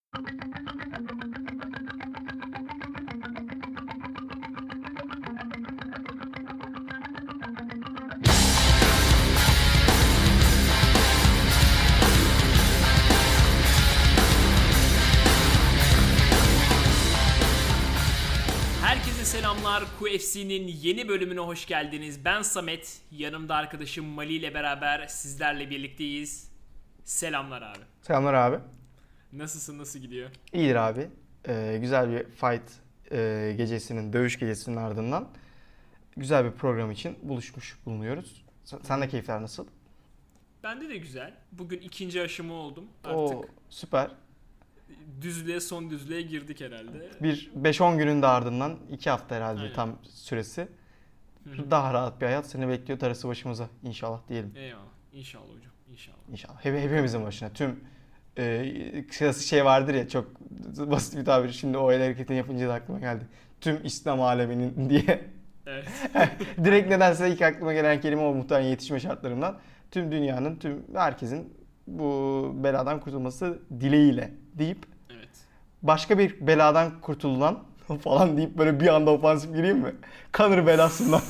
Herkese selamlar. QFC'nin yeni bölümüne hoş geldiniz. Ben Samet. Yanımda arkadaşım Mali ile beraber sizlerle birlikteyiz. Selamlar abi. Selamlar abi. Nasılsın? Nasıl gidiyor? İyidir abi. Güzel bir fight gecesinin, dövüş gecesinin ardından güzel bir program için buluşmuş bulunuyoruz. Sen de keyifler nasıl? Bende de güzel. Bugün ikinci aşımı oldum. Oo, Artık süper. son düzlüğe girdik herhalde. Bir 5-10 günün de ardından 2 hafta herhalde Aynen. tam süresi. Hı. Daha rahat bir hayat seni bekliyor darısı başımıza inşallah diyelim. Eyvallah. İnşallah hocam. İnşallah. İnşallah. Hepimizin başına. Tüm kısası şey vardır ya, çok basit bir tabir. Şimdi o el hareketini yapınca da aklıma geldi. Tüm İslam aleminin diye. Evet. Direkt nedense ilk aklıma gelen kelime o, muhtemelen yetişme şartlarından. Tüm dünyanın, tüm herkesin bu beladan kurtulması dileğiyle deyip Evet. başka bir beladan kurtulan falan deyip böyle bir anda ofansif gireyim mi? Kanır belasından.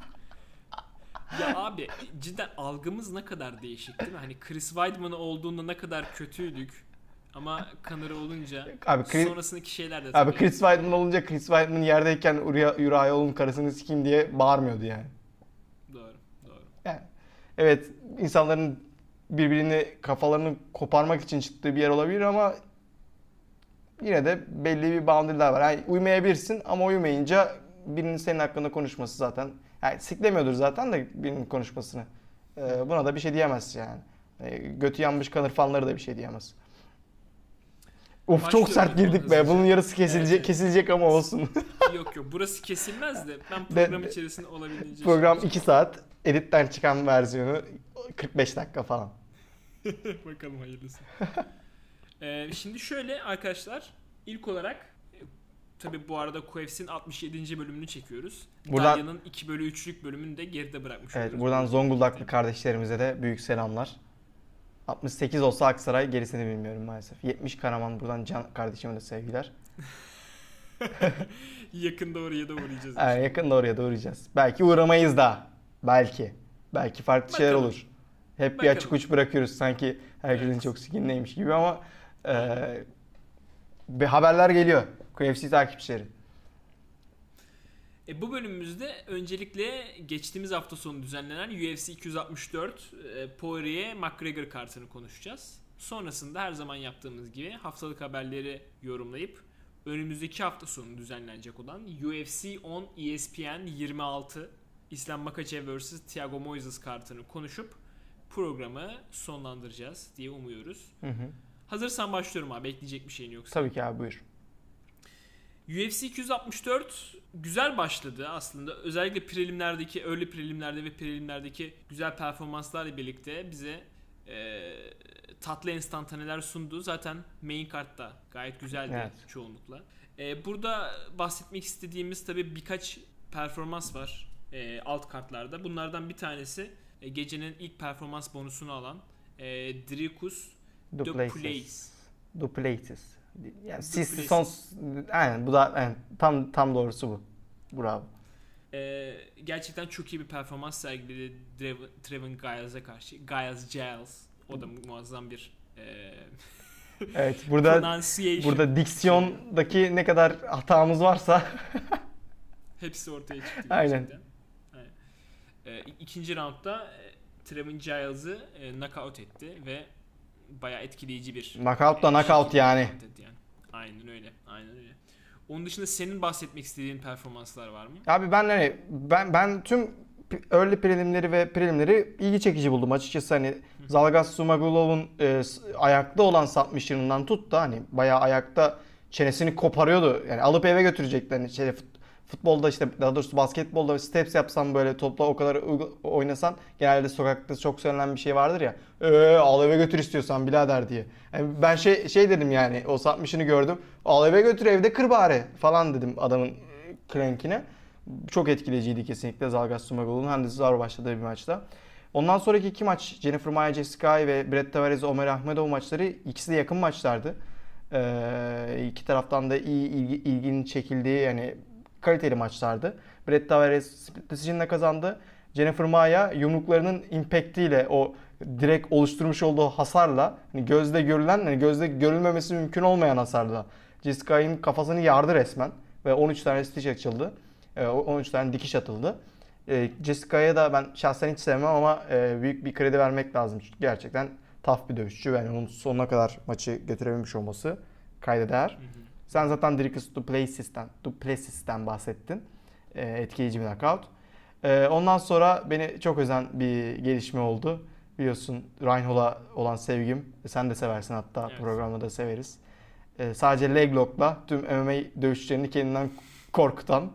Ya abi cidden algımız ne kadar değişik değil mi? Hani Chris Weidman olduğunda ne kadar kötüydük. Ama Conor olunca Abi, sonrasındaki şeyler de Abi tabii. Chris Weidman olunca Chris Weidman yerdeyken Uriah Hall'un karısını sikeyim diye bağırmıyordu yani. Doğru. Yani evet, insanların birbirini, kafalarını koparmak için çıktığı bir yer olabilir ama yine de belli bir boundary'ler var. Yani uymayabilirsin ama uymayınca birinin senin hakkında konuşması zaten, yani siklemiyordur zaten de birinin konuşmasını. Buna da bir şey diyemezsin yani. Götü yanmış kanır fanları da bir şey diyemez. Of, çok Başlıyorum sert o zaman girdik be. hızlıca. Bunun yarısı kesilecek, Evet. kesilecek ama olsun. Yok burası kesilmez de ben program içerisinde olabildiğince Program 2 saat, editten çıkan versiyonu 45 dakika falan. bakalım hayırlısı. Şimdi şöyle arkadaşlar, ilk olarak tabi bu arada QFC'nin 67. bölümünü çekiyoruz. Buradan- Dalya'nın 2/3'lük bölümünü de geride bırakmış Evet, oluyoruz. buradan Zonguldaklı kardeşlerimize de büyük selamlar. 68 olsa Aksaray, gerisini bilmiyorum maalesef. 70 Karaman, buradan Can kardeşime de sevgiler. Yakında oraya da uğrayacağız. Yani yakında oraya da uğrayacağız. Belki uğramayız da. Belki. Belki farklı şeyler Bakalım. olur. Hep bir Bakalım. açık uç bırakıyoruz sanki herkesin Evet. çok sikinleymiş gibi ama bir haberler geliyor. QFC takipçileri. Bu bölümümüzde öncelikle geçtiğimiz hafta sonu düzenlenen UFC 264 Poirier-McGregor kartını konuşacağız. Sonrasında her zaman yaptığımız gibi haftalık haberleri yorumlayıp önümüzdeki hafta sonu düzenlenecek olan UFC 10 ESPN 26 İslam Makhachev vs. Thiago Moises kartını konuşup programı sonlandıracağız diye umuyoruz. Hı hı. Hazırsan başlıyorum abi, ekleyecek bir şeyin yoksa. Tabii ki abi, buyur. UFC 264 güzel başladı aslında. Özellikle early prelimlerde ve prelimlerdeki güzel performanslarla birlikte bize tatlı enstantaneler sundu. Zaten main kartta gayet güzeldi, Evet. çoğunlukla. Burada bahsetmek istediğimiz tabii birkaç performans var alt kartlarda. Bunlardan bir tanesi gecenin ilk performans bonusunu alan Dricus Duplessis. Duplessis. Yani Duplessis. Sissi son, aynen bu da, yani tam doğrusu bu. Bravo. Gerçekten çok iyi bir performans sergiledi Trevin Giles karşı. Giles. O da muazzam bir Evet, burada diksiyondaki ne kadar hatamız varsa hepsi ortaya çıktı Aynen. gerçekten. İkinci roundda Trevin Giles'ı knockout etti ve bayağı etkileyici bir knockout da knockout yani. Aynen öyle. Onun dışında senin bahsetmek istediğin performanslar var mı? Abi ben tüm early prelimleri ve prelimleri ilgi çekici buldum açıkçası. Hani Zhalgas Zhumagulov'un ayakta olan submission'ından tut da hani bayağı ayakta çenesini koparıyordu. Yani alıp eve götürecekler. Hani futbolda, işte daha doğrusu basketbolda steps yapsan, böyle topla o kadar oynasan, genelde sokakta çok söylenen bir şey vardır ya. Al eve götür istiyorsan birader diye. Yani ben şey dedim, yani o submission'ı gördüm. Al eve götür, evde kır bari falan dedim adamın crankine. Çok etkileyiciydi kesinlikle Zhalgas Zhumagolov'un hem de zor başladığı bir maçta. Ondan sonraki iki maç, Jennifer Maia Jessicai ve Brett Tavares Omer Akhmedov maçları, ikisi de yakın maçlardı. İki taraftan da iyi ilginin çekildiği yani kaliteli maçlardı. Brett Tavares split decision'la kazandı. Jennifer Maia yumruklarının impact'iyle o direkt oluşturmuş olduğu hasarla hani gözle görülen hani gözle görülmemesi mümkün olmayan hasarla Jessica'nın kafasını yardı resmen ve 13 tane stitch açıldı. 13 tane dikiş atıldı. Jessica'ya da ben şahsen hiç sevmem ama büyük bir kredi vermek lazım. Çünkü gerçekten tough bir dövüşçü ve yani onun sonuna kadar maçı götürebilmiş olması kayda değer. Sen zaten Dricus Duplessis'ten bahsettin. Etkileyici bir knockout. Ondan sonra beni çok üzen bir gelişme oldu. Biliyorsun Reinhold'a olan sevgim. Sen de seversin hatta evet. Programda da severiz. Sadece leg lock'la tüm MMA dövüşçülerini kendinden korkutan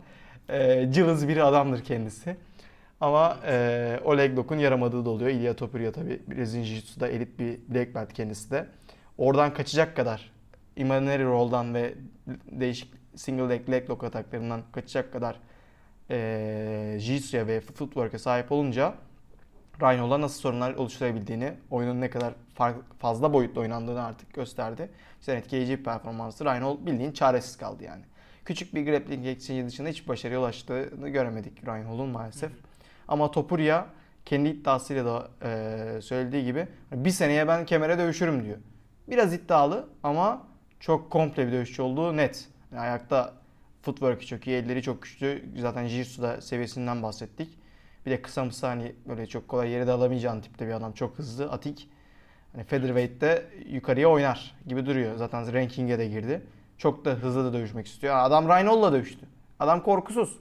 cılız bir adamdır kendisi. Ama o leg lock'un yaramadığı da oluyor. Ilia Topuria tabii Brazilian Jiu-Jitsu'da elit bir black belt kendisi de. Oradan kaçacak kadar imaginary roll'dan ve değişik single leg lock ataklarından kaçacak kadar Jiu-Jitsu'ya ve footwork'e sahip olunca Reinhold'a nasıl sorunlar oluşturabildiğini, oyunun ne kadar fazla boyutlu oynandığını artık gösterdi. İşte etkileyici bir performansı. Reinhold bildiğin çaresiz kaldı yani. Küçük bir grappling exchange dışında hiç başarıya ulaştığını göremedik Reinhold'un maalesef. Ama Topuria kendi iddiasıyla da söylediği gibi bir seneye ben kemere dövüşürüm diyor. Biraz iddialı ama çok komple bir dövüşçü olduğu net. Yani ayakta footwork'ı çok iyi, elleri çok güçlü. Zaten Jiu-Jitsu'da seviyesinden bahsettik. Bir de kısa mısa hani böyle çok kolay yere de alamayacağın tipte bir adam. Çok hızlı, atik. Hani featherweight'te yukarıya oynar gibi duruyor. Zaten ranking'e de girdi. Çok da hızlı da dövüşmek istiyor. Adam Reinhold'la dövüştü. Adam korkusuz.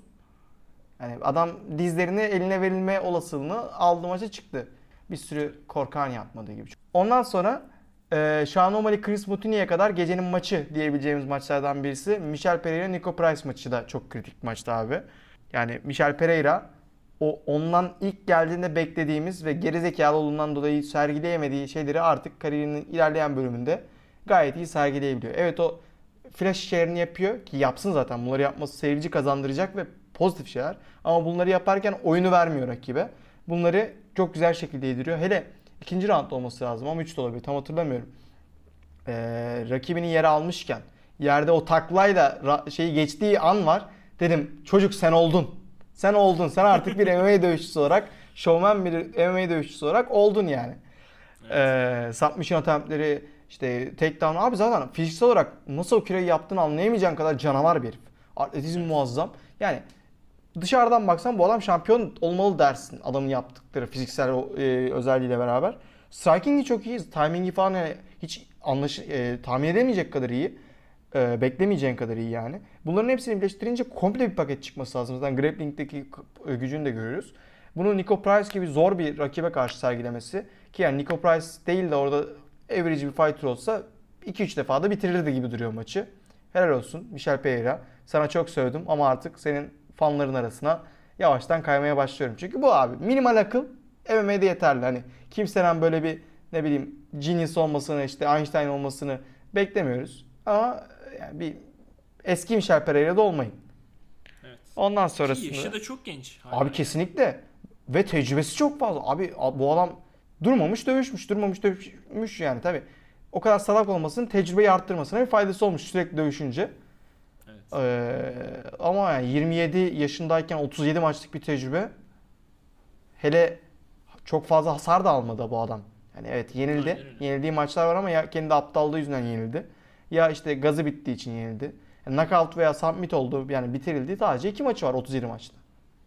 Yani adam dizlerini eline verilme olasılığını aldı maça çıktı. Bir sürü korkan yapmadığı gibi. Ondan sonra Sean O'Malley Chris Mutini'ye kadar gecenin maçı diyebileceğimiz maçlardan birisi Michel Pereira Nico Price maçı da çok kritik bir maçtı abi. Yani Michel Pereira ondan ilk geldiğinde beklediğimiz ve gerizekalı olduğundan dolayı sergileyemediği şeyleri artık kariyerinin ilerleyen bölümünde gayet iyi sergileyebiliyor. Evet o flash şeylerini yapıyor ki yapsın zaten. Bunları yapması seyirci kazandıracak ve pozitif şeyler. Ama bunları yaparken oyunu vermiyor rakibe. Bunları çok güzel şekilde yediriyor. Hele ikinci round olması lazım ama 3 de olabilir. Tam hatırlamıyorum. Rakibini yere almışken yerde o taklayla şeyi geçtiği an var. Dedim çocuk sen oldun. Sen oldun. Sen artık bir MMA dövüşçüsü olarak, showman bir MMA dövüşçüsü olarak oldun yani. Evet. Submission attempt'leri, işte takedown. Abi zaten fiziksel olarak nasıl o küreyi yaptığını anlayamayacağın kadar canavar bir herif. Atletizm muazzam. Yani dışarıdan baksan bu adam şampiyon olmalı dersin. Adamın yaptıkları fiziksel özelliğiyle beraber. Striking'i çok iyi. Timing'i falan yani hiç tahmin edemeyecek kadar iyi. Beklemeyeceğin kadar iyi yani. Bunların hepsini birleştirince komple bir paket çıkması lazım. Zaten grappling'deki gücünü de görüyoruz. Bunu Nico Price gibi zor bir rakibe karşı sergilemesi ki yani Nico Price değil de orada average bir fighter olsa 2-3 defa da bitirirdi gibi duruyor maçı. Helal olsun Michel Pereira. Sana çok sövdüm ama artık senin fanların arasına yavaştan kaymaya başlıyorum. Çünkü bu abi minimal akıl MMA'de yeterli. Hani kimsenin böyle bir ne bileyim genius olmasını işte Einstein olmasını beklemiyoruz. Ama yani bir eski Michel Pereira'da olmayın. Evet. Ondan sonrasında... Ki yaşı da çok genç. Abi yani. Kesinlikle. Ve tecrübesi çok fazla. Abi bu adam durmamış dövüşmüş yani tabii. O kadar salak olmasının tecrübeyi arttırmasına bir faydası olmuş sürekli dövüşünce. Evet. Ama yani 27 yaşındayken 37 maçlık bir tecrübe. Hele çok fazla hasar da almadı bu adam. Yani evet yenildi. Yenildiği maçlar var ama ya kendi aptallığı yüzünden yenildi. Ya işte gazı bittiği için yenildi. Yani knockout veya submit oldu yani bitirildi. Sadece 2 maçı var 37 maçta.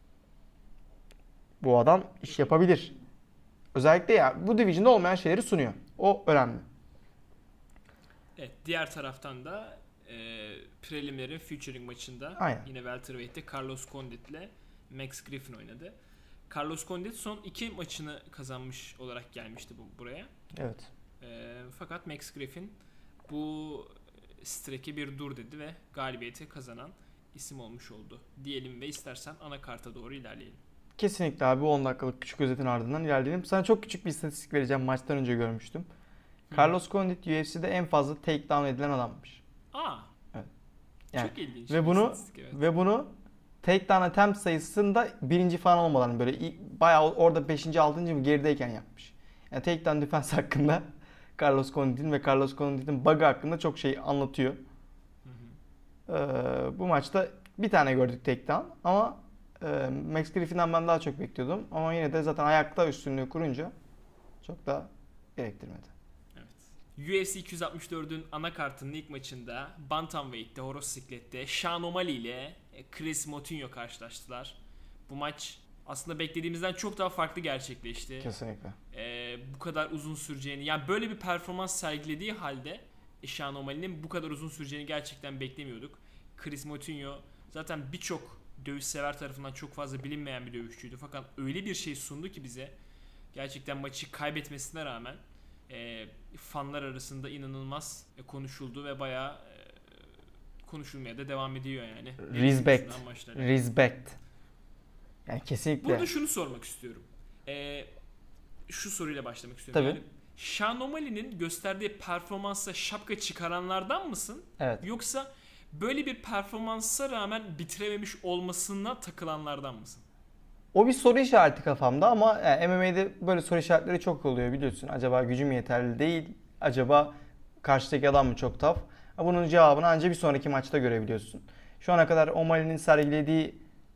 Bu adam iş yapabilir. Özellikle ya bu division'da olmayan şeyleri sunuyor. O önemli. Evet, diğer taraftan da preliminary featuring maçında aynen. Yine welterweight'te Carlos Condit'le Max Griffin oynadı. Carlos Condit son 2 maçını kazanmış olarak gelmişti buraya. Evet. Fakat Max Griffin bu streak'e bir dur dedi ve galibiyeti kazanan isim olmuş oldu diyelim ve istersen anakarta doğru ilerleyelim. Kesinlikle abi 10 dakikalık küçük özetin ardından ilerleyelim. Sana çok küçük bir istatistik vereceğim. Maçtan önce görmüştüm. Carlos Condit UFC'de en fazla takedown edilen adammış. Evet. Yani, çok ilginç. Ve bunu takedown attempt sayısında birinci falan olmadan böyle bayağı orada 5. 6. mı gerideyken yapmış. Yani takedown defense hakkında Carlos Condit'in ve Carlos Condit'in bug'ı hakkında çok şey anlatıyor. Bu maçta bir tane gördük takedown ama Max Griffin'den ben daha çok bekliyordum. Ama yine de zaten ayakta üstünlüğü kurunca çok da gerektirmedi. UFC 264'ün anakartının ilk maçında Bantamweight'te, horoz siklette Sean O'Malley ile Chris Moutinho karşılaştılar. Bu maç aslında beklediğimizden çok daha farklı gerçekleşti. Kesinlikle. Bu kadar uzun süreceğini, yani böyle bir performans sergilediği halde Sean O'Malley'nin bu kadar uzun süreceğini gerçekten beklemiyorduk. Chris Moutinho zaten birçok dövüş sever tarafından çok fazla bilinmeyen bir dövüşçüydü. Fakat öyle bir şey sundu ki bize, gerçekten maçı kaybetmesine rağmen fanlar arasında inanılmaz konuşuldu ve bayağı konuşulmaya da devam ediyor yani. Respect. Yani kesinlikle. Burada şunu sormak istiyorum. Şu soruyla başlamak istiyorum. Tabii. Yani Sean O'Malley'nin gösterdiği performansa şapka çıkaranlardan mısın? Evet. Yoksa böyle bir performansa rağmen bitirememiş olmasına takılanlardan mısın? O bir soru işareti kafamda ama MMA'de böyle soru işaretleri çok oluyor biliyorsun. Acaba gücüm yeterli değil? Acaba karşıdaki adam mı çok tough? Bunun cevabını ancak bir sonraki maçta görebiliyorsun. Şu ana kadar O'Malley'nin sergilediği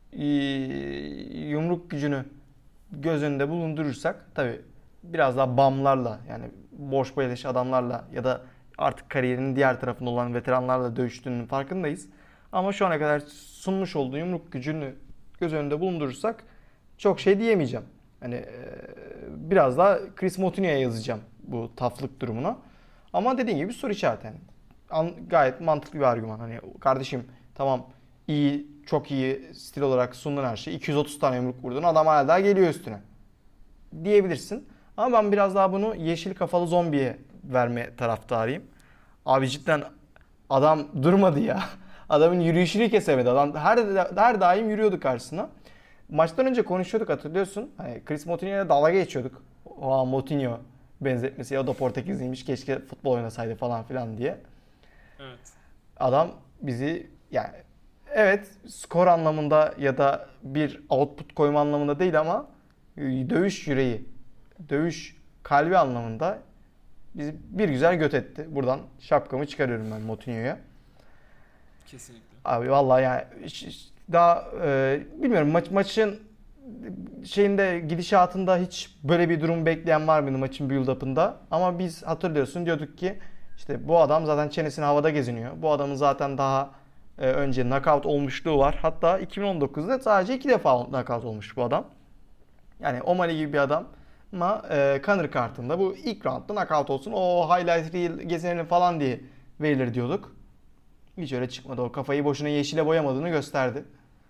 yumruk gücünü göz önünde bulundurursak tabii biraz daha bamlarla, yani boş beleş adamlarla ya da artık kariyerinin diğer tarafında olan veteranlarla dövüştüğünün farkındayız. Ama şu ana kadar sunmuş olduğu yumruk gücünü göz önünde bulundurursak çok şey diyemeyeceğim. Hani biraz daha Chris Moutinho'ya yazacağım bu taflık durumuna. Ama dediğin gibi soru işareti yani. Gayet mantıklı bir argüman. Hani kardeşim tamam, iyi, çok iyi stil olarak sundun her şeyi. 230 tane yumruk vurdun, adam hala daha geliyor üstüne diyebilirsin. Ama ben biraz daha bunu yeşil kafalı zombiye verme taraftarıyım. Abi cidden adam durmadı ya. Adamın yürüyüşünü kesemedi. Adam her daim yürüyordu karşısına. Maçtan önce konuşuyorduk, hatırlıyorsun. Hani Chris Moutinho'ya dalga geçiyorduk. O Moutinho benzetmesi, ya o da Portekizliymiş, keşke futbol oynasaydı falan filan diye. Evet. Adam bizi, yani evet skor anlamında ya da bir output koyma anlamında değil ama dövüş yüreği, dövüş kalbi anlamında bizi bir güzel göt etti. Buradan şapkamı çıkarıyorum ben Moutinho'ya. Kesinlikle. Abi vallahi yani daha bilmiyorum, maçın şeyinde, gidişatında hiç böyle bir durum bekleyen var mıydı maçın build-up'ında? Ama biz hatırlıyorsun diyorduk ki işte bu adam zaten çenesini havada geziniyor. Bu adamın zaten daha önce knockout olmuşluğu var. Hatta 2019'da sadece 2 defa knockout olmuş bu adam. Yani O'Malley gibi bir adam ama Conor kartında bu ilk roundda knockout olsun, o highlight reel gezinelim falan diye verilir diyorduk. Hiç öyle çıkmadı. O kafayı boşuna yeşile boyamadığını gösterdi.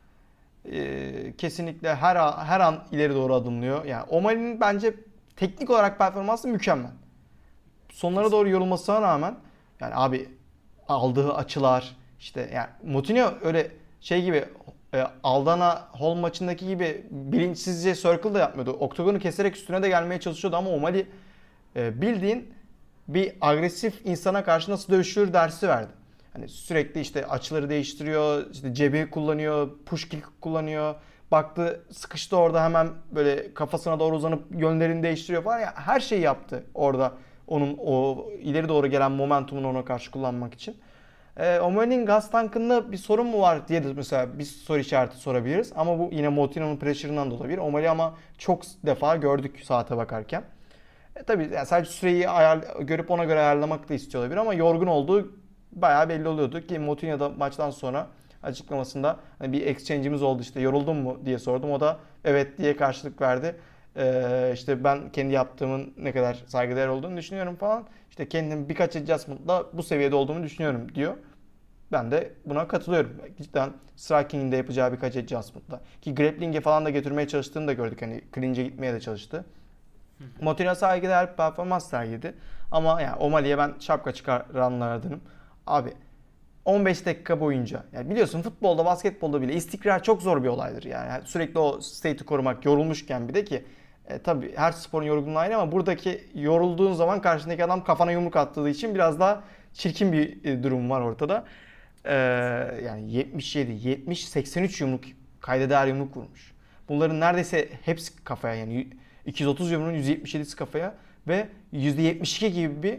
Kesinlikle her an ileri doğru adımlıyor. Yani O'Malley'nin bence teknik olarak performansı mükemmel. Sonlara doğru yorulmasına rağmen yani abi aldığı açılar, işte yani Moutinho öyle şey gibi Aldana Hall maçındaki gibi bilinçsizce circle da yapmıyordu. Oktagonu keserek üstüne de gelmeye çalışıyordu ama O'Malley bildiğin bir agresif insana karşı nasıl dövüşür dersi verdi. Hani sürekli işte açıları değiştiriyor, işte cebi kullanıyor, push kick kullanıyor. Baktı sıkıştı orada, hemen böyle kafasına doğru uzanıp yönlerini değiştiriyor falan. Ya her şeyi yaptı orada, onun o ileri doğru gelen momentumunu ona karşı kullanmak için. O'Malley'nin gaz tankında bir sorun mu var diye de mesela bir soru işareti sorabiliriz. Ama bu yine Moutinho'nun pressure'ından da olabilir. O'Malley ama çok defa gördük saate bakarken. Tabii yani sadece süreyi görüp ona göre ayarlamak da istiyor olabilir ama yorgun olduğu bayağı belli oluyordu ki Moutinho da maçtan sonra açıklamasında hani bir exchange'imiz oldu, işte yoruldun mu diye sordum. O da evet diye karşılık verdi. İşte ben kendi yaptığımın ne kadar saygıdeğer olduğunu düşünüyorum falan. İşte kendim birkaç adjustment'la bu seviyede olduğumu düşünüyorum diyor. Ben de buna katılıyorum. Cidden striking'in de yapacağı birkaç adjustment'la. Ki grappling'e falan da götürmeye çalıştığını da gördük. Hani clinch'e gitmeye de çalıştı. Moutinho saygıdeğer bir performans sergiledi. Ama yani O'Malley'e ben şapka çıkaranlardanım. Abi 15 dakika boyunca, yani biliyorsun futbolda, basketbolda bile istikrar çok zor bir olaydır yani sürekli o state'i korumak, yorulmuşken bir de ki tabii her sporun yorgunluğu aynı ama buradaki yorulduğun zaman karşındaki adam kafana yumruk attığı için biraz daha çirkin bir durum var ortada. Yani 77, 70, 83 yumruk, kayda değer yumruk vurmuş. Bunların neredeyse hepsi kafaya, yani 230 yumruğun 177'si kafaya. ve %72 gibi bir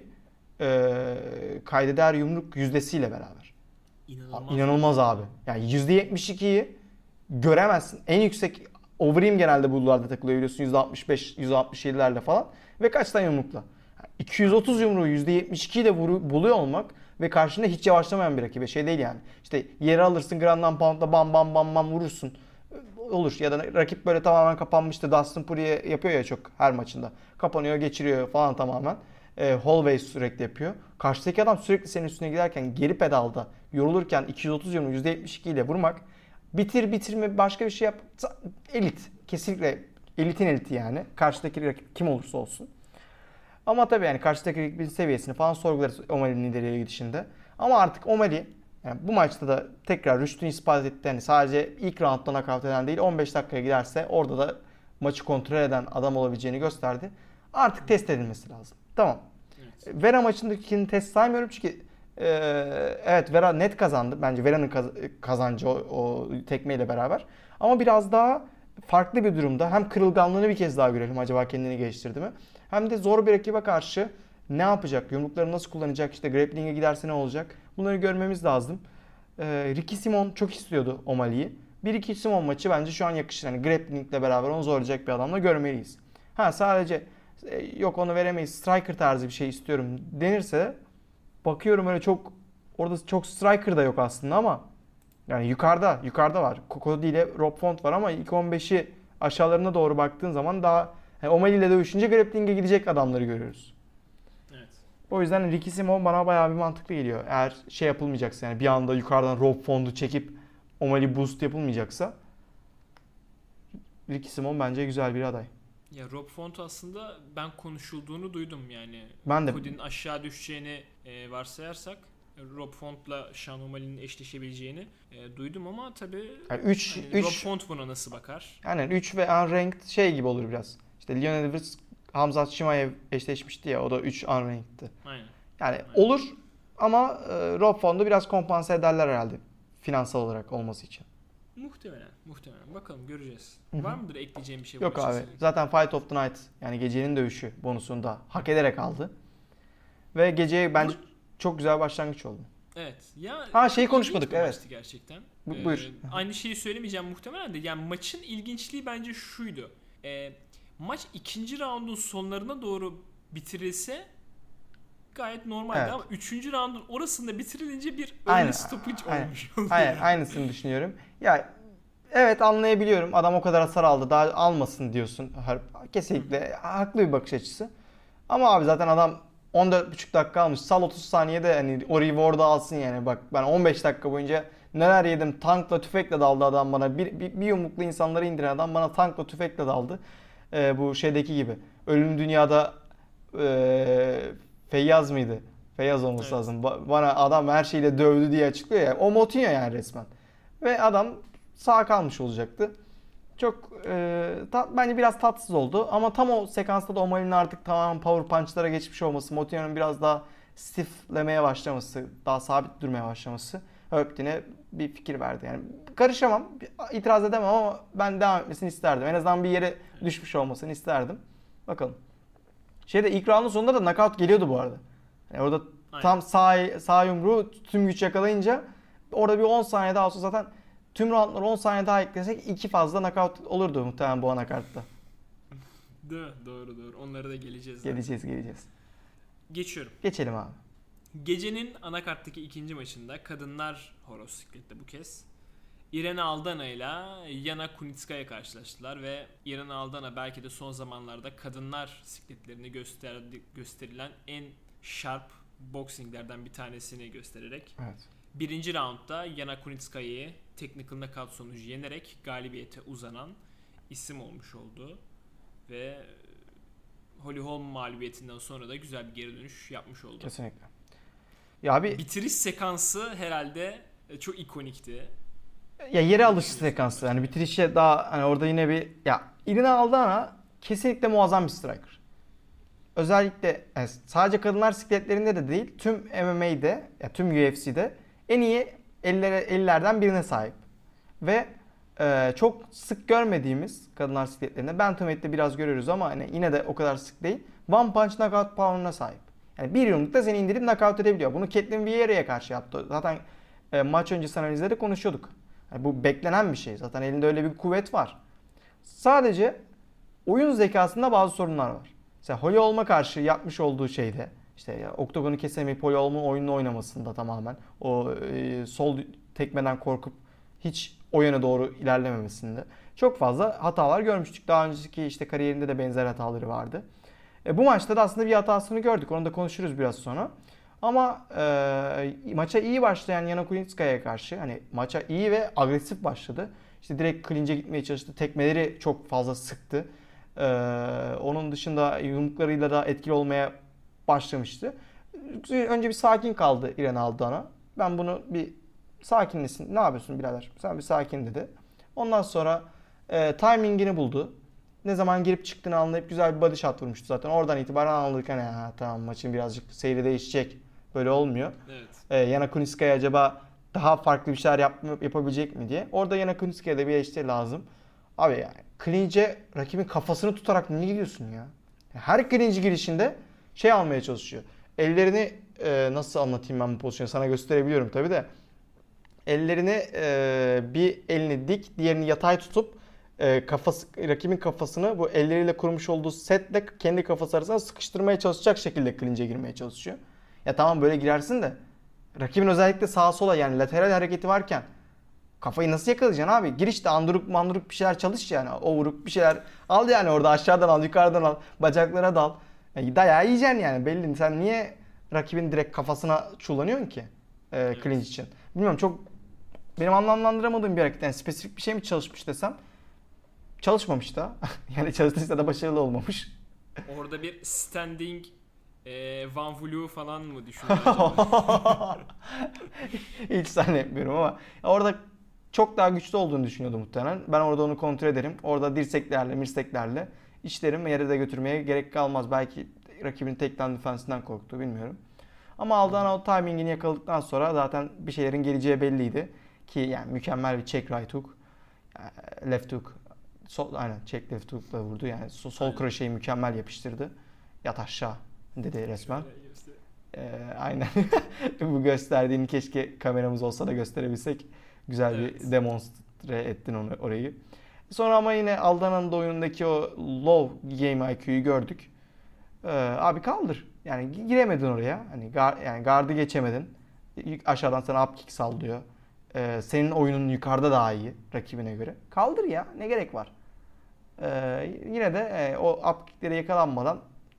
kaydeder yumruk yüzdesiyle beraber. İnanılmaz abi. Yani %72'yi göremezsin. En yüksek overeem genelde bulularda takılıyor biliyorsun %65, %67'lerle falan ve kaç tane yumrukla. 230 yumruğu %72 ile buluyor olmak ve karşında hiç yavaşlamayan bir rakibe şey değil yani. İşte yeri alırsın Ground Pound'da bam bam bam bam vurursun. Olur ya da rakip böyle tamamen kapanmıştı. Dustin Poirier yapıyor ya çok her maçında. Kapanıyor, geçiriyor falan tamamen. Holloway sürekli yapıyor. Karşıdaki adam sürekli senin üstüne giderken geri pedalda yorulurken 230 yumruğu %72 ile vurmak bitirme başka bir şey yap. Elit. Kesinlikle elitin eliti yani. Karşıdaki rakip kim olursa olsun. Ama tabii yani karşıdaki rakibin seviyesini falan sorgularız O'Malley'nin ileriye gidişinde. Ama artık O'Malley yani bu maçta da tekrar rüştünü ispat etti. Yani sadece ilk roundda nakavt eden değil 15 dakikaya giderse orada da maçı kontrol eden adam olabileceğini gösterdi. Artık test edilmesi lazım. Tamam. Evet. Vera maçındakini test saymıyorum çünkü evet Vera net kazandı. Bence Vera'nın kazancı o tekmeyle beraber. Ama biraz daha farklı bir durumda. Hem kırılganlığını bir kez daha görelim. Acaba kendini geliştirdi mi? Hem de zor bir rakibe karşı ne yapacak? Yumrukları nasıl kullanacak? İşte grappling'e giderse ne olacak? Bunları görmemiz lazım. Ricky Simon çok istiyordu O'Malley'i. Bir Ricky Simon maçı bence şu an yakışır. Yani grappling'le beraber onu zorlayacak bir adamla görmeliyiz. Sadece yok onu veremeyiz. Striker tarzı bir şey istiyorum denirse bakıyorum öyle çok orada çok striker da yok aslında ama yani yukarıda var. Cody ile Rob Font var ama ilk 15'i aşağılarına doğru baktığın zaman daha O'Malley ile dövüşünce grappling'e gidecek adamları görüyoruz. Evet. O yüzden Ricky Simon bana bayağı bir mantıklı geliyor. Eğer şey yapılmayacaksa yani bir anda yukarıdan Rob Font'u çekip O'Malley boost yapılmayacaksa Ricky Simon bence güzel bir aday. Ya Rob Font aslında ben konuşulduğunu duydum yani. Ben de. Cody'nin aşağı düşeceğini varsayarsak Rob Font'la Sean O'Malley'nin eşleşebileceğini duydum ama tabii yani Rob Font buna nasıl bakar? Yani 3 ve unranked şey gibi olur biraz. İşte Leon Edwards, Hamzat Chimaev eşleşmişti ya o da 3 unranked'tı. Aynen. Yani olur ama Rob Font'u biraz kompanse ederler herhalde finansal olarak olması için. Muhtemelen. Bakalım göreceğiz. Hı-hı. Var mıdır ekleyeceğim bir şey? Yok abi. Zaten Fight of the Night yani gecenin dövüşü bonusunu da hak ederek aldı. Ve geceye bence çok güzel başlangıç oldu. Evet. Ya şeyi konuşmadık evet. Gerçekten. Buyur. Aynı şeyi söylemeyeceğim muhtemelen de. Yani maçın ilginçliği bence şuydu. Maç ikinci raundun sonlarına doğru bitirilse gayet normaldi ama 3. raundun orasında bitirilince bir early stoppage olmuş. Aynen. Aynısını düşünüyorum. Ya evet anlayabiliyorum. Adam o kadar hasar aldı. Daha almasın diyorsun. Kesinlikle haklı bir bakış açısı. Ama abi zaten adam 14,5 dakika almış. Sal 30 saniyede hani o reward'u alsın yani. Bak ben 15 dakika boyunca neler yedim. Tankla tüfekle daldı adam bana. Bir yumruklu insanları indiren adam bana tankla tüfekle daldı. Bu şeydeki gibi. Ölüm Dünya'da Feyyaz mıydı? Feyyaz olması lazım. Bana adam her şeyle dövdü diye açıklıyor ya. O Moutinho yani resmen. Ve adam sağ kalmış olacaktı. Çok bence biraz tatsız oldu. Ama tam o sekansta da O'Malley'nin artık tamamen power punch'lara geçmiş olması, Moutinho'nun biraz daha stifflemeye başlaması, daha sabit durmaya başlaması Höktin'e bir fikir verdi. Yani karışamam, itiraz edemem ama ben devam etmesini isterdim. En azından bir yere düşmüş olmasını isterdim. Bakalım. İlk round'un sonunda da knockout geliyordu bu arada. Yani orada tam sağ yumruğu tüm güç yakalayınca orada bir 10 saniye daha olsa zaten tüm roundları 10 saniye daha eklesek 2 fazla knockout olurdu muhtemelen bu anakartta. Doğru. Onlara da geleceğiz. Geleceğiz. Geçiyorum. Geçelim abi. Gecenin anakarttaki ikinci maçında kadınlar horoz siklette bu kez Irene Aldana ile Yana Kunitskaya karşılaştılar ve Irene Aldana belki de son zamanlarda kadınlar sikletlerini gösterilen en sharp boxinglerden bir tanesini göstererek birinci roundda Yana Kunitskaya'yı technical knockout sonucu yenerek galibiyete uzanan isim olmuş oldu ve Holly Holm mağlubiyetinden sonra da güzel bir geri dönüş yapmış oldu. Kesinlikle. Ya abi bitiriş sekansı herhalde çok ikonikti. Ya yere alış sekansı. Yani bitirişe daha hani orada yine bir Irene Aldana kesinlikle muazzam bir striker. Özellikle yani sadece kadınlar sikletlerinde de değil, tüm MMA'de, tüm UFC'de en iyi ellerden birine sahip. Ve çok sık görmediğimiz kadınlar sikletlerinde, bantamweight'te biraz görüyoruz ama hani yine de o kadar sık değil. One punch knockout power'ına sahip. Yani bir yumrukta seni indirip knockout edebiliyor. Bunu Ketlen Vieira'ya karşı yaptı. Zaten maç öncesi analizleri konuşuyorduk. Yani bu beklenen bir şey. Zaten elinde öyle bir kuvvet var. Sadece oyun zekasında bazı sorunlar var. Mesela Holyholm'a karşı yapmış olduğu şeyde işte ya, oktagonu kesemeyip Holyholm'un oyununu oynamasında tamamen o sol tekmeden korkup hiç o yöne doğru ilerlememesinde çok fazla hatalar görmüştük. Daha önceki işte kariyerinde de benzer hataları vardı. Bu maçta da aslında bir hatasını gördük. Onu da konuşuruz biraz sonra. Ama maça iyi başlayan Yana Kunitskaya'ya karşı hani maça iyi ve agresif başladı. İşte direkt clinch'e gitmeye çalıştı. Tekmeleri çok fazla sıktı. Onun dışında yumruklarıyla da etkili olmaya başlamıştı. Önce bir sakin kaldı İren Aldana. Ben bunu bir sakinlesin. Ne yapıyorsun birader? Sen bir sakin dedi. Ondan sonra timingini buldu. Ne zaman girip çıktığını anlayıp güzel bir body shot vurmuştu zaten. Oradan itibaren anladık hani tamam maçın birazcık seyri değişecek. Böyle olmuyor. Evet. Yana Kunitskaya acaba daha farklı bir şeyler yapabilecek mi diye. Orada Yana Kunitskaya'da bir eleştiri lazım. Abi yani clinch'e rakibin kafasını tutarak niye gidiyorsun ya? Her clinch girişinde şey almaya çalışıyor. Ellerini nasıl anlatayım ben bu pozisyonu sana gösterebiliyorum tabii de. Ellerini bir elini dik, diğerini yatay tutup rakibin kafasını bu elleriyle kurmuş olduğu setle kendi kafası arasında sıkıştırmaya çalışacak şekilde clinch'e girmeye çalışıyor. Ya tamam böyle girersin de rakibin özellikle sağa sola yani lateral hareketi varken kafayı nasıl yakalayacaksın abi? Gir işte anduruk manduruk bir şeyler çalış yani. O vurup bir şeyler al yani orada aşağıdan al, yukarıdan al, bacaklara dal. Dayağı yiyeceksin yani belli. Sen niye rakibin direkt kafasına çullanıyorsun ki clinch için? Bilmiyorum çok benim anlamlandıramadığım bir hareket. Yani spesifik bir şey mi çalışmış desem çalışmamış da. Yani çalıştıysa da başarılı olmamış. Orada bir standing Van Vlu falan mı düşünüyor acaba? Hiç zannetmiyorum ama orada çok daha güçlü olduğunu düşünüyordu muhtemelen. Ben orada onu kontrol ederim. Orada dirseklerle, mirseklerle işlerim ve yere de götürmeye gerek kalmaz. Belki rakibin takedown defensinden korktu bilmiyorum. Ama Aldana o timingini yakaladıktan sonra zaten bir şeylerin geleceği belliydi. Ki yani mükemmel bir check right hook, left hook, aynen check left hook'la vurdu. Yani sol kroşeyi mükemmel yapıştırdı. Yat aşağı dedi resmen. Aynen. Bu gösterdiğini keşke kameramız olsa da gösterebilsek. Güzel bir demonstre ettin onu orayı. Sonra ama yine Aldana'nın da oyunundaki o low game IQ'yu gördük. Abi kaldır. Yani giremedin oraya. Hani yani gardı geçemedin. Aşağıdan sana up kick sallıyor. Senin oyunun yukarıda daha iyi rakibine göre. Kaldır ya. Ne gerek var? Yine de o up kick'lere yakalanmadan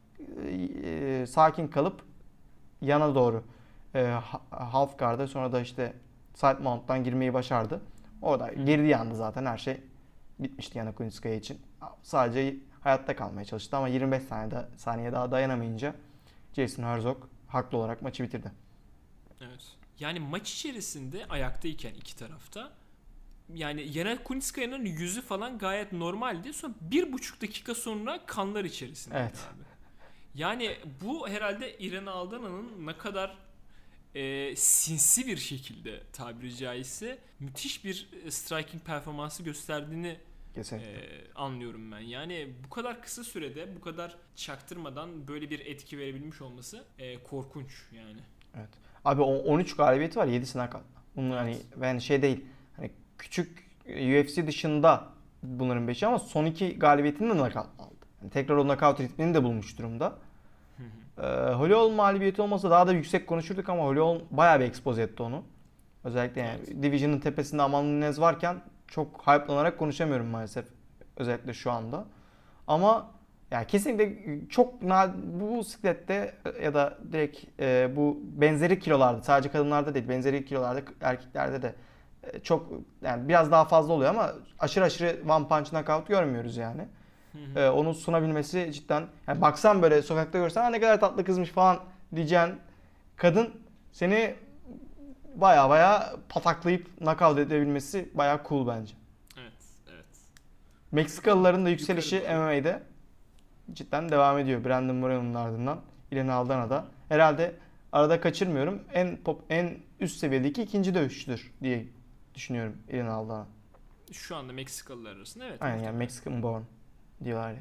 sakin kalıp yana doğru half guard'a sonra da işte side mount'tan girmeyi başardı. Orada girdiği anda zaten her şey bitmişti Yana Kunitskaya için. Sadece hayatta kalmaya çalıştı ama 25 saniye daha dayanamayınca Jason Herzog haklı olarak maçı bitirdi. Evet. Yani maç içerisinde ayaktayken iki tarafta yani Yana Kunitskaya'nın yüzü falan gayet normaldi. Sonra 1,5 dakika sonra kanlar içerisindeydi abi. Yani bu herhalde İren Aldana'nın ne kadar sinsi bir şekilde tabiri caizse müthiş bir striking performansı gösterdiğini anlıyorum ben. Yani bu kadar kısa sürede bu kadar çaktırmadan böyle bir etki verebilmiş olması korkunç yani. Evet. Abi 13 galibiyeti var 7'si knockout. Bunun hani ben şey değil. Hani küçük UFC dışında bunların 5'i ama son 2 galibiyetini de knockout aldı. Yani tekrar o knockout ritmini de bulmuş durumda. Holyholm mağlubiyeti olmasa daha da yüksek konuşurduk ama Holyholm bayağı bir expose etti onu. Özellikle yani Division'ın tepesinde Amanda Nunes varken çok hype'lanarak konuşamıyorum maalesef. Özellikle şu anda. Ama yani kesinlikle çok bu siklette ya da direkt bu benzeri kilolarda sadece kadınlarda değil benzeri kilolarda erkeklerde de çok yani biraz daha fazla oluyor ama aşırı one punch knockout görmüyoruz yani. Onu sunabilmesi cidden yani baksan böyle sokakta görsen ne kadar tatlı kızmış falan diyeceğin kadın seni baya pataklayıp knockout edebilmesi baya cool bence. Evet. Meksikalıların da yükselişi MMA'de cidden devam ediyor. Brandon Moreno'nun ardından İrene Aldana'da. Herhalde arada kaçırmıyorum. En üst seviyedeki ikinci dövüşçüdür diye düşünüyorum İrene Aldana. Şu anda Meksikalılar arasında evet. Aynen yani Mexican born diyorlar ya.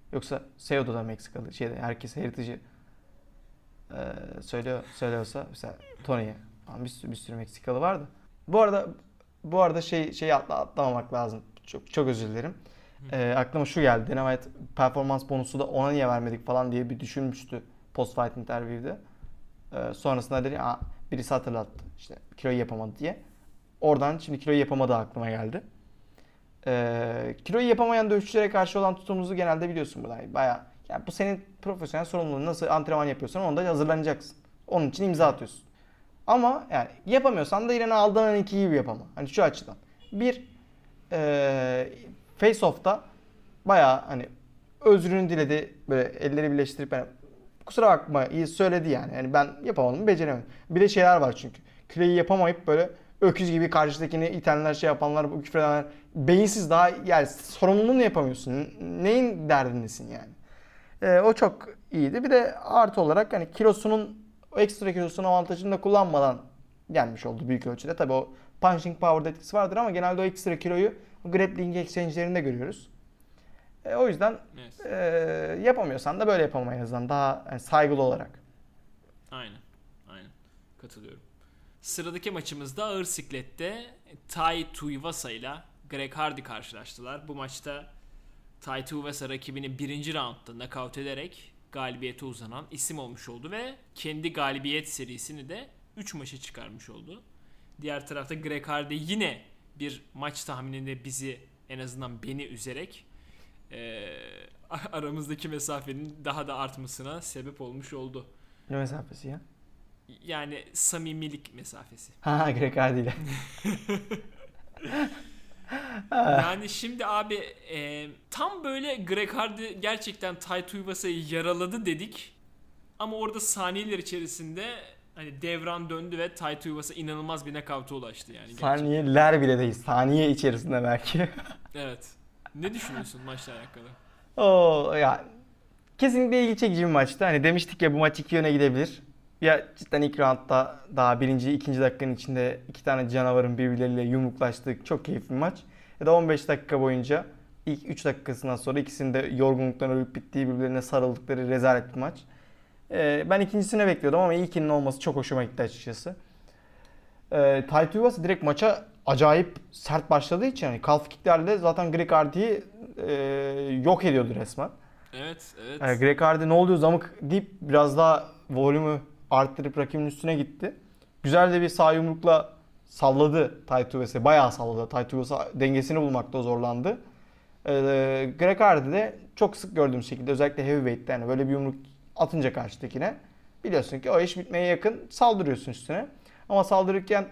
Yoksa Pseudo da Meksikalı. Herkes Heritage'i söylüyorsa mesela Tony'ye falan bir sürü Meksikalı vardı. Bu arada şeyi atlamamak lazım. Çok özür dilerim. Aklıma şu geldi. Dana White performans bonusu da ona niye vermedik falan diye bir düşünmüştü post fight interview'de. Sonrasında dedi birisi hatırlattı. İşte kiloyu yapamadı diye. Oradan şimdi kiloyu yapamadı aklıma geldi. Kiloyu yapamayan dövüşçülere karşı olan tutumumuzu genelde biliyorsun buradan. Bayağı yani bu senin profesyonel sorumluluğun. Nasıl antrenman yapıyorsan onda hazırlanacaksın. Onun için imza atıyorsun. Ama yani yapamıyorsan da yine aldığın iki gibi yapama. Hani şu açıdan. Bir Face Off'ta bayağı hani özrünü diledi. Böyle elleri birleştirip yani, kusura bakma iyi söyledi yani. Yani ben yapamadım, beceremedim. Bir de şeyler var çünkü. Kiloyu yapamayıp böyle öküz gibi karşıdakini itenler, şey yapanlar, bu küfredenler beyinsiz daha yani sorumluluğunu yapamıyorsun. Neyin derdindesin yani? O çok iyiydi. Bir de artı olarak hani ekstra kilosunun avantajını da kullanmadan gelmiş oldu büyük ölçüde. Tabii o punching power'da etkisi vardır ama genelde o ekstra kiloyu grappling exchange'lerinde görüyoruz. O yüzden yapamıyorsan da böyle yapamam en azından. Daha yani saygılı olarak. Aynen. Katılıyorum. Sıradaki maçımızda ağır siklette Tai Tuivasa ile Greg Hardy karşılaştılar. Bu maçta Tai Tuivasa rakibini 1. roundda knockout ederek galibiyete uzanan isim olmuş oldu ve kendi galibiyet serisini de 3 maça çıkarmış oldu. Diğer tarafta Greg Hardy yine bir maç tahmininde bizi, en azından beni üzerek aramızdaki mesafenin daha da artmasına sebep olmuş oldu. Ne mesafesi ya? Yani samimilik mesafesi. Greg Hardy ile. Yani şimdi abi tam böyle Greg Hardy gerçekten Tai Tuivasa'yı yaraladı dedik. Ama orada saniyeler içerisinde hani devran döndü ve Tai Tuivasa inanılmaz bir knockout'a ulaştı yani. Saniyeler bile değil. Saniye içerisinde belki. Evet. Ne düşünüyorsun maçla alakalı? Ya kesinlikle ilgi çekici bir maçtı. Hani demiştik ya bu maç iki yöne gidebilir. Ya cidden ilk roundda daha birinci, ikinci dakikanın içinde iki tane canavarın birbirleriyle yumruklaştığı çok keyifli bir maç. Ya da 15 dakika boyunca ilk 3 dakikasından sonra ikisinin de yorgunluktan ölüp bittiği, birbirlerine sarıldıkları rezalet bir maç. Ben ikincisine bekliyordum ama ilkinin olması çok hoşuma gitti açıkçası. Tai Tuivasa direkt maça acayip sert başladığı için hani calf kicklerle zaten Greg Hardy'yi yok ediyordu resmen. Evet. Greg Hardy ne oluyor zamık deyip biraz daha volümü arttırıp rakibin üstüne gitti. Güzel de bir sağ yumrukla salladı Tai Tuivasa. Bayağı salladı. Tai Tuivasa dengesini bulmakta zorlandı. Greg Hardy de çok sık gördüğüm şekilde özellikle heavyweight'te yani böyle bir yumruk atınca karşıdakine biliyorsun ki o iş bitmeye yakın saldırıyorsun üstüne. Ama saldırırken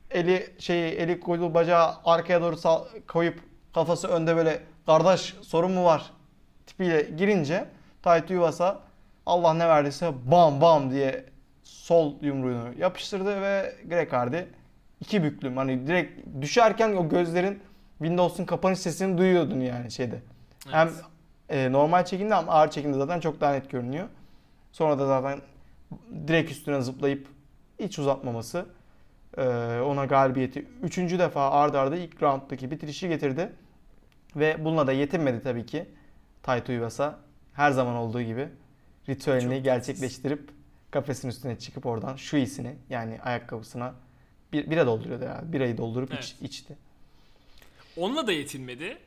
eli koyduğu bacağı arkaya doğru koyup kafası önde böyle kardeş sorun mu var tipiyle girince Tai Tuivasa Allah ne verdiyse bam bam diye sol yumruğunu yapıştırdı ve Greg Hardy iki büklüm. Hani direkt düşerken o gözlerin Windows'un kapanış sesini duyuyordun yani şeyde. Evet. Hem normal çekimde hem ağır çekimde zaten çok daha net görünüyor. Sonra da zaten direkt üstüne zıplayıp hiç uzatmaması ona galibiyeti 3. defa arda arda ilk rounddaki bitirişi getirdi. Ve bununla da yetinmedi tabii ki. Tai Tuivasa her zaman olduğu gibi ritüelini gerçekleştirip kafesin üstüne çıkıp oradan şu iyisini yani ayakkabısına bira dolduruyordu ya. Birayı doldurup içti. Onunla da yetinmedi.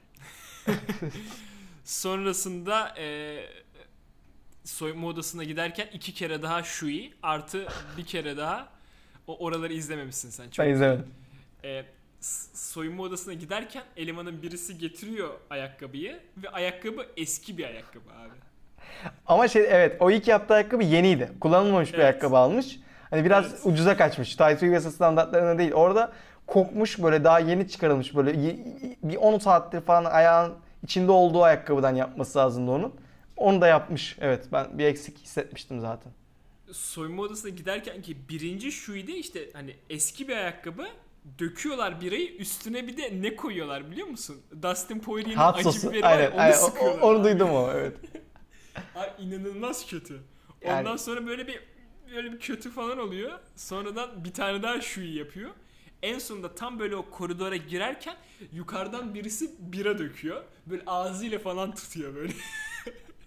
Sonrasında soyunma odasına giderken 2 kere daha Shui artı bir kere daha oraları izlememişsin sen. Çok ben izlemedim. Soyunma odasına giderken elemanın birisi getiriyor ayakkabıyı ve ayakkabı eski bir ayakkabı abi. Ama evet o ilk yaptığı ayakkabı yeniydi. Kullanılmamış bir ayakkabı almış. Hani biraz ucuza kaçmış. Tai Tuivasa standartlarına değil. Orada kokmuş böyle daha yeni çıkarılmış böyle bir 10 saattir falan ayağın içinde olduğu ayakkabıdan yapması lazımdı onun. Onu da yapmış. Evet ben bir eksik hissetmiştim zaten. Soyunma odasına giderken ki birinci şuydu işte hani eski bir ayakkabı döküyorlar birayı üstüne bir de ne koyuyorlar biliyor musun? Dustin Poirier'in acı biberi var onu sıkıyorlar. Onu duydum evet. Ay, inanılmaz kötü. Yani... Ondan sonra böyle bir kötü falan oluyor. Sonradan bir tane daha şuyu yapıyor. En sonunda tam böyle o koridora girerken yukarıdan birisi bira döküyor. Böyle ağzıyla falan tutuyor böyle.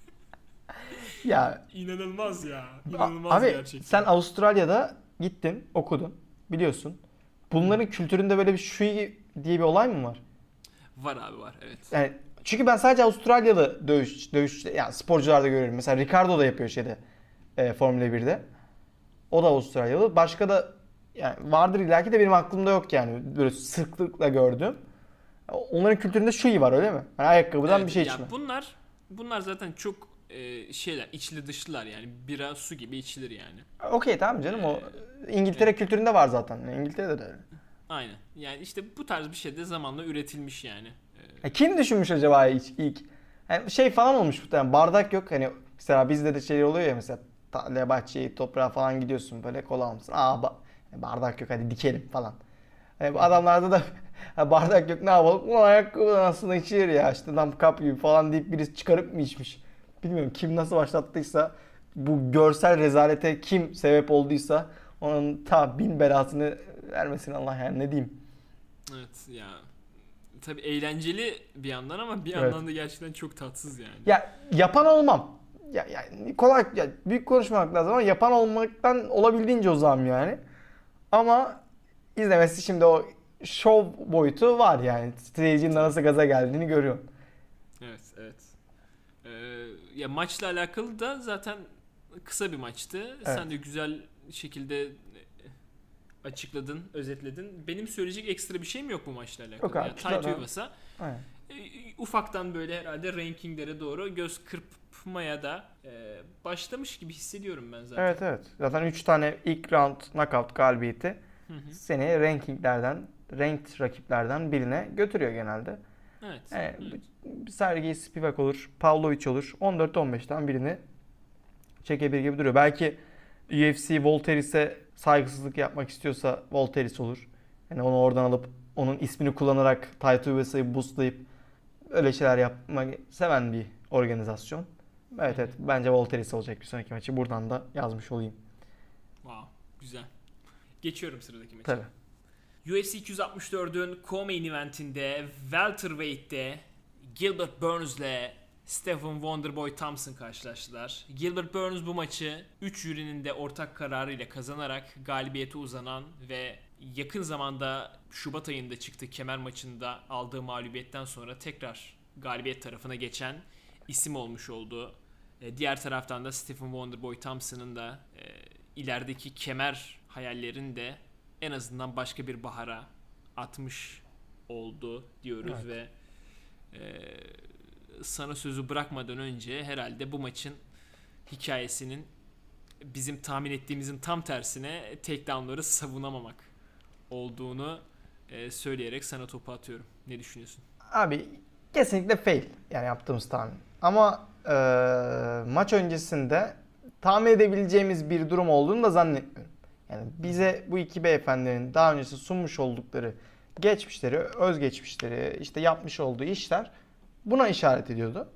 Ya İnanılmaz ya. İnanılmaz abi gerçekten. sen Avustralya'da gittin, okudun, biliyorsun. Bunların kültüründe böyle bir Shui diye bir olay mı var? Var abi, var, evet. Yani çünkü ben sadece Avustralyalı dövüş yani sporcularda görüyorum. Mesela Ricardo da yapıyor şeyde Formula 1'de. O da Avustralyalı. Başka da yani vardır illaki de benim aklımda yok yani. Böyle sıklıkla gördüğüm. Onların kültüründe Shui var öyle mi? Yani ayakkabıdan Evet, bir şey ya içme. bunlar zaten çok şeyler, içli dışlılar yani. Bira su gibi içilir yani. Okey tamam canım o İngiltere Evet, kültüründe var zaten. İngiltere'de de öyle. aynen. Yani işte bu tarz bir şey de zamanla üretilmiş yani. Kim düşünmüş acaba ilk? Yani şey falan olmuş bu tane bardak yok. Hani mesela bizde de şey oluyor ya mesela tarlaya bahçeye toprağa falan gidiyorsun böyle kola almışsın. Bardak yok hadi dikelim falan. Hani bu adamlarda da bardak yok ne yapalım? Ulan ayakkabıdan aslında içilir ya işte tam kap gibi falan deyip birisi çıkarıp mı içmiş? Bilmiyorum kim nasıl başlattıysa bu görsel rezalete kim sebep olduysa onun ta bin belasını vermesin Allah yani ne diyeyim. Evet ya. Tabii eğlenceli bir yandan ama bir Evet. yandan da gerçekten çok tatsız yani. Ya yapan olmam. Kolay ya, büyük konuşmamak lazım ama yapan olmaktan olabildiğince uzağım yani. Ama izlemesi şimdi o şov boyutu var yani. Seyircinin Tabii. nasıl gaza geldiğini görüyorum. Evet, evet. Ee, ya maçla alakalı da zaten kısa bir maçtı. Evet. Sen de güzel şekilde açıkladın, özetledin. Benim söyleyecek ekstra bir şeyim yok bu maçla Yok alakalı. abi. Ya Taito Iwasa Aynen. ufaktan böyle herhalde rankinglere doğru göz kırpmaya da başlamış gibi hissediyorum ben zaten. Evet evet. Zaten 3 tane ilk round knockout galibiyeti Hı hı. seni ranked rakiplerden birine götürüyor genelde. Evet. Yani Evet. Sergey Spivak olur, Pavlovich olur. 14-15'ten birini çekebilir gibi duruyor. Belki UFC Voltaire'e saygısızlık yapmak istiyorsa Voltaire olur. Yani onu oradan alıp onun ismini kullanarak Taito Iwasa'yı boostlayıp öyle şeyler yapmayı seven bir organizasyon. Hı Evet hı. evet bence Voltaire olacak bir sonraki maçı. Buradan da yazmış olayım. Wow. Güzel. Geçiyorum sıradaki maça. Tabii. UFC 264'ün co-main eventinde welterweight'te Gilbert Burns ile Stephen Wonderboy Thompson karşılaştılar. Gilbert Burns bu maçı 3 jürinin de ortak kararıyla kazanarak galibiyete uzanan ve yakın zamanda Şubat ayında çıktığı kemer maçında aldığı mağlubiyetten sonra tekrar galibiyet tarafına geçen isim olmuş oldu. Diğer taraftan da Stephen Wonderboy Thompson'ın da ilerideki kemer hayallerini de en azından başka bir bahara atmış oldu diyoruz Evet. ve sana sözü bırakmadan önce herhalde bu maçın hikayesinin bizim tahmin ettiğimizin tam tersine takedownları savunamamak olduğunu söyleyerek sana topu atıyorum. Ne düşünüyorsun? Abi kesinlikle fail yani yaptığımız tahmin. Ama maç öncesinde tahmin edebileceğimiz bir durum olduğunu da zannetmiyorum. Yani bize bu iki beyefendinin daha öncesi sunmuş oldukları geçmişleri, özgeçmişleri, işte yapmış olduğu işler buna işaret ediyordu.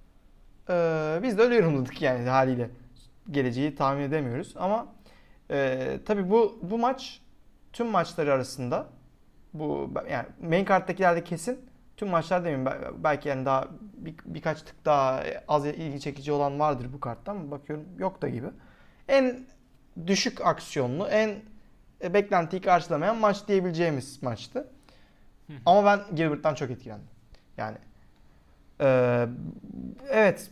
Biz de öyle yorumladık yani haliyle. Geleceği tahmin edemiyoruz ama tabii bu maç tüm maçları arasında bu yani main card'takilerde kesin tüm maçlar demeyeyim belki yani daha birkaç tık daha az ilgi çekici olan vardır bu karttan ama bakıyorum yok da gibi. En düşük aksiyonlu, en beklentiyi karşılamayan maç diyebileceğimiz maçtı. Ama ben Gilbert'tan çok etkilendim. Yani ee, evet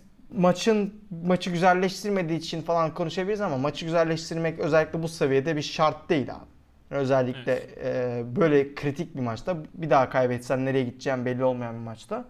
maçı güzelleştirmediği için falan konuşabiliriz ama maçı güzelleştirmek özellikle bu seviyede bir şart değil abi. Özellikle Evet. böyle kritik bir maçta bir daha kaybetsen nereye gideceğin belli olmayan bir maçta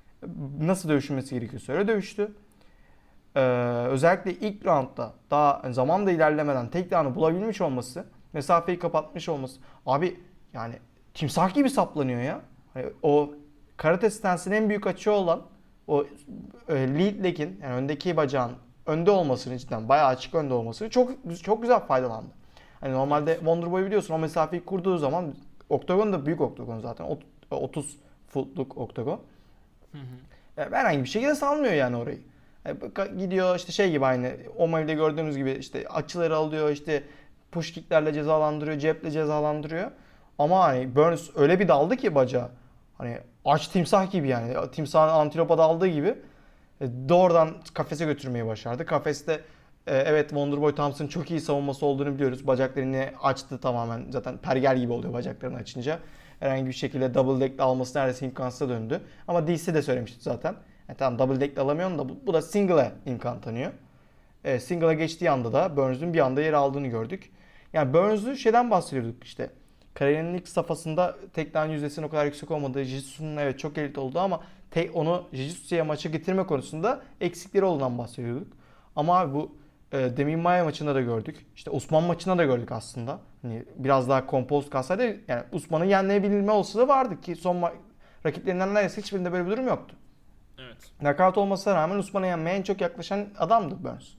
nasıl dövüşülmesi gerekiyorsa öyle dövüştü. Ee, özellikle ilk roundda daha zaman da ilerlemeden takedown'ı bulabilmiş olması, mesafeyi kapatmış olması. Abi yani timsah gibi saplanıyor ya. Hani o karate stance'in en büyük açığı olan o lead leg'in yani öndeki bacağın önde olmasını cidden bayağı açık önde olmasını çok güzel faydalandı. Hani normalde Evet. Wonderboy biliyorsun o mesafeyi kurduğu zaman oktagon da büyük oktagon zaten. 30 footluk oktagon. Hı hı. Herhangi bir şekilde salmıyor yani orayı. Gidiyor işte şey gibi aynı O'Malley'de gördüğümüz gibi işte açıları alıyor işte push kicklerle cezalandırıyor, ceple cezalandırıyor. Ama hani Burns öyle bir daldı ki bacağı. Hani aç timsah gibi yani. Timsahın antilopa daldığı gibi. Doğrudan kafese götürmeyi başardı. Kafeste evet Wonderboy Thompson çok iyi savunması olduğunu biliyoruz. Bacaklarını açtı tamamen. Zaten pergel gibi oluyor bacaklarını açınca. Herhangi bir şekilde double deck'le alması neredeyse imkansıza döndü. Ama DC de söylemişti zaten. Tamam double deck'le alamıyorsun da bu da single'e imkan tanıyor. Single'a geçtiği anda da Burns'ün bir anda yer aldığını gördük. Yani Burns'u şeyden bahsediyorduk işte. Kariyerinin ilk safhasında takedown yüzdesinin o kadar yüksek olmadığı, Jiu-Jitsu'nun evet çok elit olduğu ama onu Jiu-Jitsu'ya maça getirme konusunda eksikleri olduğundan bahsediyorduk. Ama abi bu Demian Maia maçında da gördük. İşte Usman maçında da gördük aslında. Hani biraz daha composed kalsaydı yani Usman'ı yenmeyebilme olasılığı vardı ki rakiplerinden neredeyse hiçbirinde böyle bir durum yoktu. Evet. Knockout olmasına rağmen Usman'a yenmeye en çok yaklaşan adamdı Burns.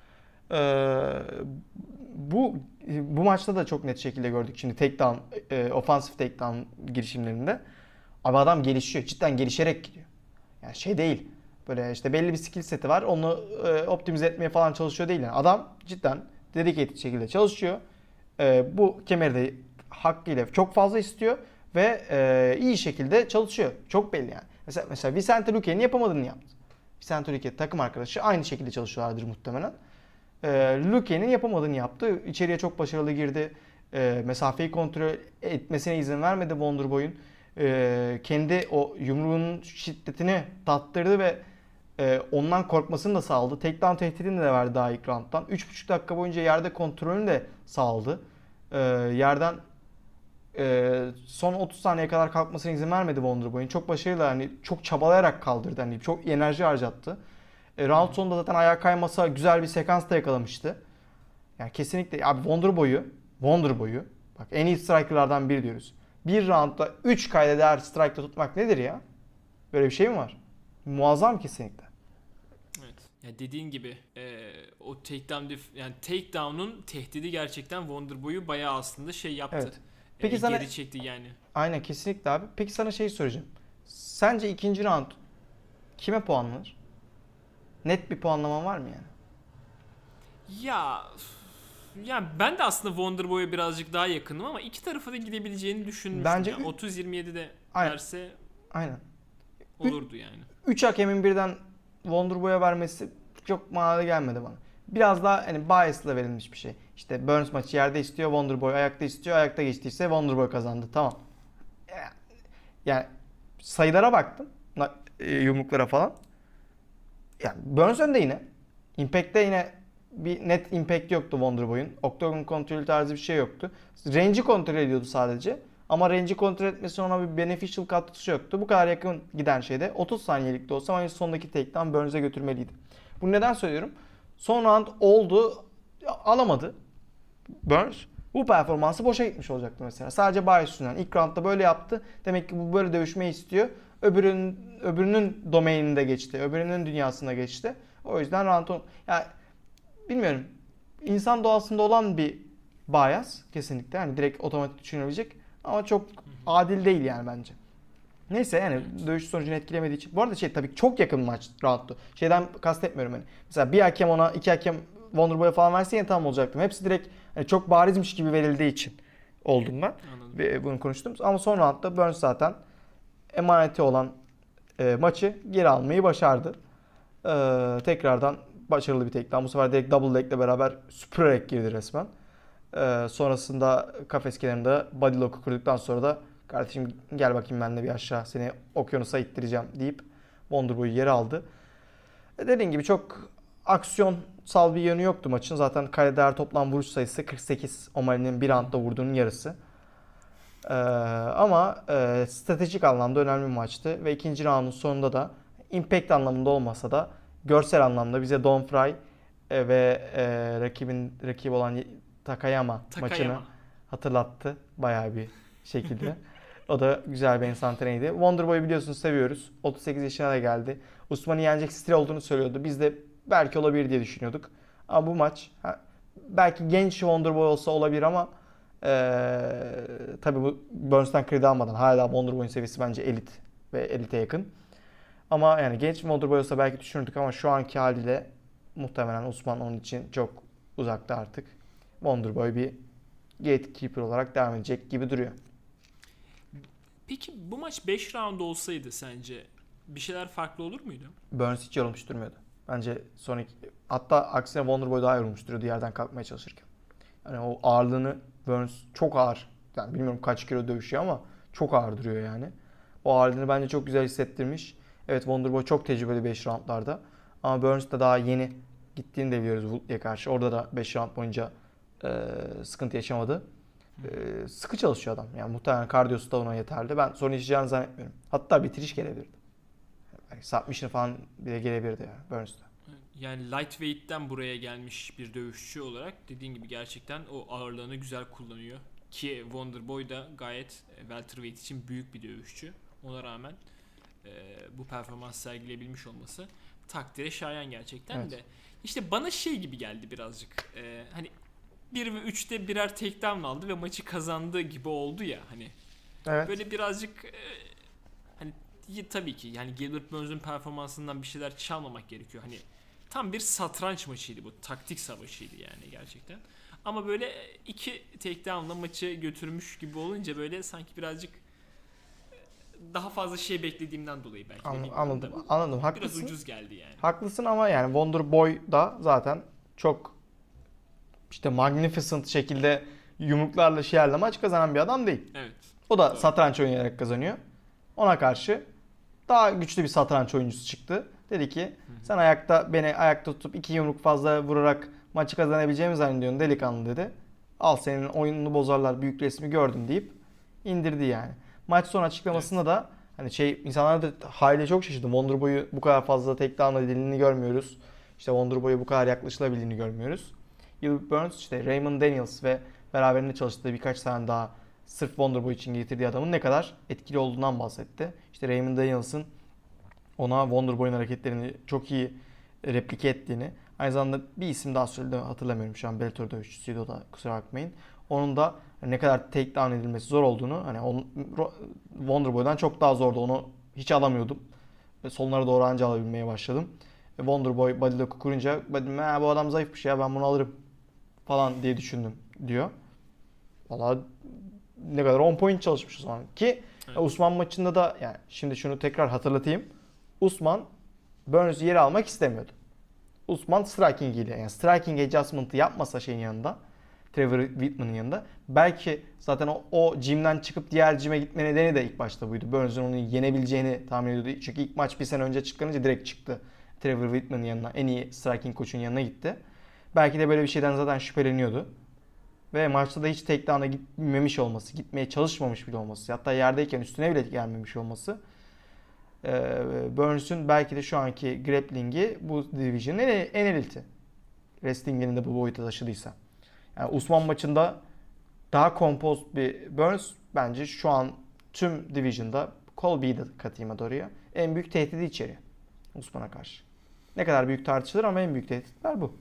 Bu maçta da çok net şekilde gördük şimdi takedown, offensive takedown girişimlerinde. Abi adam gelişiyor. Cidden gelişerek gidiyor. Yani şey değil. Böyle işte belli bir skill seti var. Onu optimize etmeye falan çalışıyor değil. Yani adam cidden dedicated şekilde çalışıyor. Bu kemeri de hakkıyla çok fazla istiyor ve iyi şekilde çalışıyor. Çok belli yani. Mesela Vicente Luque'nin yapamadığını yaptı. Vicente Luque takım arkadaşı aynı şekilde çalışıyorlardır muhtemelen. Luque'nin yapamadığını yaptı. İçeriye çok başarılı girdi. Mesafeyi kontrol etmesine izin vermedi Wonderboy'un. Kendi o yumruğunun şiddetini tattırdı ve ondan korkmasını da sağladı. Takedown tehdidini de verdi daha ilk round'dan. 3,5 dakika boyunca yerde kontrolünü de sağladı. Yerden son 30 saniye kadar kalkmasına izin vermedi Wonderboy'un. Çok başarılı, hani çok çabalayarak kaldırdı. Hani çok enerji harcattı. Round sonunda zaten ayağa kaymasa güzel bir sekans da yakalamıştı. Yani kesinlikle abi Wonderboy'u bak en iyi strikerlardan biri diyoruz. Bir roundda 3 kayda değer strike'da tutmak nedir ya? Böyle bir şey mi var? Muazzam kesinlikle. Evet. Ya dediğin gibi o yani takedown'un tehdidi gerçekten Wonderboy'u bayağı aslında şey yaptı. Evet. Peki sana geri çekti yani. aynen kesinlikle abi. Peki sana şey soracağım. Sence ikinci round kime puanlanır? Net bir puanlaman var mı yani? Ya ben de aslında Wonderboy'a birazcık daha yakınım ama iki tarafa da gidebileceğini düşünmüştüm. Bence Yani 30-27'de aynen. verse Aynen. olurdu yani. 3 hakemin birden Wonderboy'a vermesi çok manalı gelmedi bana. Biraz daha hani bias'la verilmiş bir şey. İşte Burns maçı yerde istiyor, Wonderboy ayakta istiyor. Ayakta geçtiyse Wonderboy kazandı. Tamam. Yani sayılara baktım. Yumruklara falan. Yani Burns önde yine. Impact'te yine bir net impact yoktu Wonderboy'un. Octagon kontrolü tarzı bir şey yoktu. Range'i kontrol ediyordu sadece. Ama range'i kontrol etmesi ona bir beneficial katkısı yoktu. Bu kadar yakın giden şeyde 30 saniyelik de olsa ama sondaki takedown Burns'e götürmeliydi. Bunu neden söylüyorum? Son round oldu, alamadı Burns. Bu performansı boşa gitmiş olacaktı mesela. Sadece bias yüzünden. İlk roundda böyle yaptı. Demek ki bu böyle dövüşmeyi istiyor. Öbürünün domaininde geçti. Öbürünün dünyasına geçti. O yüzden round yani bilmiyorum. İnsan doğasında olan bir bias kesinlikle. Yani direkt otomatik düşünülebilecek ama çok adil değil yani bence. Neyse yani dövüş sonucunu etkilemediği için. Bu arada tabii çok yakın maç roundtu. Şeyden kastetmiyorum hani. Mesela bir hakem ona, iki hakem Wonderboy'a falan verse yine tamam olacaktım. Hepsi direkt hani çok barizmiş gibi verildiği için oldum ben. Anladım. Ve bunu konuştum. Ama son roundda Burns zaten emaneti olan maçı geri almayı başardı. Tekrardan başarılı bir takedown. Bu sefer direkt double leg'le beraber süpürerek girdi resmen. Sonrasında kafes kenarında body lock'u kurduktan sonra da kardeşim gel bakayım benimle bir aşağı seni okyanusa ittireceğim deyip Wonderboy'u yere aldı. Dediğim gibi çok aksiyonsal bir yönü yoktu maçın. Zaten kayda değer toplam vuruş sayısı 48. O'Malley'nin bir roundda vurduğunun yarısı. Ama stratejik anlamda önemli bir maçtı. Ve ikinci roundun sonunda da impact anlamında olmasa da görsel anlamda bize Don Fry ve rakibi olan Takayama maçını hatırlattı bayağı bir şekilde. O da güzel bir enstantaneydi. Wonderboy'u biliyorsunuz seviyoruz. 38 yaşına da geldi. Usman'ı yenecek stil olduğunu söylüyordu. Biz de belki olabilir diye düşünüyorduk. Ama bu maç belki genç Wonderboy olsa olabilir ama tabii bu Burns'tan kredi almadan hala Wonderboy'un seviyesi bence elit ve elite yakın. Ama yani genç Wonderboy olsa belki düşünürdük ama şu anki haliyle muhtemelen Usman onun için çok uzakta artık. Wonderboy bir gatekeeper olarak devam edecek gibi duruyor. Peki bu maç 5 round olsaydı sence bir şeyler farklı olur muydu? Burns hiç yorulmuş durmuyordu. Bence sonraki, hatta aksine Wonderboy daha yorulmuş duruyordu yerden kalkmaya çalışırken. Yani o ağırlığını, Burns çok ağır. Yani bilmiyorum kaç kilo dövüşüyor ama çok ağır duruyor yani. O ağırlığını bence çok güzel hissettirmiş. Evet, Wonderboy çok tecrübeli 5 roundlarda. Ama Burns da daha yeni gittiğini de biliyoruz Woodley'e karşı. Orada da 5 round boyunca sıkıntı yaşamadı. Sıkı çalışıyor adam. Yani muhtemelen kardiyosu da ona yeterli. Ben sorun yaşayacağını zannetmiyorum. Hatta bitiriş gelebilirdi. Yani submission falan bile gelebilirdi ya Burns'ta. Yani lightweight'ten buraya gelmiş bir dövüşçü olarak dediğin gibi gerçekten o ağırlığını güzel kullanıyor. Ki Wonderboy da gayet welterweight için büyük bir dövüşçü. Ona rağmen bu performans sergileyebilmiş olması takdire şayan gerçekten Evet. de. İşte bana şey gibi geldi birazcık. Hani 1 ve 3'te birer takedown aldı ve maçı kazandı gibi oldu ya hani. Evet. Böyle birazcık hani tabii ki yani Gilbert Burns'un performansından bir şeyler çalmamak gerekiyor. Hani tam bir satranç maçıydı bu. Taktik savaşıydı yani gerçekten. Ama böyle 2 takedown'la maçı götürmüş gibi olunca böyle sanki birazcık daha fazla şey beklediğimden dolayı belki. Anladım. Biraz Haklısın. ucuz geldi yani. Haklısın ama yani Wonderboy da zaten çok işte magnificent şekilde yumruklarla şiarla maç kazanan bir adam değil. Evet. O da Doğru. satranç oynayarak kazanıyor. Ona karşı daha güçlü bir satranç oyuncusu çıktı. Dedi ki sen beni ayakta tutup 2 yumruk fazla vurarak maçı kazanabileceğimi zannediyorsun delikanlı dedi. Al senin oyununu bozarlar, büyük resmi gördüm deyip indirdi yani. Maç sonu açıklamasında da hani insanlar da hayli çok şaşırdı. Wonderboy'u bu kadar fazla takedown edildiğini görmüyoruz. İşte Wonderboy'a bu kadar yaklaşılabildiğini görmüyoruz. Gilbert Burns işte Raymond Daniels ve beraberinde çalıştığı birkaç tane daha sırf Wonderboy için getirdiği adamın ne kadar etkili olduğundan bahsetti. İşte Raymond Daniels'ın ona Wonderboy'un hareketlerini çok iyi replike ettiğini, aynı zamanda bir isim daha söyledi, hatırlamıyorum şu an, Bellator dövüşçüsüydü o da, kusura bakmayın. Onun da ne kadar takedown edilmesi zor olduğunu, hani Wonderboy'dan çok daha zordu, onu hiç alamıyordum. Ve sonlara doğru anca alabilmeye başladım. Wonderboy body lock'u kurunca dedim bu adam zayıfmış ya, ben bunu alırım falan diye düşündüm diyor. Valla ne kadar 10 point çalışmış o zaman ki evet. Usman maçında da, yani şimdi şunu tekrar hatırlatayım. Usman Burns'u yere almak istemiyordu. Usman striking ile, yani striking adjustment'ı yapmasa şeyin yanında, Trevor Whitman'ın yanında, belki zaten o gym'den çıkıp diğer gym'e gitme nedeni de ilk başta buydu. Burns'un onu yenebileceğini tahmin ediyordu. Çünkü ilk maç bir sene önce çıkınca direkt çıktı Trevor Whitman'ın yanına, en iyi striking koçun yanına gitti. Belki de böyle bir şeyden zaten şüpheleniyordu. Ve maçta da hiç takedown'a gitmemiş olması, gitmeye çalışmamış bile olması, hatta yerdeyken üstüne bile gelmemiş olması, Burns'un belki de şu anki grappling'i bu division'ın en eliti. Wrestling'ini de bu boyuta taşıdıysa. Yani Usman maçında daha composed bir Burns bence şu an tüm division'da, Colby'yi de katayım oraya, en büyük tehdidi içeriyor Usman'a karşı. Ne kadar büyük tartışılır ama en büyük tehditler bu.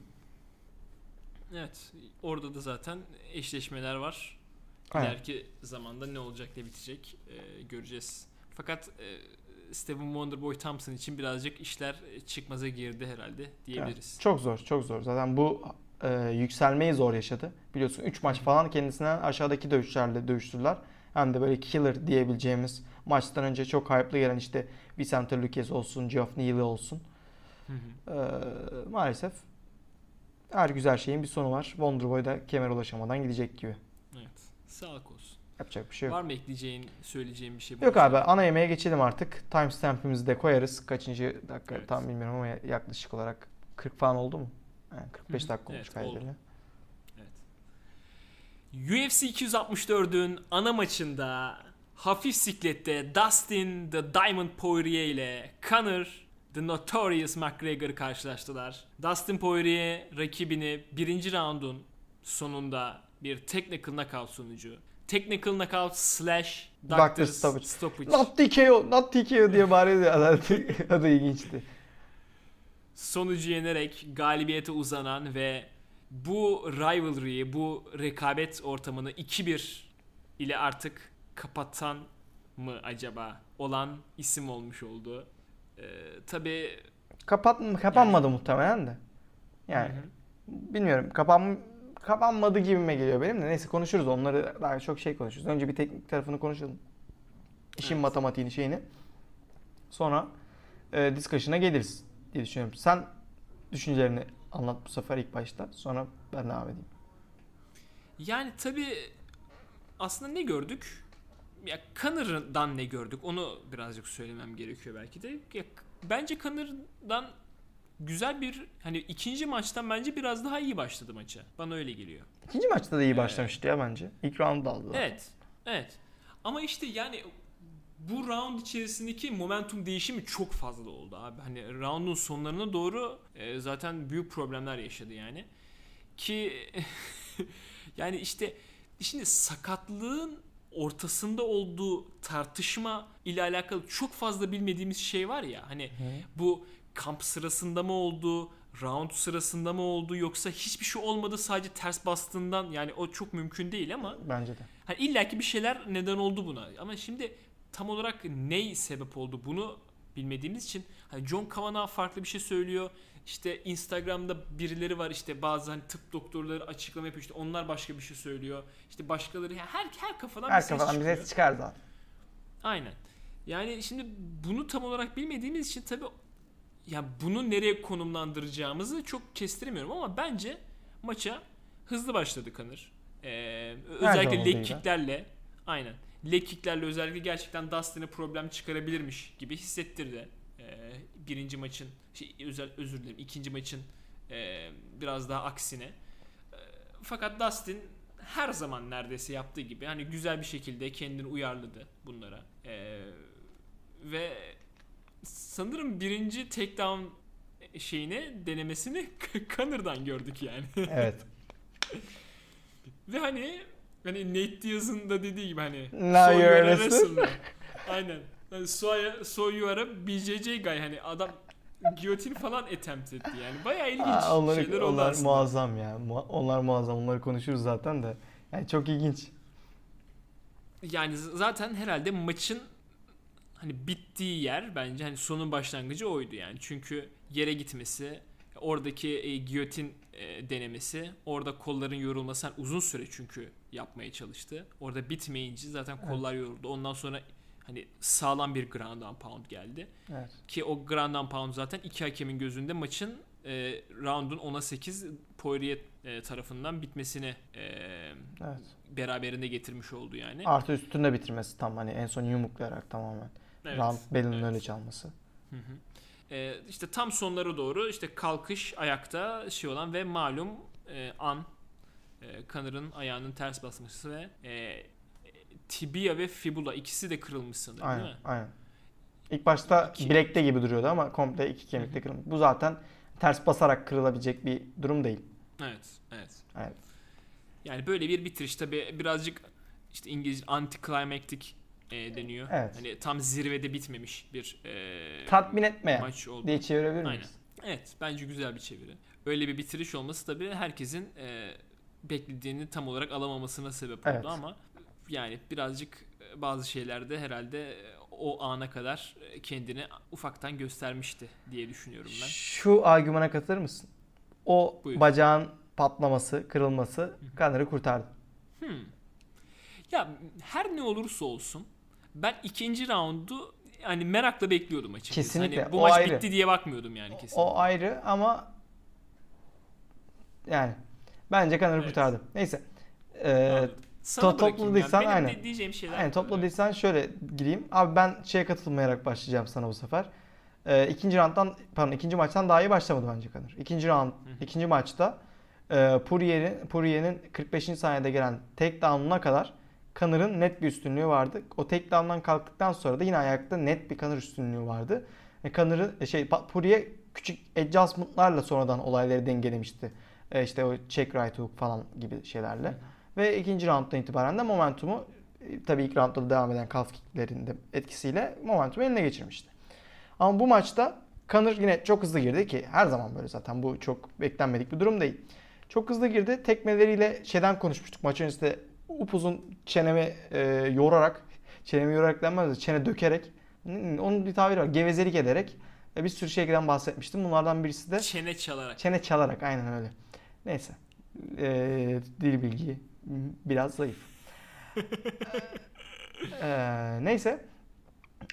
Evet. Orada da zaten eşleşmeler var. Aynen. İleriki zamanda ne olacak ne bitecek göreceğiz. Fakat Stephen Wonderboy Thompson için birazcık işler çıkmaza girdi herhalde diyebiliriz. Evet, çok zor, çok zor. Zaten bu yükselmeyi zor yaşadı. Biliyorsun 3 maç falan kendisinden aşağıdaki dövüşçülerle dövüştürdüler. Hem de böyle killer diyebileceğimiz, maçtan önce çok hype'lı gelen işte Vicente Luque olsun, Geoff Neal olsun. Maalesef her güzel şeyin bir sonu var. Wonderboy da kemer ulaşamadan gidecek gibi. Evet. Sağlık olsun. Yapacak bir şey yok. Var mı ekleyeceğin, söyleyeceğin bir şey? Yok abi, ana yemeğe geçelim artık. Timestamp'imizi de koyarız. Kaçıncı dakika Evet. tam bilmiyorum ama yaklaşık olarak 40 falan oldu mu? Yani 45 dakika olmuş kaydıyla. Evet. UFC 264'ün ana maçında hafif siklette Dustin The Diamond Poirier ile Conor The Notorious McGregor karşılaştılar. Dustin Poirier rakibini birinci roundun sonunda bir technical knockout sonucu, technical knockout / Doctor Stoppage. Not TKO, not TKO diye bağırıyordu. Adı ilginçti. Sonucu yenerek galibiyete uzanan ve bu rivalry'yi, bu rekabet ortamını 2-1 ile artık kapatan mı acaba olan isim olmuş oldu. Tabii Kapanmadı yani, muhtemelen de. Yani hı. bilmiyorum, kapanmadı gibime geliyor benim de. Neyse, konuşuruz onları, daha çok şey konuşuruz. Önce bir teknik tarafını konuşalım. İşin matematiğini, şeyini. Sonra discussion'a geliriz diye düşünüyorum. Sen düşüncelerini anlat bu sefer ilk başta. Sonra ben devam edeyim. Yani tabii aslında ne gördük? Ya Connor'dan ne gördük? Onu birazcık söylemem gerekiyor belki de. Ya, bence Connor'dan güzel bir hani ikinci maçtan bence biraz daha iyi başladı maça. Bana öyle geliyor. İkinci maçta da iyi başlamıştı ya bence. İlk round'u aldı zaten. Evet. Evet. Ama işte yani bu round içerisindeki momentum değişimi çok fazla oldu abi. Hani round'un sonlarına doğru zaten büyük problemler yaşadı yani. Ki yani işte şimdi sakatlığın ortasında olduğu tartışma ile alakalı çok fazla bilmediğimiz şey var ya. Hani bu kamp sırasında mı oldu, round sırasında mı oldu yoksa hiçbir şey olmadı sadece ters bastığından, yani o çok mümkün değil ama Bence de. hani illaki bir şeyler neden oldu buna. Ama şimdi tam olarak ne sebep oldu bunu bilmediğimiz için hani John Kavanagh farklı bir şey söylüyor. İşte Instagram'da birileri var, işte bazı hani tıp doktorları açıklama yapıyor, işte onlar başka bir şey söylüyor. İşte başkaları, yani her kafadan bir ses çıkıyor. bir ses çıkar zaten. Aynen. Yani şimdi bunu tam olarak bilmediğimiz için tabii ya bunu nereye konumlandıracağımızı çok kestiremiyorum ama bence maça hızlı başladı Conor. Özellikle leg kicklerle, aynen. Leg kicklerle özellikle gerçekten Dustin'e problem çıkarabilirmiş gibi hissettirdi. Birinci maçın özür dilerim, ikinci maçın biraz daha aksine. Fakat Dustin her zaman neredeyse yaptığı gibi hani güzel bir şekilde kendini uyarladı bunlara. Ve sanırım birinci takedown denemesini Connor'dan gördük yani. Evet. Ve hani Nate Diaz'ın da dediği gibi hani Now you're a wrestler. Aynen. Yani so you are a BJJ guy, hani adam giyotin falan attempt etti yani. Bayağı ilginç şeyler oldu onlar aslında. muazzam ya. Onlar muazzam. Onları konuşuruz zaten de. Yani çok ilginç. Yani zaten herhalde maçın hani bittiği yer bence hani sonun başlangıcı oydu yani. Çünkü yere gitmesi, oradaki giyotin denemesi, orada kolların yorulması, hani uzun süre çünkü yapmaya çalıştı. Orada bitmeyince zaten kollar yoruldu. Ondan sonra hani sağlam bir ground and pound geldi. Evet. Ki o ground and pound zaten iki hakemin gözünde maçın round'un 10'a 8 Poirier tarafından bitmesini beraberinde getirmiş oldu yani. Artı üstünde bitirmesi tam, hani en son yumruklayarak tamamen. Evet. Round belinin öyle çalması. Hı hı. İşte tam sonlara doğru işte kalkış, ayakta olan ve malum Conor'ın ayağının ters basması ve tibia ve fibula ikisi de kırılmış sanırım, aynen, değil mi? Aynen. İlk başta bilekte gibi duruyordu ama komple iki kemikte kırılmış. Bu zaten ters basarak kırılabilecek bir durum değil. Evet. Yani böyle bir bitiriş tabii birazcık işte İngilizce anticlimactic deniyor. Evet. Hani tam zirvede bitmemiş bir tatmin etmeyen maç oldu diye çevirebilir miyiz? Aynen. Evet, bence güzel bir çeviri. Öyle bir bitiriş olması tabii herkesin beklediğini tam olarak alamamasına sebep oldu ama yani birazcık bazı şeylerde herhalde o ana kadar kendini ufaktan göstermişti diye düşünüyorum ben. Şu argümana katılır mısın? O Buyur. Bacağın patlaması, kırılması Conor'ı kurtardı. Ya her ne olursa olsun ben ikinci roundu hani merakla bekliyordum açıkçası. Kesinlikle. Hani bu maç bitti diye bakmıyordum yani kesinlikle. O ayrı ama yani bence Conor'ı kurtardı. Neyse. Topladıysan yani. aynen. Diyeceğim şeyler. Aynen, topladıysan şöyle gireyim. Abi ben katılmayarak başlayacağım sana bu sefer. İkinci maçtan daha iyi başlamadı bence Conor. İkinci maçta Poirier'in 45. saniyede gelen takedown'una kadar Conor'ın net bir üstünlüğü vardı. O takedown'dan kalktıktan sonra da yine ayakta net bir Conor üstünlüğü vardı. Poirier küçük adjustment'larla sonradan olayları dengelemişti. İşte o check right hook falan gibi şeylerle. Ve ikinci rounddan itibaren de momentumu tabii ilk roundda da devam eden calf kicklerin de etkisiyle momentumu eline geçirmişti. Ama bu maçta Conor yine çok hızlı girdi ki her zaman böyle zaten, bu çok beklenmedik bir durum değil. Çok hızlı girdi. Tekmeleriyle konuşmuştuk maç öncesinde, upuzun çenemi yorarak denmez de çene dökerek, onun bir tabiri var, gevezelik ederek bir sürü şeyden bahsetmiştim. Bunlardan birisi de çene çalarak aynen öyle. Neyse. Dil bilgi biraz zayıf. Neyse.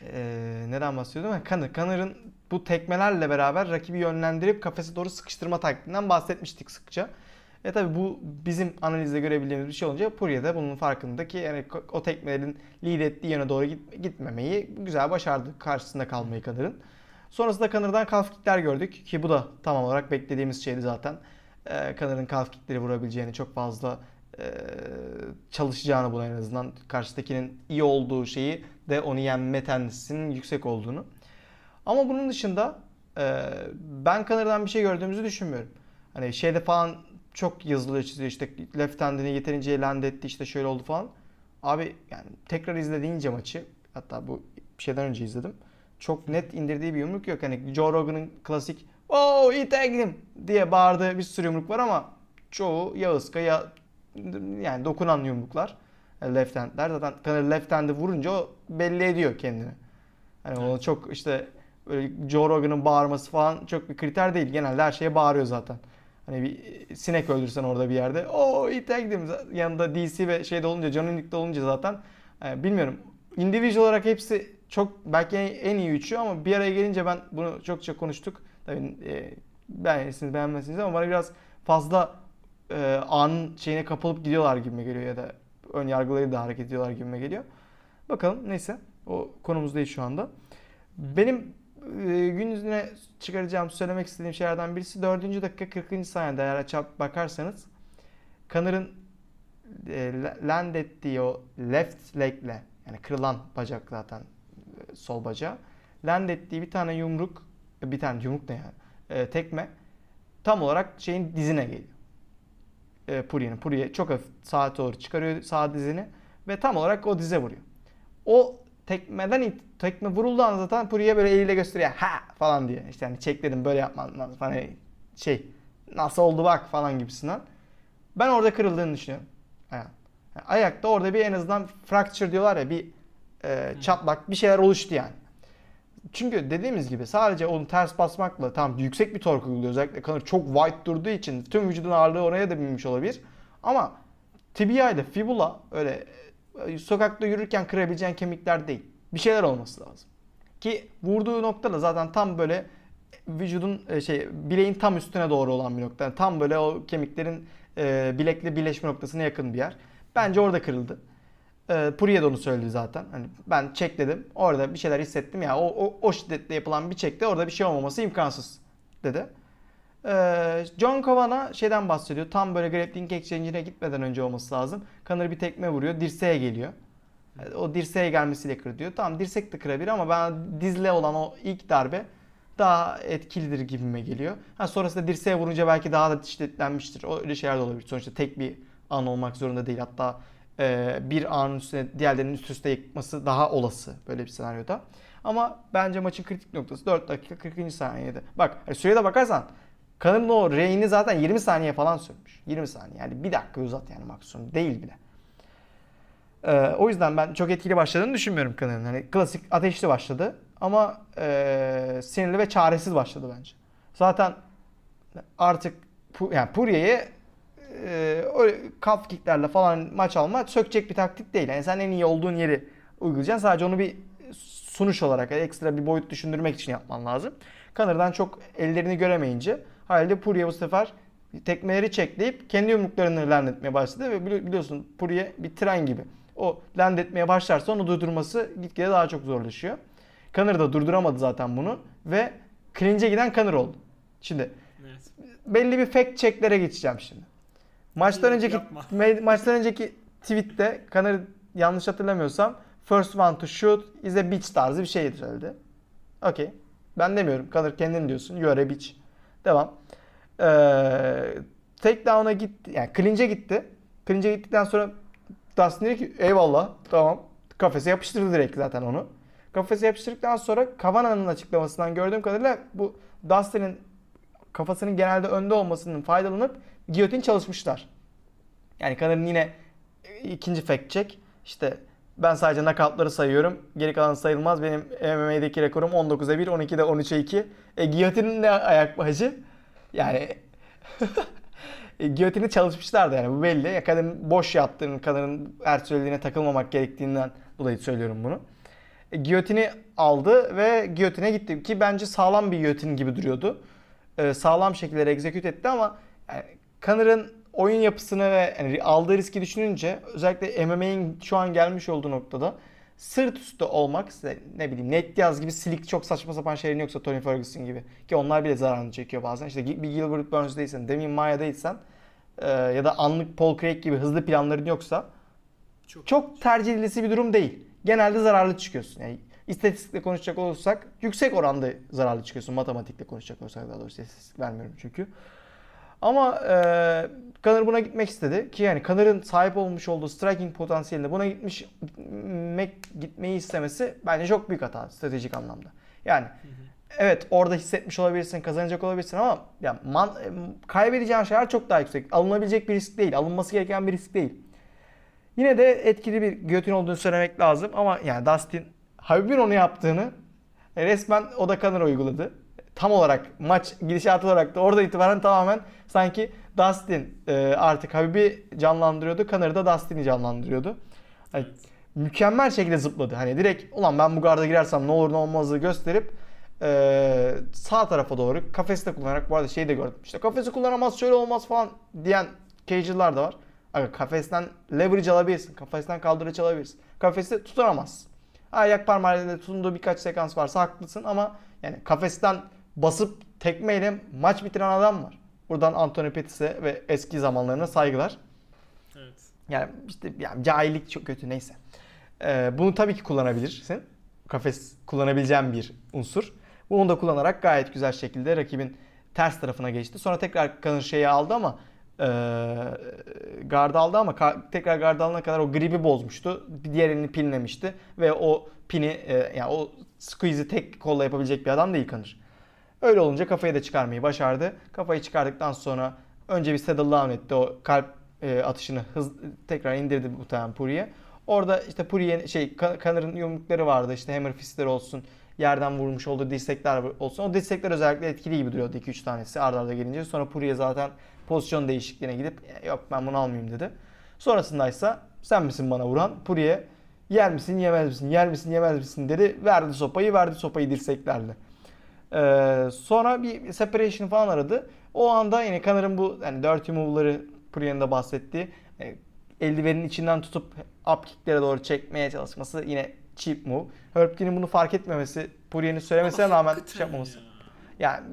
Neden bahsediyordum? Connor'ın bu tekmelerle beraber rakibi yönlendirip kafese doğru sıkıştırma taktiğinden bahsetmiştik sıkça. Tabi bu bizim analizde görebildiğimiz bir şey olunca Poirier de bunun farkında ki yani o tekmelerin lead ettiği yöne doğru gitmemeyi güzel başardı. Karşısında kalmayı Connor'ın. Sonrasında Connor'dan calf kickler gördük ki bu da tam olarak beklediğimiz şeydi zaten. Connor'ın calf kickleri vurabileceğini, çok fazla çalışacağını, buna en azından karşıdakinin iyi olduğu şeyi de onu yenme tendisinin yüksek olduğunu. Ama bunun dışında ben Connor'dan bir şey gördüğümüzü düşünmüyorum. Hani şeyde falan çok yazılıyor, çiziyor, işte left hand'ini yeterince land etti, işte şöyle oldu falan. Abi yani tekrar izlediğince maçı, hatta bu bir şeyden önce izledim. Çok net indirdiği bir yumruk yok. Hani Joe Rogan'ın klasik "Oh, he tagged him" diye bağırdığı bir sürü yumruk var ama çoğu ya ıska ya yani dokunan yumruklar. Left hand'ler. Zaten Conor left hand'i vurunca o belli ediyor kendini. Hani o çok işte böyle Joe Rogan'ın bağırması falan çok bir kriter değil. Genelde her şeye bağırıyor zaten. Hani bir sinek öldürsen orada bir yerde. "Oh, he tagged him." Yanında DC ve şeyde olunca, John Wick'te olunca zaten bilmiyorum. Individual olarak hepsi çok belki en iyi üçü ama bir araya gelince ben bunu çok konuştuk. Tabii beğenirsiniz beğenmezsiniz ama bana biraz fazla anın şeyine kapılıp gidiyorlar gibime geliyor ya da ön yargıları da hareket ediyorlar gibime geliyor. Bakalım, neyse, o konumuz değil şu anda. Benim gün yüzüne çıkaracağım, söylemek istediğim şeylerden birisi 4. dakika 40. saniyede eğer açıp bakarsanız Connor'ın land ettiği o left leg'le, yani kırılan bacak zaten sol bacağı, land ettiği bir tane yumruk ne yani, tekme tam olarak şeyin dizine geliyor. Poirier çok hafif sağa doğru çıkarıyor sağ dizini ve tam olarak o dize vuruyor. O tekme vurulduğu anda zaten Poirier böyle eliyle gösteriyor, ha falan diye. İşte hani çek dedim, böyle yapman lazım falan, şey nasıl oldu bak falan gibisinden. Ben orada kırıldığını düşünüyorum. Yani ayakta orada bir en azından fracture diyorlar ya, bir çatlak bir şeyler oluştu yani. Çünkü dediğimiz gibi sadece onu ters basmakla tam yüksek bir tork uyguluyor. Özellikle Conor çok wide durduğu için tüm vücudun ağırlığı oraya da binmiş olabilir. Ama tibia ile fibula öyle sokakta yürürken kırabileceğin kemikler değil. Bir şeyler olması lazım. Ki vurduğu nokta da zaten tam böyle vücudun bileğin tam üstüne doğru olan bir nokta. Yani tam böyle o kemiklerin bilekle birleşme noktasına yakın bir yer. Bence orada kırıldı. Poirier de onu söyledi zaten. Hani ben çek dedim. Orada bir şeyler hissettim ya. O şiddetle yapılan bir çekte orada bir şey olmaması imkansız dedi. John Kavanagh şeyden bahsediyor. Tam böyle grappling exchange'ine gitmeden önce olması lazım. Conor bir tekme vuruyor. Dirseğe geliyor. O dirseğe gelmesiyle kır diyor. Tamam, dirsek de kırabilir ama ben dizle olan o ilk darbe daha etkilidir gibime geliyor. Sonrasında dirseğe vurunca belki daha da şiddetlenmiştir. Öyle şeyler de olabilir. Sonuçta tek bir an olmak zorunda değil. Hatta bir anın üstüne diğerlerinin üst üste yıkması daha olası böyle bir senaryoda. Ama bence maçın kritik noktası 4 dakika 40. saniyede. Bak süreye de bakarsan Connor'ın o reign'i zaten 20 saniye falan sürmüş. 20 saniye, yani bir dakika uzat yani maksimum değil bile. O yüzden ben çok etkili başladığını düşünmüyorum Connor'ın. Hani klasik ateşli başladı ama sinirli ve çaresiz başladı bence. Zaten artık yani Poirier'e calf kicklerle falan maç alma sökecek bir taktik değil. Yani sen en iyi olduğun yeri uygulayacaksın. Sadece onu bir sunuş olarak, ekstra bir boyut düşündürmek için yapman lazım. Connor'dan çok ellerini göremeyince halde Poirier bu sefer tekmeleri çekleyip kendi yumruklarını land etmeye başladı ve biliyorsun Poirier bir tren gibi. O land etmeye başlarsa onu durdurması gitgide daha çok zorlaşıyor. Conor da durduramadı zaten bunu ve clinch'e giden Conor oldu. Şimdi belli bir fact check'lere geçeceğim şimdi. Maçtan önceki tweette Conor, yanlış hatırlamıyorsam, first one to shoot is a bitch tarzı bir şey söyledi. Okey. Ben demiyorum. Conor kendin diyorsun. You are a bitch. Devam. Takedown'a gitti. Yani clinch'e gitti. Clinch'e gittikten sonra Dustin dedi ki eyvallah. Tamam. Kafese yapıştırdı direkt zaten onu. Kafese yapıştırdıktan sonra Kavanagh'ın açıklamasından gördüğüm kadarıyla bu Dustin'in kafasının genelde önde olmasının faydalanıp giyotin çalışmışlar. Yani Conor'ın yine ikinci fact check. İşte ben sadece knockoutları sayıyorum. Geri kalan sayılmaz. Benim MMA'deki rekorum 19'a 1, 12'de 13'e 2. Giyotinin ne ayak bacı? Yani giyotini çalışmışlardı yani, bu belli. Connor'ın boş yaptığını, Conor'ın her söylediğine takılmamak gerektiğinden dolayı söylüyorum bunu. Giyotini aldı ve giyotine gitti. Ki bence sağlam bir giyotin gibi duruyordu. Sağlam şekilde execute etti ama yani Conor'ın oyun yapısını ve yani aldığı riski düşününce özellikle MMA'in şu an gelmiş olduğu noktada sırt üstü olmak, ne bileyim Nate Diaz gibi silik çok saçma sapan şeylerin yoksa Tony Ferguson gibi ki onlar bile zararını çekiyor bazen. İşte bir Gilbert Burns değilsen, Demian Maia değilsen ya da anlık Paul Craig gibi hızlı planların yoksa çok tercih edilisi bir durum değil. Genelde zararlı çıkıyorsun. Yani istatistikle konuşacak olursak yüksek oranda zararlı çıkıyorsun. Matematikle konuşacak olursak daha doğrusu istatistik vermiyorum çünkü. Ama Conor buna gitmek istedi ki yani Conor'ın sahip olmuş olduğu striking potansiyelinde buna gitmeyi istemesi bence çok büyük hata stratejik anlamda. Yani evet orada hissetmiş olabilirsin, kazanacak olabilirsin ama ya kaybedeceğin şeyler çok daha yüksek. Alınabilecek bir risk değil, alınması gereken bir risk değil. Yine de etkili bir giyotin olduğunu söylemek lazım ama yani Dustin Habib'in onu yaptığını resmen o da Conor'a uyguladı. Tam olarak maç gidişatı olarak da orada itibaren tamamen sanki Dustin artık Habib'i canlandırıyordu. Conor da Dustin'i canlandırıyordu. Yani mükemmel şekilde zıpladı. Hani direkt ulan ben bu garda girersem ne olur ne olmazı gösterip sağ tarafa doğru kafeste kullanarak bu arada şeyi de gördüm. İşte kafesi kullanamaz şöyle olmaz falan diyen cage'lar da var. Aga kafesten leverage alabilirsin. Kafesten kaldırıcı alabilirsin. Kafesi tutamazsın. Ayak parmağıyla tutunduğu birkaç sekans varsa haklısın ama yani kafesten basıp tekmeyle maç bitiren adam var. Buradan Anthony Pettis'e ve eski zamanlarına saygılar. Evet. Yani işte yani cahillik çok kötü neyse. Bunu tabii ki kullanabilirsin. Kafes kullanabileceğin bir unsur. Bunu da kullanarak gayet güzel şekilde rakibin ters tarafına geçti. Sonra tekrar Conor şeyi aldı ama guard aldı ama tekrar guard alana kadar o gribi bozmuştu. Bir diğer elini pinlemişti ve o pini yani o squeeze'i tek kolla yapabilecek bir adam değil Conor. Öyle olunca kafayı da çıkarmayı başardı. Kafayı çıkardıktan sonra önce bir saddle down etti. O kalp atışını tekrar indirdi muhtemelen Poirier'e. Orada işte Conor'ın yumrukları vardı. İşte hammer fistleri olsun. Yerden vurmuş olduğu dirsekler olsun. O dirsekler özellikle etkili gibi duruyordu 2-3 tanesi arda arda gelince. Sonra Poirier zaten pozisyon değişikliğine gidip yok ben bunu almayayım dedi. Sonrasındaysa sen misin bana vuran? Poirier yer misin yemez misin? Yer misin yemez misin dedi. Verdi sopayı dirseklerle. Sonra bir separation falan aradı. O anda yine Conor'ın bu yani dirty move'ları Poirier'in de bahsettiği eldivenin içinden tutup up kick'lere doğru çekmeye çalışması yine cheap move. Herb Dean'in bunu fark etmemesi, Poirier'in söylemesine rağmen şey yapmaması. Yani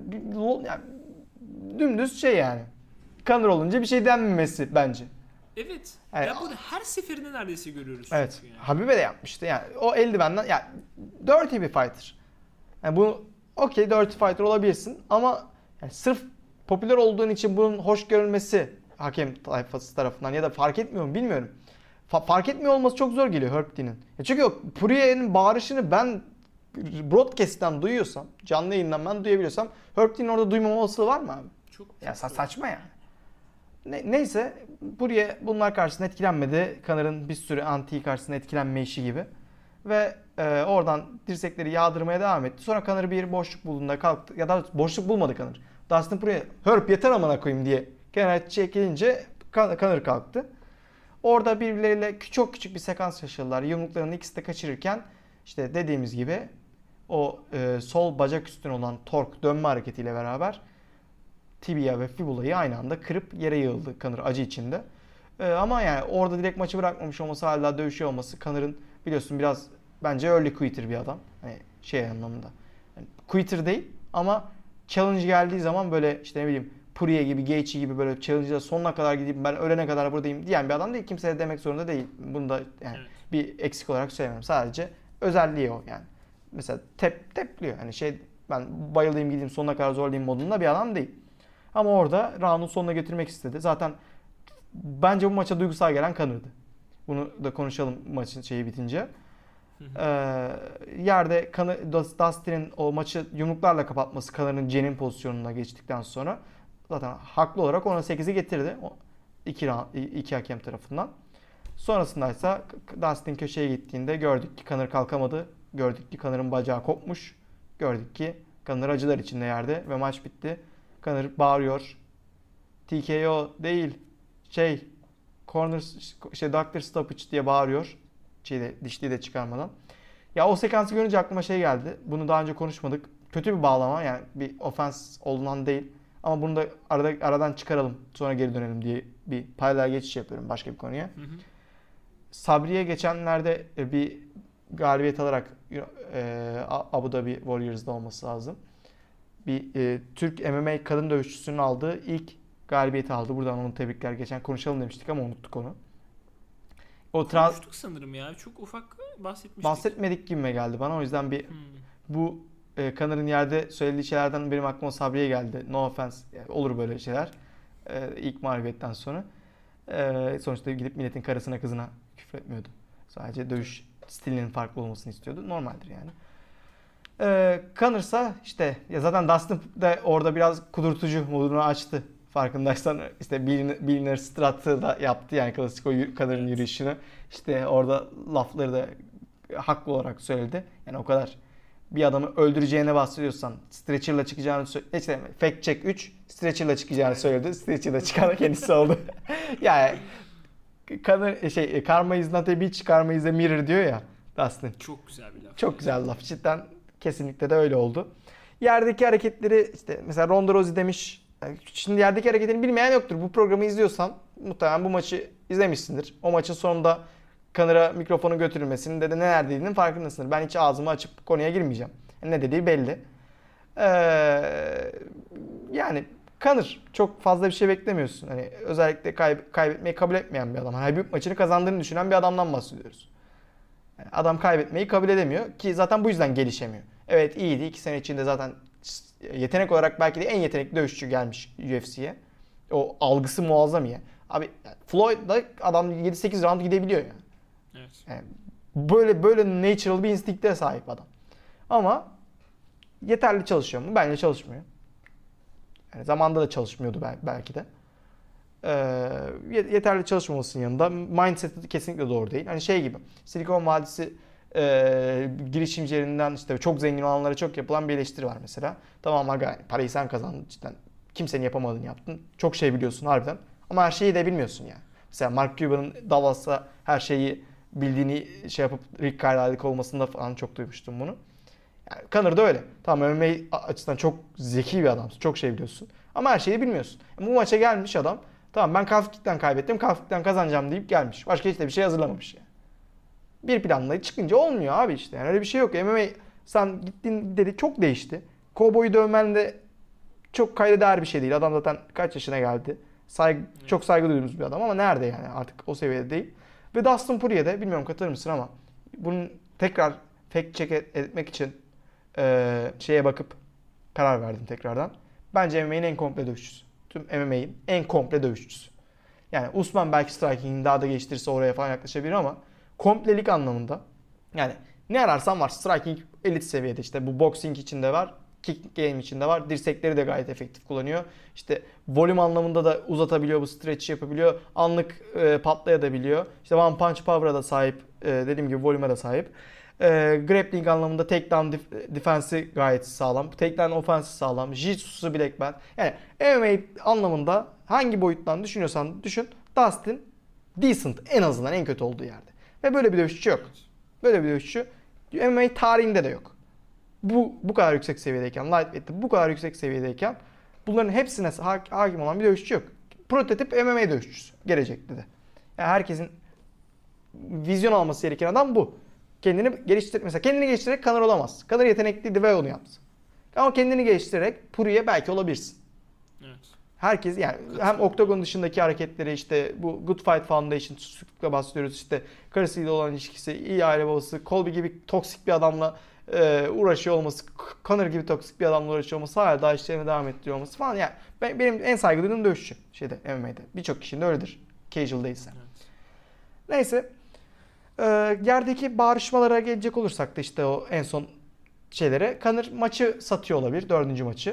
dümdüz şey yani. Conor olunca bir şey denmemesi bence. Evet. Yani, ya bunu her seferinde neredeyse görüyoruz. Evet. Yani. Habib'e de yapmıştı. Yani o eldivenden yani dirty bir fighter. Yani bu okey dirty fighter olabilirsin ama yani sırf popüler olduğun için bunun hoş görülmesi hakem tayfası tarafından ya da fark etmiyor mu bilmiyorum. Fark etmiyor olması çok zor geliyor Herb Dean'in. Çünkü o Poirier'in bağırışını ben broadcast'ten duyuyorsam, canlı yayından ben duyabiliyorsam Herb Dean'in orada duymama olasılığı var mı abi? Çok ya saçma yani. Neyse Poirier bunlar karşısında etkilenmedi. Conor'ın bir sürü anti karşısında etkilenme işi gibi. Ve oradan dirsekleri yağdırmaya devam etti. Sonra Conor bir boşluk bulduğunda kalktı. Ya da boşluk bulmadı Conor. Dustin Poirier Herb yeter amına koyayım diye kenara çekilince Conor kalktı. Orada birbirleriyle çok küçük bir sekans yaşadılar. Yumruklarını ikisi de kaçırırken işte dediğimiz gibi o sol bacak üstüne olan tork dönme hareketiyle beraber tibia ve fibula'yı aynı anda kırıp yere yığıldı Conor acı içinde. Ama yani orada direkt maçı bırakmamış olması, hala dövüşüyor olması Conor'ın biliyorsun biraz bence early quitter bir adam. Hani şey anlamında. Yani quitter değil ama challenge geldiği zaman böyle işte ne bileyim Poirier gibi, Gaethje gibi böyle challenge'da sonuna kadar gideyim ben ölene kadar buradayım diyen bir adam değil. Kimseye demek zorunda değil. Bunu da yani bir eksik olarak söylemem. Sadece özelliği o yani. Mesela tepliyor. Hani ben bayılayım gideyim sonuna kadar zorlayayım modunda bir adam değil. Ama orada round'un sonuna getirmek istedi. Zaten bence bu maça duygusal gelen Conor'dı. Bunu da konuşalım maçın şeyi bitince. Yerde Dustin'in o maçı yumruklarla kapatması Conor'ın Cen'in pozisyonuna geçtikten sonra zaten haklı olarak 18'i getirdi. İki hakem tarafından. Sonrasında ise Dustin köşeye gittiğinde gördük ki Conor kalkamadı. Gördük ki Conor'ın bacağı kopmuş. Gördük ki Conor acılar içinde yerde ve maç bitti. Conor bağırıyor. TKO değil. Corner Doctor Stoppage diye bağırıyor. Dişliği de çıkarmadan. Ya o sekansı görünce aklıma şey geldi. Bunu daha önce konuşmadık. Kötü bir bağlama, yani bir ofens olunan değil. Ama bunu da aradan çıkaralım, sonra geri dönelim diye bir paralel geçiş yapıyorum başka bir konuya. Hı hı. Sabri'ye geçenlerde bir galibiyet alarak Abu Dhabi Warriors'da olması lazım. Bir Türk MMA kadın dövüşçüsünün aldığı ilk galibiyeti aldı. Buradan onu tebrikler. Geçen konuşalım demiştik ama unuttuk onu. Konuştuk sanırım ya. Çok ufak bahsetmiştik. Bahsetmedik gibime geldi bana. O yüzden bir Hmm. bu Connor'ın yerde söylediği şeylerden benim aklıma Sabri'ye geldi. No offense. Yani olur böyle şeyler. İlk mağlubiyetten sonra. Sonuçta gidip milletin karısına kızına küfür etmiyordu. Sadece dövüş stilinin farklı olmasını istiyordu. Normaldir yani. Connor'sa işte ya zaten Dustin de orada biraz kudurtucu modunu açtı. Farkındaysan işte Beginner Strat'ı da yaptı yani klasik o Connor'ın yürüyüşünü. İşte orada lafları da haklı olarak söyledi. Yani o kadar bir adamı öldüreceğine bahsediyorsan Stretcher'la çıkacağını işte Fact Check 3 Stretcher'la çıkacağını söyledi. Stretcher'la çıkan kendisi oldu. Yani Karma is not a bitch, karma is a mirror diyor ya Dustin. Çok güzel bir laf. Çok güzel laf. Cidden kesinlikle de öyle oldu. Yerdeki hareketleri işte mesela Ronda Rousey demiş. Şimdi yerdeki hareketini bilmeyen yoktur. Bu programı izliyorsan muhtemelen bu maçı izlemişsindir. O maçın sonunda Connor'a mikrofonu götürülmesinin de neler dediğinin farkındasındır. Ben hiç ağzımı açıp konuya girmeyeceğim. Ne dediği belli. Yani Conor çok fazla bir şey beklemiyorsun. Hani özellikle kaybetmeyi kabul etmeyen bir adam. Hani büyük maçını kazandığını düşünen bir adamdan bahsediyoruz. Yani adam kaybetmeyi kabul edemiyor ki zaten bu yüzden gelişemiyor. Evet iyiydi. 2 sene içinde zaten yetenek olarak belki de en yetenekli dövüşçü gelmiş UFC'ye. O algısı muazzam ya. Abi Floyd'da adam 7-8 round gidebiliyor yani. Evet. Yani böyle natural bir instinkte sahip adam. Ama yeterli çalışıyor mu? Bence çalışmıyor. Yani zamanda da çalışmıyordu belki de. Yeterli çalışmamasının yanında mindset'i kesinlikle doğru değil. Hani şey gibi Silikon Vadisi girişimcilerinden işte çok zengin olanlara çok yapılan bir eleştiri var mesela. Tamam aga parayı sen kazandın cidden. Kimsenin yapamadığını yaptın. Çok şey biliyorsun harbiden. Ama her şeyi de bilmiyorsun yani. Mesela Mark Cuban'ın Dallas'ta her şeyi bildiğini şey yapıp Rick Carlisle olmasında falan çok duymuştum bunu. Yani Conor da öyle. Tamam MMA açısından çok zeki bir adamsın. Çok şey biliyorsun. Ama her şeyi bilmiyorsun. Bu maça gelmiş adam. Tamam ben Calf Kick'ten kaybettim. Calf Kick'ten kazanacağım deyip gelmiş. Başka hiç de bir şey hazırlamamış yani. Bir planla çıkınca olmuyor abi işte. Yani öyle bir şey yok. MMA sen gittin dedi çok değişti. Kovboyu dövmen de çok kayda değer bir şey değil. Adam zaten kaç yaşına geldi. Çok saygı duyduğumuz bir adam ama nerede yani artık o seviyede değil. Ve Dustin Poirier'e de bilmiyorum katılır mısın ama bunun tekrar fact check etmek için şeye bakıp karar verdim tekrardan. Bence MMA'nin en komple dövüşçüsü. Tüm MMA'nin en komple dövüşçüsü. Yani Usman belki striking'ini daha da geliştirirse oraya falan yaklaşabilir ama komplelik anlamında yani ne ararsan var. Striking elit seviyede işte bu boxing içinde var. Kick game içinde var. Dirsekleri de gayet efektif kullanıyor. İşte volüm anlamında da uzatabiliyor, bu stretch yapabiliyor. Anlık patlayabiliyor. İşte one punch power'a da sahip. Dediğim gibi volüme de sahip. Grappling anlamında takedown defense'i gayet sağlam. Takedown offense'i sağlam. Jiu-Jitsu'su black belt. Yani MMA anlamında hangi boyuttan düşünüyorsan düşün. Dustin decent en azından en kötü olduğu yerde. Ve böyle bir dövüşçü yok. Böyle bir dövüşçü MMA tarihinde de yok. Bu kadar yüksek seviyedeyken, lightweight'te bu kadar yüksek seviyedeyken bunların hepsine hakim olan bir dövüşçü yok. Prototip MMA dövüşçüsü gelecekte de. Yani herkesin vizyon alması gereken adam bu. Kendini geliştirerek Conor olamaz. Conor yetenekliydi ve onu yaptı. Ama kendini geliştirerek Poirier belki olabilirsin. Evet. Herkes yani hem oktagon dışındaki hareketleri işte bu Good Fight Foundation sıklıkla bahsediyoruz işte karısıyla olan ilişkisi, iyi aile babası, Colby gibi toksik bir adamla uğraşıyor olması, Conor gibi toksik bir adamla uğraşıyor olması, hala daha işlerine devam ettiriyor olması falan yani benim en saygı duyduğum dövüşçü MMA'de. Birçok kişinin de öyledir. Casual değilse. Evet. Neyse. Yerdeki bağırışmalara gelecek olursak da işte o en son şeylere. Conor maçı satıyor olabilir. 4. maçı.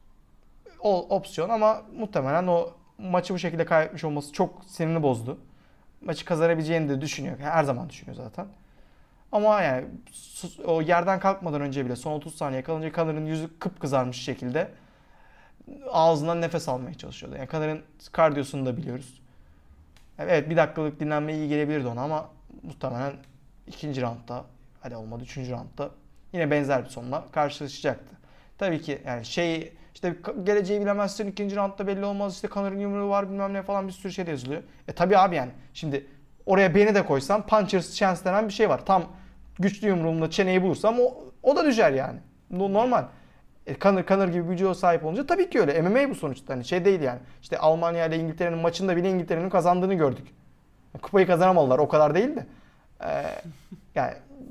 O opsiyon ama muhtemelen o maçı bu şekilde kaybetmiş olması çok sinirini bozdu. Maçı kazanabileceğini de düşünüyor. Her zaman düşünüyor zaten. Ama yani o yerden kalkmadan önce bile son 30 saniye kalınca Conor'ın yüzü kıpkızarmış şekilde ağzından nefes almaya çalışıyordu. Yani Conor'ın kardiyosunu da biliyoruz. Evet bir dakikalık dinlenme iyi gelebilirdi ona ama muhtemelen 2. roundda Hadi olmadı 3. roundda yine benzer bir sonla karşılaşacaktı. Tabii ki yani işte geleceği bilemezsin, 2. roundda belli olmaz, işte Conor'ın yumruğu var bilmem ne falan, bir sürü şey de yazılıyor. Tabii abi yani şimdi oraya beni de koysam puncher's chance denen bir şey var. Tam güçlü yumruğumla çeneyi bulursam o da düşer yani. Normal. Conor gibi gücü sahip olunca tabii ki öyle. MMA bu sonuçta. Hani şey değil yani. İşte Almanya ile İngiltere'nin maçında bile İngiltere'nin kazandığını gördük. Kupayı kazanamadılar. O kadar değil de. Yani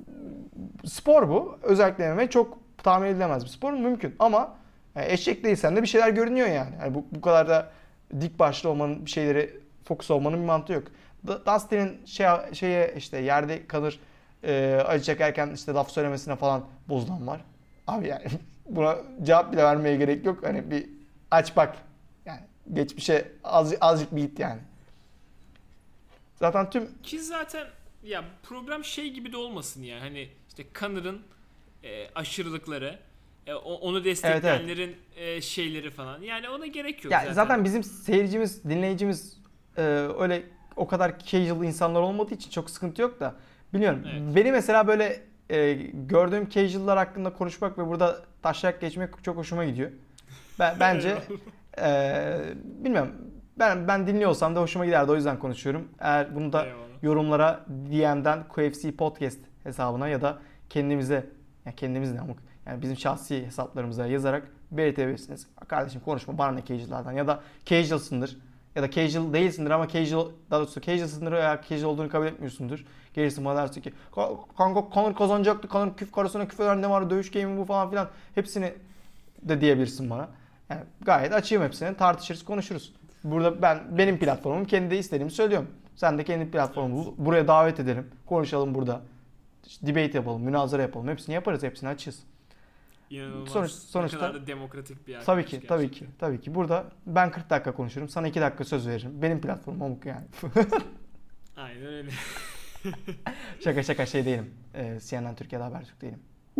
spor bu. Özellikle MMA çok tahmin edilemez bir spor. Mümkün. Ama eşek değilsen de bir şeyler görünüyor yani. Yani bu kadar da dik başlı olmanın, bir şeyleri fokus olmanın bir mantığı yok. Dustin'in şeye işte yerde kalır acı çekerken işte laf söylemesine falan bozulan var. Abi yani buna cevap bile vermeye gerek yok. Hani bir aç bak. Yani geçmişe azıcık bir git yani. Zaten ki zaten ya problem şey gibi de olmasın yani. Hani işte Conor'ın aşırılıkları, onu destekleyenlerin şeyleri falan. Yani ona gerek yok ya zaten bizim seyircimiz, dinleyicimiz öyle o kadar casual insanlar olmadığı için çok sıkıntı yok da biliyorum. Evet. Beni mesela böyle gördüğüm casual'lar hakkında konuşmak ve burada taşak geçmek çok hoşuma gidiyor. Bence bilmiyorum. Ben dinliyorsam da hoşuma giderdi, o yüzden konuşuyorum. Eğer bunu da yorumlara DM'den QFC Podcast hesabına ya da kendimize, yani kendimiz ne amık, yani bizim şahsi hesaplarımıza yazarak belirtebilirsiniz. Kardeşim konuşma bana ne casual'lardan, ya da casual'sındır ya da casual değilsindir ama daha doğrusu casual'sındır veya casual olduğunu kabul etmiyorsundur. Gelirsin bana dersin ki kanka Conor kazanacaktı, Conor karısına küfür eden ne var, dövüş game'i bu falan filan, hepsini de diyebilirsin bana. Yani gayet açayım hepsini, tartışırız, konuşuruz. Burada benim platformum, kendi istediğimi söylüyorum. Sen de kendi platformunu buraya davet edelim. Konuşalım burada. İşte debate yapalım, münazara yapalım. Hepsini yaparız, hepsini açığız. İnanılmaz. Sonuçta ne kadar da demokratik bir arkadaş. Tabii ki. Burada ben 40 dakika konuşurum. Sana 2 dakika söz veririm. Benim platformum yani. Aynen öyle. Şaka şey değilim. CNN Türkiye'de Habertürk değilim.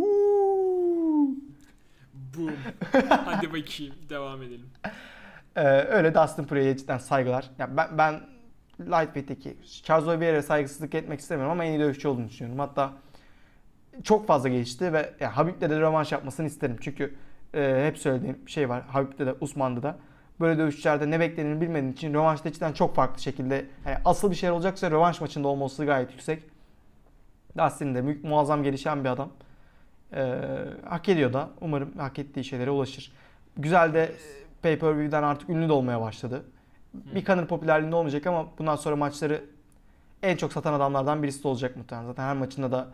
Boom. Hadi bakayım, devam edelim. Öyle Dustin Poirier'e cidden saygılar. Yani ben Lightweight'teki Charles Oliveira'ya saygısızlık etmek istemiyorum ama en iyi dövüşçü olduğunu düşünüyorum. Hatta çok fazla gelişti ve yani Habib'le de rövanş yapmasını isterim. Çünkü hep söylediğim şey var. Habib'de de Usman'da da böyle dövüşçülerde ne beklenir bilmediğin için rövanşta cidden çok farklı şekilde, yani asıl bir şey olacaksa rövanş maçında olması gayet yüksek. Dustin de muazzam gelişen bir adam. Hak ediyor da. Umarım hak ettiği şeylere ulaşır. Güzel de pay-per-view'den artık ünlü de olmaya başladı. Bir Conor popülerliğinde olmayacak ama bundan sonra maçları en çok satan adamlardan birisi de olacak muhtemelen. Zaten her maçında da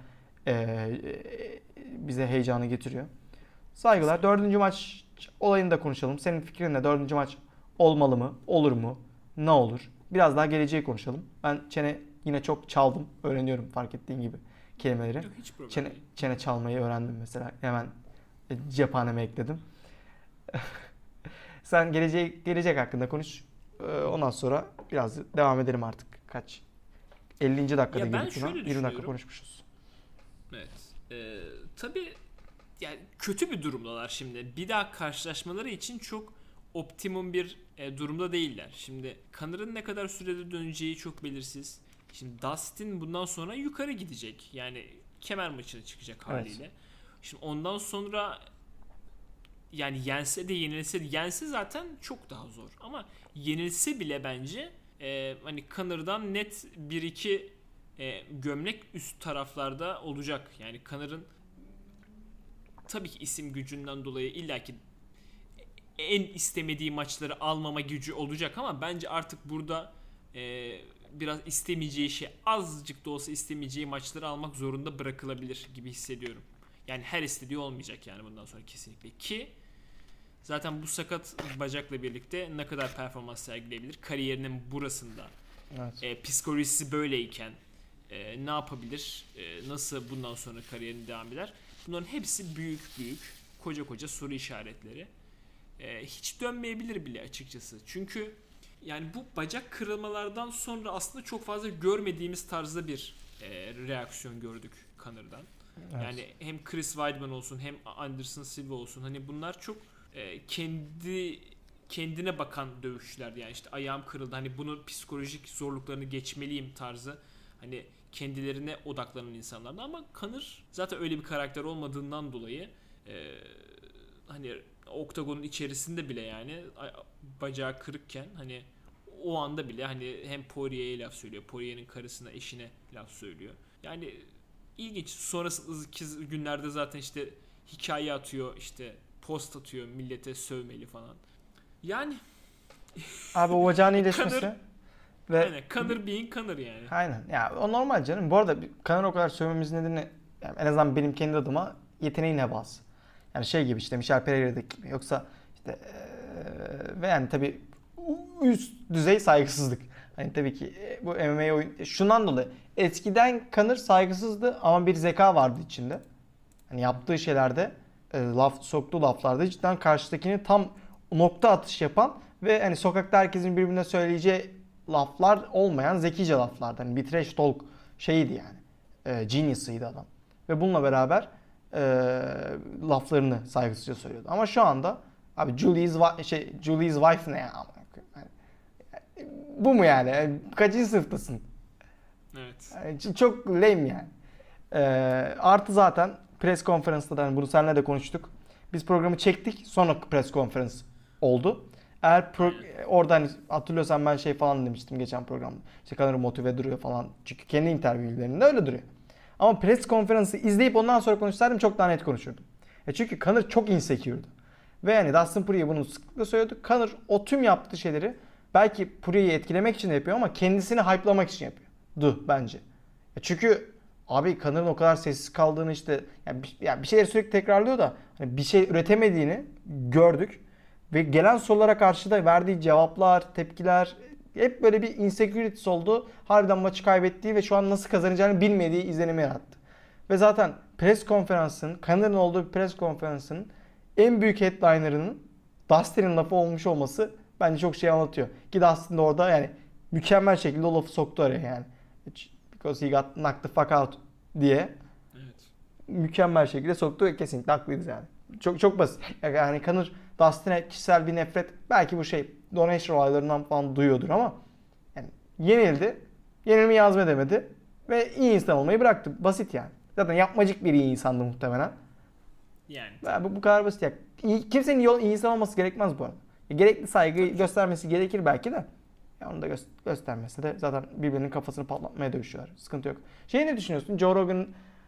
bize heyecanı getiriyor. Saygılar. 4. maç olayını da konuşalım. Senin fikrin ne? 4. maç olmalı mı? Olur mu? Ne olur? Biraz daha geleceği konuşalım. Ben yine çok çaldım. Öğreniyorum fark ettiğin gibi kelimeleri. Yok, hiç problem değil. Çene çalmayı öğrendim mesela. Hemen cephaneme ekledim. Sen gelecek hakkında konuş. Ondan sonra biraz devam edelim artık. Kaç? 50. dakikada gelip buna 20 dakika konuşmuşuz. Evet. Tabii yani kötü bir durumdalar şimdi. Bir daha karşılaşmaları için çok optimum bir durumda değiller. Şimdi Conor'ın ne kadar sürede döneceği çok belirsiz. Şimdi Dustin bundan sonra yukarı gidecek. Yani kemer maçına çıkacak haliyle. Evet. Şimdi ondan sonra yani yense de yense zaten çok daha zor. Ama yenilse bile bence hani Conor'dan net 1-2 gömlek üst taraflarda olacak. Yani Conor'ın tabii ki isim gücünden dolayı illaki en istemediği maçları almama gücü olacak ama bence artık burada biraz istemeyeceği azıcık da olsa istemeyeceği maçları almak zorunda bırakılabilir gibi hissediyorum. Yani her istediği olmayacak yani bundan sonra kesinlikle. Ki zaten bu sakat bacakla birlikte ne kadar performans sergileyebilir? Kariyerinin burasında. Evet. Psikolojisi böyleyken ne yapabilir? Nasıl bundan sonra kariyerini devam eder? Bunların hepsi büyük koca soru işaretleri. Hiç dönmeyebilir bile açıkçası. Çünkü yani bu bacak kırılmalardan sonra aslında çok fazla görmediğimiz tarzda bir reaksiyon gördük Conor'dan. Evet. Yani hem Chris Weidman olsun hem Anderson Silva olsun, hani bunlar çok kendine bakan dövüşçülerdi. Yani işte ayağım kırıldı, hani bunun psikolojik zorluklarını geçmeliyim tarzı. Hani kendilerine odaklanan insanlardı ama Conor zaten öyle bir karakter olmadığından dolayı hani oktagonun içerisinde bile yani bacağı kırıkken hani o anda bile hani hem Poirier'e laf söylüyor. Poirier'in karısına, eşine laf söylüyor. Yani ilginç. Sonraki günlerde zaten işte hikaye atıyor, işte post atıyor, millete sövmeli falan. Yani abi o bacağın iyileşmesi Conor, ve aynen, Conor being Conor yani. aynen. Ya o normal canım. Bu arada Conor o kadar sövmemizin nedeni yani en azından benim kendi adıma yeteneğin hebası. Yani şey gibi işte Michel Pereira'daki gibi. Yoksa işte ve yani tabii üst düzey saygısızlık. Hani tabii ki bu MMA oyun şundan dolayı eskiden Conor saygısızdı ama bir zeka vardı içinde. Hani yaptığı şeylerde soktuğu laflarda cidden karşıdakini tam nokta atış yapan ve hani sokakta herkesin birbirine söyleyeceği laflar olmayan zekice laflardı. Hani bir trash talk şeyiydi yani. Genius'ıydı adam. Ve bununla beraber e, laflarını saygısızca söylüyordu. Ama şu anda abi Julie's wife ne ya? Yani, bu mu yani? Kaçıncı sınıftasın? Evet. Yani çok lame yani. Artı zaten press konferansında da hani bunu seninle de konuştuk. Biz programı çektik sonra press konferans oldu. Eğer orada hani hatırlıyorsan ben şey falan demiştim geçen programda. İşte Conor motive duruyor falan. Çünkü kendi interviewlerinde öyle duruyor. Ama press konferansı izleyip ondan sonra konuşsaydım çok daha net konuşurdum. Çünkü Conor çok insecure'du. Ve yani Dustin Poirier bunu sıklıkla söylüyordu. Conor o tüm yaptığı şeyleri belki Poirier'i etkilemek için de yapıyor ama kendisini hype'lamak için yapıyordu bence. Çünkü abi Connor'ın o kadar sessiz kaldığını işte yani bir şeyleri sürekli tekrarlıyor da hani bir şey üretemediğini gördük. Ve gelen sorulara karşı da verdiği cevaplar, tepkiler hep böyle bir insecurities oldu. Harbiden maçı kaybettiği ve şu an nasıl kazanacağını bilmediği izlenimi yarattı. Ve zaten press konferansının, Connor'ın olduğu bir press konferansının en büyük headliner'ının Dustin'in lafı olmuş olması bence çok şey anlatıyor. Ki Dustin de orada yani mükemmel şekilde o lafı soktu araya yani. Because he got knocked the fuck out diye. Evet. Mükemmel şekilde soktu ve kesinlikle haklıyız yani. Çok çok basit. Yani Conor Dustin'e kişisel bir nefret belki bu şey donation olaylarından falan duyuyordur ama yani yenildi. Yenilmeyi hazmedemedi ve iyi insan olmayı bıraktı. Basit yani. Zaten yapmacık bir iyi insandı muhtemelen. Yani. Bu kadar basit ya. Kimsenin iyi insan olması gerekmez bu arada. Gerekli saygı göstermesi gerekir belki de. Ya onu da göstermese de zaten birbirinin kafasını patlatmaya dövüşüyorlar. Sıkıntı yok. Ne düşünüyorsun? Joe Rogan'ın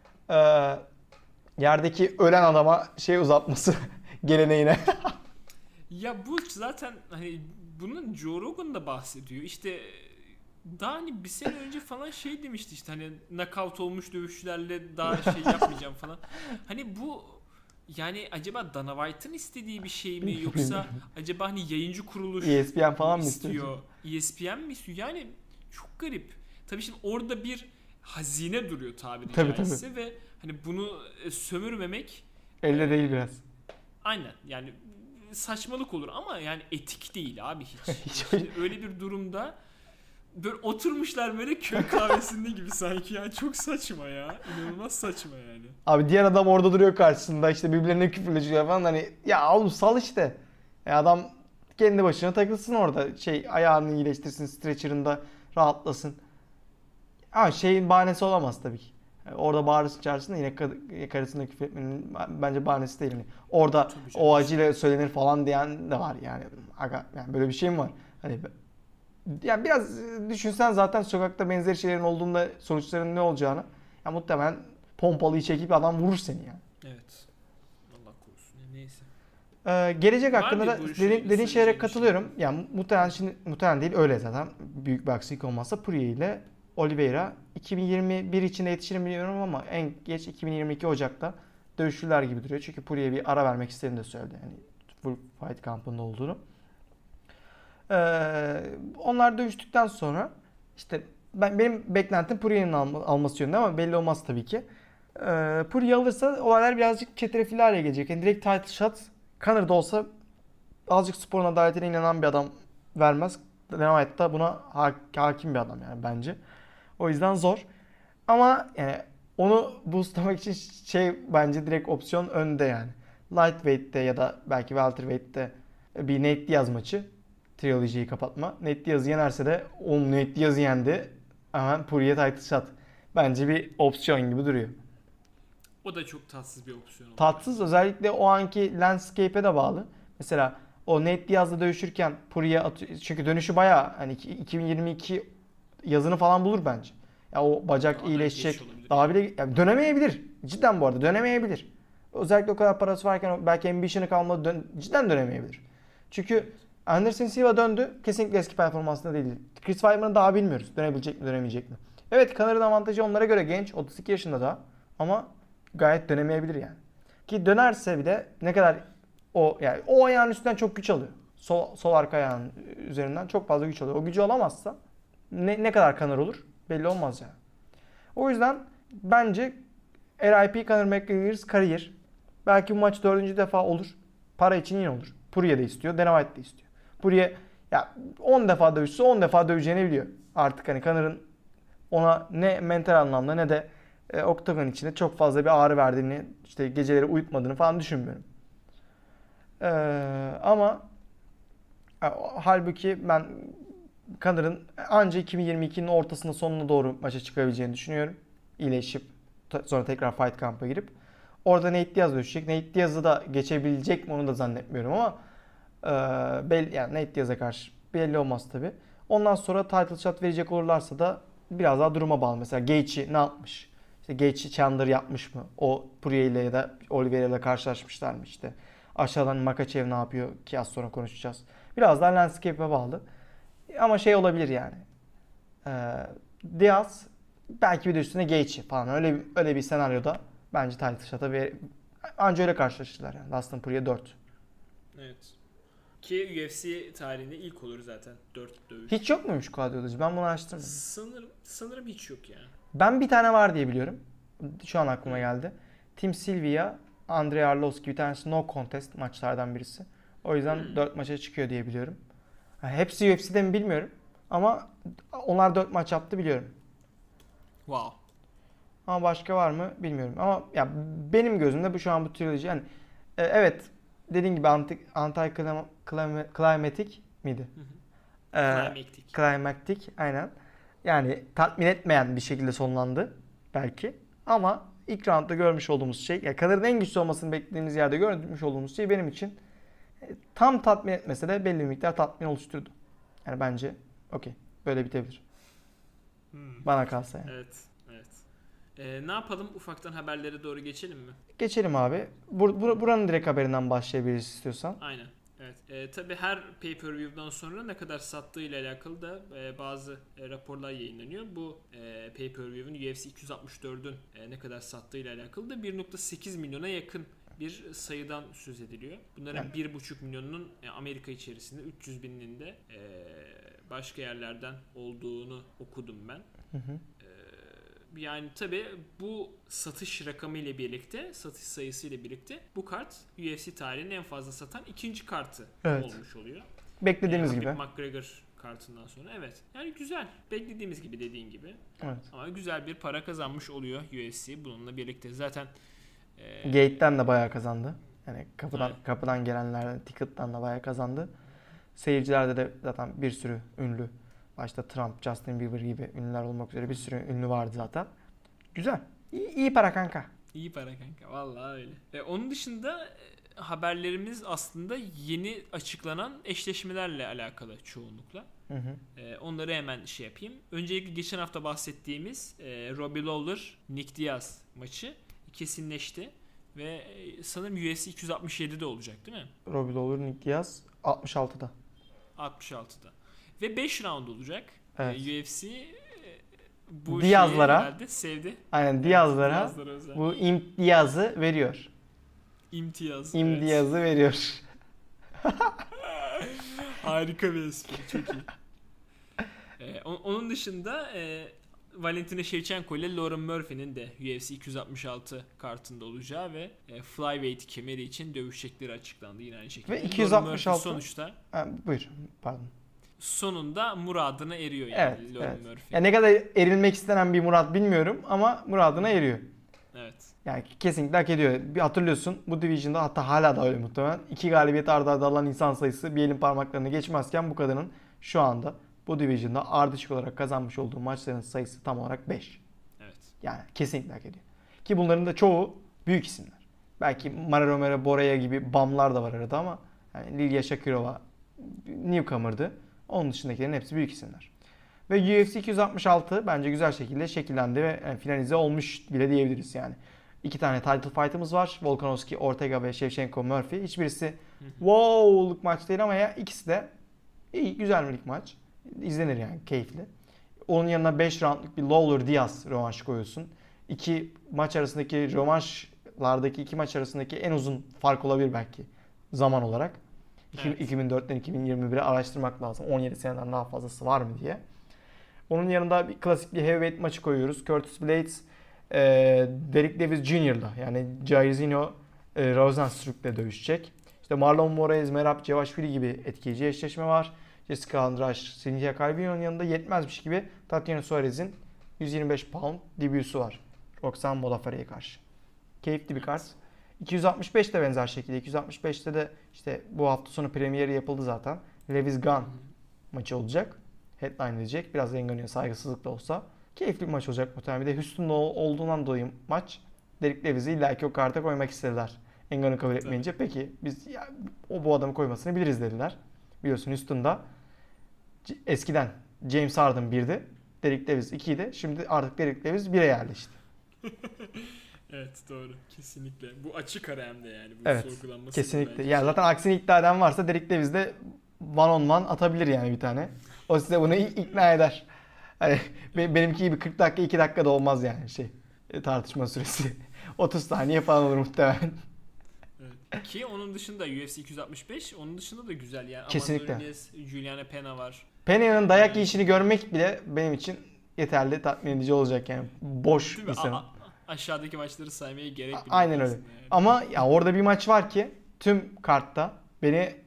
yerdeki ölen adama şey uzatması geleneğine. Ya bu zaten hani bunun Joe Rogan da bahsediyor. İşte daha hani bir sene önce falan şey demişti işte hani knockout olmuş dövüşçülerle daha şey yapmayacağım falan. Hani bu yani acaba Dana White'ın istediği bir şey mi yoksa acaba hani yayıncı kuruluş ESPN falan mı istiyor? ESPN mi istiyor? Yani çok garip. Tabii şimdi orada bir hazine duruyor tabiri caizse ve hani bunu sömürmemek elde değil biraz. aynen yani saçmalık olur ama yani etik değil abi hiç. Yani öyle bir durumda böyle oturmuşlar böyle köy kahvesinde gibi sanki yani çok saçma ya. İnanılmaz saçma yani. Abi diğer adam orada duruyor karşısında işte birbirlerine küfürleşiyor falan hani ya oğlum sal işte. Adam kendi başına takılsın orada ayağını iyileştirsin stretcher'ında rahatlasın. Ama şeyin bahanesi olamaz tabii ki. Orada bağırırsın çağırsın da yine karısına küfür etmenin bence bahanesi değil. Yani orada o acıyla söylenir falan diyen de var yani. Aga, yani böyle bir şey mi var? Hani yani biraz düşünsen zaten sokakta benzer şeylerin olduğunda sonuçların ne olacağını ya muhtemelen pompalıyı çekip adam vurur seni yani. Evet. Allah korusun. Neyse. Gelecek hakkında da dediğin şeylere katılıyorum. Şey. Yani muhtemelen değil öyle zaten. Büyük bir aksilik olmazsa Poirier ile Oliveira 2021 içinde yetişir mi bilmiyorum ama en geç 2022 Ocak'ta dövüşürler gibi duruyor. Çünkü Poirier'e bir ara vermek istediğini de söyledi. Yani full fight kampında olduğunu. Onlar dövüştükten sonra işte benim beklentim Poirier'in alması yönünde ama belli olmaz tabii ki. Poirier alırsa olaylar birazcık çetrefilli hale gelecek. Yani direkt title shot Conor'da olsa azıcık sporun adaletine inanan bir adam vermez. Dana White da buna hakim bir adam yani bence. O yüzden zor. Ama yani onu boostlamak için bence direkt opsiyon önde yani. Lightweight'te ya da belki welterweight'te bir Nate Diaz maçı. Trilogy'yi kapatma. Nate Diaz'ı yenerse de Nate Diaz'ı yendi. Hemen Poirier title shot. bence bir opsiyon gibi duruyor. O da çok tatsız bir opsiyon oldu. Tatsız, özellikle o anki landscape'e de bağlı. Mesela o Nate Diaz'la dövüşürken Poirier atıyor. Çünkü dönüşü bayağı hani 2022 yazını falan bulur bence. Ya o bacak Daha iyileşecek. geç olabilir. Daha bile yani dönemeyebilir. Cidden bu arada dönemeyebilir. Özellikle o kadar parası varken belki ambition'ı kalmadı, cidden dönemeyebilir. Çünkü Anderson Silva döndü. Kesinlikle eski performansında değil. Chris Weidman'ı daha bilmiyoruz. Dönebilecek mi, dönemeyecek mi? Evet, Connor'ın avantajı onlara göre genç. 32 yaşında daha. Ama gayet dönemeyebilir yani. Ki dönerse bile ne kadar yani o ayağın üstünden çok güç alıyor. Sol arka ayağın üzerinden çok fazla güç alıyor. O gücü alamazsa ne kadar Conor olur belli olmaz yani. O yüzden bence RIP Conor McGregor's kariyer. Belki bu maç 4. defa olur. Para için yine olur. Poirier de istiyor. Dana White de istiyor. Poirier ya 10 defa dövüşse 10 defa döveceğini biliyor. Artık hani Conor'ın ona ne mental anlamda ne de oktagon içinde çok fazla bir ağrı verdiğini, işte geceleri uyutmadığını falan düşünmüyorum. Ama halbuki ben Conor'ın anca 2022'nin ortasında sonuna doğru maça çıkabileceğini düşünüyorum. İyileşip sonra tekrar Fight Camp'a girip orada Nate Diaz dövüşecek. Nate Diaz'ı da geçebilecek mi onu da zannetmiyorum ama yani Nate Diaz'a karşı belli olmaz tabii. Ondan sonra title shot verecek olurlarsa da biraz daha duruma bağlı. Mesela Gaethje ne yapmış? İşte Gaethje Chandler yapmış mı? O Poirier ile ya da Oliveira ile karşılaşmışlar mı işte? Aşağıdan Makhachev ne yapıyor ki az sonra konuşacağız. Biraz daha landscape'e bağlı. Ama şey olabilir yani. Diaz belki bir de üstüne Gaethje falan öyle bir senaryoda bence title shot'a anca öyle karşılaşırlar yani. Dustin Poirier 4. Evet. Ki UFC tarihinde ilk olur zaten 4 dövüş. Hiç yok muymuş koadiyoloji? Ben bunu araştırmadım. Sanırım hiç yok ya. Ben bir tane var diye biliyorum. Şu an aklıma geldi. Tim Sylvia, Andrei Arlovski, bir tanesi no contest maçlardan birisi. O yüzden 4 maça çıkıyor diye biliyorum. Hepsi UFC'de mi bilmiyorum. Ama onlar 4 maç yaptı biliyorum. Wow. Ama başka var mı bilmiyorum. Ama ya benim gözümde bu şu an bu triloji yani evet, dediğin gibi anti-climatic miydi? Climactic aynen. Yani tatmin etmeyen bir şekilde sonlandı belki. Ama ilk roundda görmüş olduğumuz şey, yani Connor'ın en güçlü olmasını beklediğimiz yerde görmüş olduğumuz şey benim için tam tatmin etmese de belli bir miktar tatmin oluşturdu. Yani bence okey. Böyle bitebilir. Bana kalsa yani. Evet. Ne yapalım? Ufaktan haberlere doğru geçelim mi? Geçelim abi. Buranın direkt haberinden başlayabiliriz istiyorsan. Aynen. Evet. Tabii her pay-per-view'dan sonra ne kadar sattığı ile alakalı da bazı raporlar yayınlanıyor. Bu pay-per-view'un UFC 264'ün ne kadar sattığı ile alakalı da 1.8 milyona yakın bir sayıdan söz ediliyor. Bunların 1.5 milyonunun Amerika içerisinde, 300 bininin de başka yerlerden olduğunu okudum ben. Yani tabii bu satış rakamı ile birlikte, satış sayısı ile birlikte bu kart UFC tarihinin en fazla satan ikinci kartı olmuş oluyor. Beklediğimiz gibi. McGregor kartından sonra. Evet. Yani güzel. Beklediğimiz gibi, dediğin gibi. Evet. Ama güzel bir para kazanmış oluyor UFC bununla birlikte. Zaten Gate'den de bayağı kazandı. Yani kapıdan gelenlerden, ticket'tan da bayağı kazandı. Seyircilerde de zaten bir sürü ünlü, başta Trump, Justin Bieber gibi ünlüler olmak üzere bir sürü ünlü vardı zaten. Güzel. İyi para kanka. İyi para kanka. Vallahi öyle. Onun dışında haberlerimiz aslında yeni açıklanan eşleşmelerle alakalı çoğunlukla. Onları hemen şey yapayım. Öncelikle geçen hafta bahsettiğimiz Robbie Lawler, Nick Diaz maçı kesinleşti. Ve sanırım UFC 267'de olacak değil mi? Robbie Lawler, Nick Diaz 66'da. 66'da. Ve 5 round olacak. Evet. UFC bu Diaz'lara herhalde sevdi. Aynen, Diaz'lara bu imtiyazı veriyor. İmtiyazı veriyor. Harika bir espri. Çok iyi. Onun dışında Valentina Shevchenko ile Lauren Murphy'nin de UFC 266 kartında olacağı ve flyweight kemeri için dövüşecekleri açıklandı yine aynı şekilde. Ve 266 sonuçta buyur, pardon. Sonunda muradına eriyor yani evet, Lauren evet. Murphy. Yani ne kadar erilmek istenen bir murad bilmiyorum ama muradına eriyor. Evet. Yani kesinlikle hak ediyor. Bir hatırlıyorsun, bu division'da, hatta hala da öyle muhtemelen, 2 galibiyet arda arda alan insan sayısı bir elin parmaklarını geçmezken bu kadının şu anda bu division'da ardışık olarak kazanmış olduğu maçların sayısı tam olarak 5. Evet. Yani kesinlikle hak ediyor. Ki bunların da çoğu büyük isimler. Belki Mara Romero, Boraya gibi bamlar da var arada ama yani Lilia Shakirova newcomer'dı. Onun dışındakilerin hepsi büyük isimler. Ve UFC 266 bence güzel şekilde şekillendi ve yani finalize olmuş bile diyebiliriz yani. 2 tane title fight'ımız var. Volkanovski, Ortega ve Shevchenko, Murphy. Hiçbirisi wow'luk maç değil ama ya ikisi de iyi, güzel bir maç. İzlenir yani, keyifli. Onun yanına 5 roundluk bir Lawler Diaz rövanş koyuyorsun. İki maç arasındaki rövanşlardaki iki maç arasındaki en uzun fark olabilir belki zaman olarak. Evet. 2004'ten 2021'e araştırmak lazım. 17 seneden daha fazlası var mı diye. Onun yanında bir klasik bir heavyweight maçı koyuyoruz. Curtis Blades, Derek Davis Jr.'la yani Jairzinho Rozenstruik'le dövüşecek. İşte Marlon Moraes, Merab Cevashvili gibi etkileyici eşleşme var. Jessica Andrade, Cynthia Calvillo'nun yanında yetmezmiş gibi Tatiana Suarez'in 125 pound debüsü var. Roxanne Modafferi'ye karşı. Keyifli bir kart. 265 de benzer şekilde. 265'te de işte bu hafta sonu premieri yapıldı zaten. Lewis Gunn maçı olacak. Headline edecek. Biraz Ngannou saygısızlık da olsa. Keyifli bir maç olacak muhtemelen. Bir de Houston'da olduğundan dolayı maç. Derek Lewis'i illaki o karta koymak istediler. Ngannou kabul etmeyince peki biz ya, bu adamı koymasını biliriz dediler. Biliyorsun Houston'da eskiden James Harden 1'di. Derek Lewis 2'ydi. Şimdi artık Derek Lewis 1'e yerleşti. Evet, doğru. Kesinlikle. Bu açık ara hem de yani. Bu evet. Sorgulanması kesinlikle. Yani zaten aksini iddia eden varsa Derek Lewis de one on one atabilir yani bir tane. O size bunu ikna eder. Hani benimki gibi 40 dakika 2 dakika da olmaz yani tartışma süresi. 30 saniye falan olur muhtemelen. Evet. Ki onun dışında UFC 265 onun dışında da güzel yani. Kesinlikle. Amanda Nunes, Juliana Pena var. Pena'nın dayak yiyişini görmek bile benim için yeterli, tatmin edici olacak yani. Boş bir sene. Aşağıdaki maçları saymaya gerek bile. Aynen öyle. Yani. Ama ya orada bir maç var ki tüm kartta beni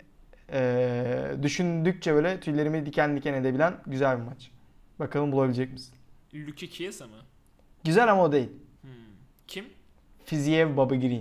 düşündükçe böyle tüylerimi diken diken edebilen güzel bir maç. Bakalım bulabilecek misin? Luke Chiesa mı? Güzel ama o değil. Kim? Fiziev Bobby Green.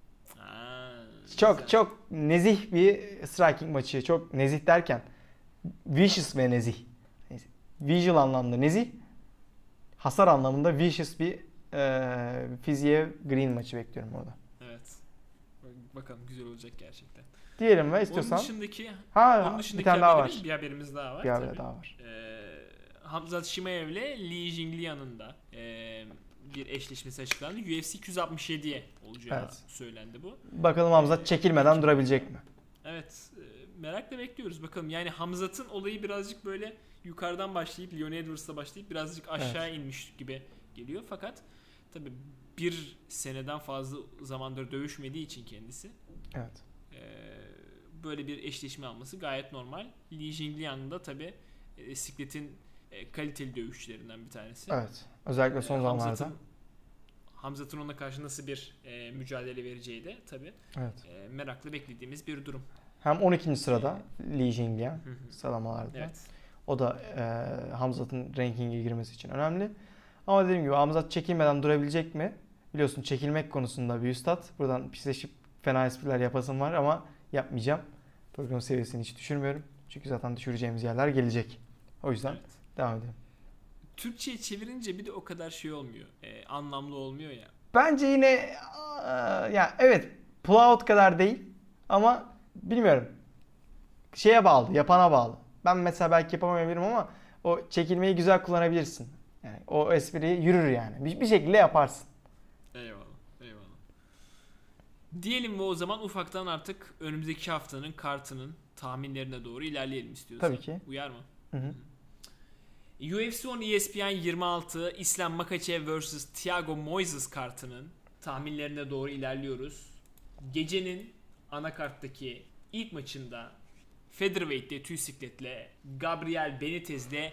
Çok nezih bir striking maçı. Çok nezih derken vicious ve nezih. Visual anlamda nezih. Hasar anlamında vicious bir Fiziev Green maçı bekliyorum orada. Evet. Bakalım güzel olacak gerçekten. Diyelim ve istiyorsan. Onun dışındaki bir tane daha var. Bir haberimiz daha var. Bir haber daha var. Hamzat Chimaev ile Li Jingliang'ın da bir eşleşmesi açıklandı. UFC 267'ye olacağı söylendi bu. Bakalım Hamzat çekilmeden durabilecek mi? Evet. Merakla bekliyoruz. Bakalım yani Hamzat'ın olayı birazcık böyle yukarıdan başlayıp Leon Edwards'la başlayıp birazcık aşağı inmiş gibi geliyor. Fakat tabii bir seneden fazla zamandır dövüşmediği için kendisi. Evet. Böyle bir eşleşme alması gayet normal. Li Jingliang da tabii sikletin kaliteli dövüşçülerinden bir tanesi. Evet. Özellikle son zamanlarda. Hamzat'ın ona karşı nasıl bir mücadele vereceği de tabii merakla beklediğimiz bir durum. Hem 12. sırada Li Jingliang sıralamalarda. Evet. O da Hamzat'ın ranking'e girmesi için önemli. Ama dediğim gibi Hamzat çekilmeden durabilecek mi? Biliyorsun çekilmek konusunda bir üstad. Buradan pisleşip fena espriler yapasım var ama yapmayacağım. Program seviyesini hiç düşürmüyorum. Çünkü zaten düşüreceğimiz yerler gelecek. O yüzden devam edelim. Türkçe'ye çevirince bir de o kadar şey olmuyor. Anlamlı olmuyor ya. Bence yine ya evet pull out kadar değil ama bilmiyorum. Şeye bağlı, yapana bağlı. Ben mesela belki yapamayabilirim ama o çekilmeyi güzel kullanabilirsin. Yani o espriyi yürür yani. Bir şekilde yaparsın. Eyvallah. Diyelim ve o zaman ufaktan artık önümüzdeki haftanın kartının tahminlerine doğru ilerleyelim istiyorsan. Tabii ki. Uyar mı? Hı. UFC 10 ESPN 26 İslam Makhachev vs. Thiago Moises kartının tahminlerine doğru ilerliyoruz. Gecenin anakarttaki ilk maçında Featherweight'te tüy sikletle Gabriel Benitez'le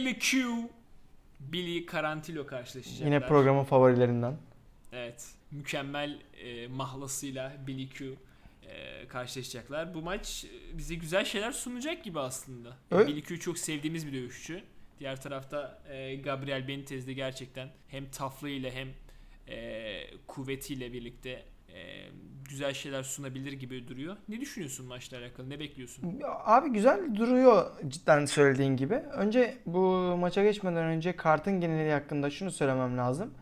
Billy Carantillo karşılaşacaklar. Yine programın favorilerinden. Evet. Mükemmel mahlasıyla Billy Q karşılaşacaklar. Bu maç bize güzel şeyler sunacak gibi aslında. Billy Q çok sevdiğimiz bir dövüşçü. Diğer tarafta Gabriel Benitez de gerçekten hem toughlığıyla hem kuvvetiyle birlikte güzel şeyler sunabilir gibi duruyor. Ne düşünüyorsun maçla alakalı? Ne bekliyorsun? Abi güzel duruyor cidden söylediğin gibi. Önce bu maça geçmeden önce kartın geneli hakkında şunu söylemem lazım.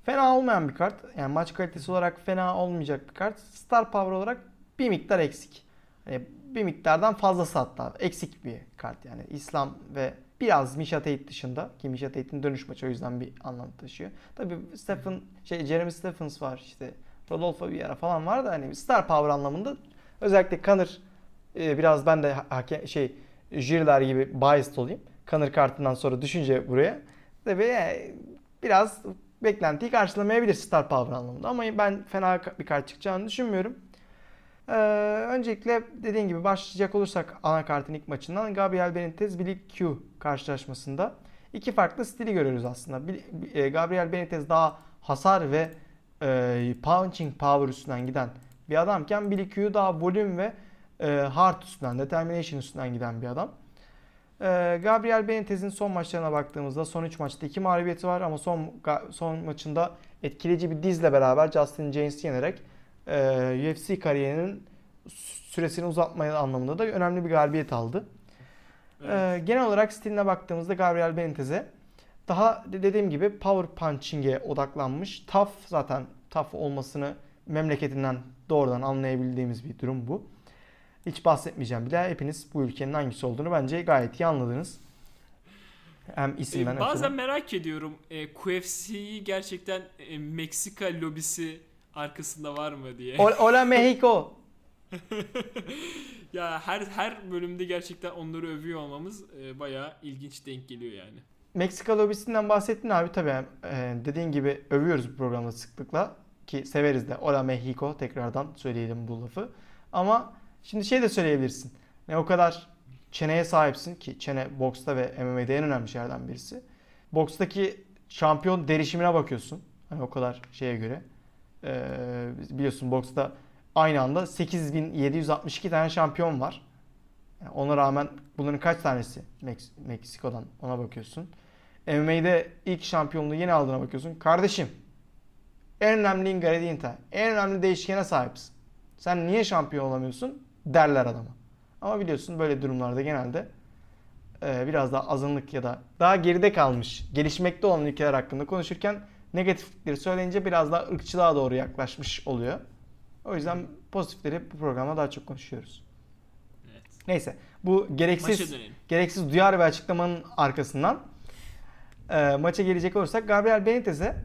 Fena olmayan bir kart. Yani maç kalitesi olarak fena olmayacak bir kart. Star power olarak bir miktar eksik. Yani bir miktardan fazlası hatta. Eksik bir kart yani. İslam ve biraz Misha Tate dışında. Ki Misha Tate'in dönüş maçı o yüzden bir anlam taşıyor. Tabii Jeremy Stephens var işte. Rodolfo Vieira falan var da hani star power anlamında özellikle Conor biraz ben de jüriler gibi biased olayım. Conor kartından sonra düşünce buraya. Tabii biraz beklentiyi karşılamayabilir star power anlamında ama ben fena bir kart çıkacağını düşünmüyorum. Öncelikle dediğim gibi başlayacak olursak ana kartın ilk maçından Gabriel Benitez Billy Q karşılaşmasında iki farklı stili görüyoruz aslında. Gabriel Benitez daha hasar ve punching power üstünden giden bir adamken Billy Q daha volüm ve heart üstünden, determination üstünden giden bir adam. Gabriel Benitez'in son maçlarına baktığımızda son 3 maçta 2 mağlubiyeti var ama son maçında etkileyici bir dizle beraber Justin James'i yenerek UFC kariyerinin süresini uzatma anlamında da önemli bir galibiyet aldı. Evet. Genel olarak stiline baktığımızda Gabriel Benitez'e daha dediğim gibi power punching'e odaklanmış. Zaten tough olmasını memleketinden doğrudan anlayabildiğimiz bir durum bu. Hiç bahsetmeyeceğim bile. Hepiniz bu ülkenin hangisi olduğunu bence gayet iyi anladınız. Hem isimden bazen merak ediyorum. QFC'yi gerçekten Meksika lobisi arkasında var mı diye. Hola Mexico. Ya her bölümde gerçekten onları övüyor olmamız bayağı ilginç denk geliyor yani. Meksika lobisinden bahsettin abi tabii. Dediğin gibi övüyoruz bu programda sıklıkla ki severiz de. Hola Mexico tekrardan söyleyelim bu lafı. Ama şimdi de söyleyebilirsin. Ne o kadar çeneye sahipsin ki çene boksta ve MMA'de en önemli şeylerden birisi. Bokstaki şampiyon derişimine bakıyorsun. Hani o kadar şeye göre. Biliyorsun boksta aynı anda 8762 tane şampiyon var. Yani ona rağmen bunların kaç tanesi Meksiko'dan ona bakıyorsun. MMA'de ilk şampiyonluğu yeni aldığına bakıyorsun. Kardeşim en önemli ingredient'e, en önemli değişkene sahipsin. Sen niye şampiyon olamıyorsun derler adama. Ama biliyorsun böyle durumlarda genelde biraz daha azınlık ya da daha geride kalmış, gelişmekte olan ülkeler hakkında konuşurken negatiflikleri söyleyince biraz daha ırkçılığa doğru yaklaşmış oluyor. O yüzden pozitifleri bu programda daha çok konuşuyoruz. Evet. Neyse bu gereksiz duyar ve açıklamanın arkasından maça gelecek olursak Gabriel Benitez'e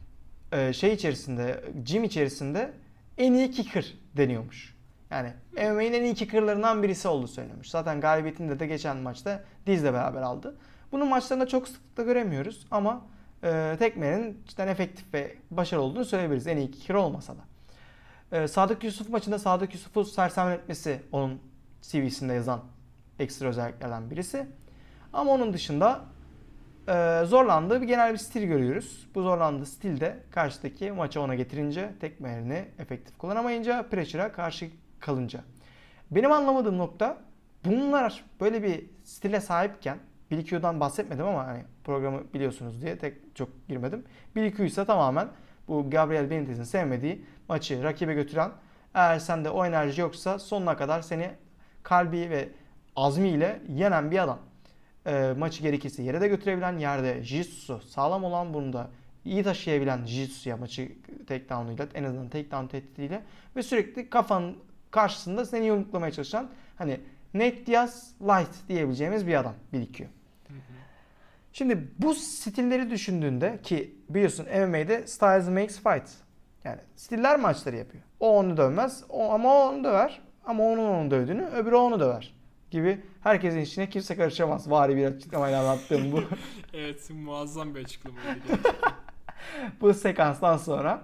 gym içerisinde en iyi kicker deniyormuş. Yani MMA'nin en iyi kickerlarından birisi olduğu söyleniyormuş. Zaten galibiyetinde de geçen maçta dizle beraber aldı. Bunun maçlarında çok sıklıkla göremiyoruz ama tekmenin cidden efektif ve başarılı olduğunu söyleyebiliriz. En iyi kicker olmasa da. Sadık Yusuf maçında Sadık Yusuf'u sersemletmesi onun CV'sinde yazan ekstra özelliklerden birisi. Ama onun dışında zorlandığı genel bir stil görüyoruz. Bu zorlandığı stilde karşıdaki maça ona getirince tekmelerini efektif kullanamayınca pressure'a karşı kalınca. Benim anlamadığım nokta bunlar böyle bir stile sahipken Billy Q'dan bahsetmedim ama hani programı biliyorsunuz diye çok girmedim. Billy Q ise tamamen bu Gabriel Benitez'in sevmediği maçı rakibe götüren, eğer sende o enerji yoksa sonuna kadar seni kalbi ve azmiyle yenen bir adam. Maçı gerekirse yere de götürebilen, yerde jiu-jitsu'su sağlam olan, bunu da iyi taşıyabilen jiu-jitsu'ya maçı takedown'uyla, en azından takedown tehdidiyle ve sürekli kafanın karşısında seni yumruklamaya çalışan hani Nate Diaz light diyebileceğimiz bir adam Billy Q. Şimdi bu stilleri düşündüğünde ki biliyorsun MMA'de styles makes fight. Yani stiller maçları yapıyor. O onu dövmez ama o onu döver. Ama onun onu dövdüğünü öbürü onu döver gibi herkesin içine kimse karışamaz. Vari bir açıklamayla anlattığım bu. Evet, muazzam bir açıklamaydı gerçekten. Bu sekanstan sonra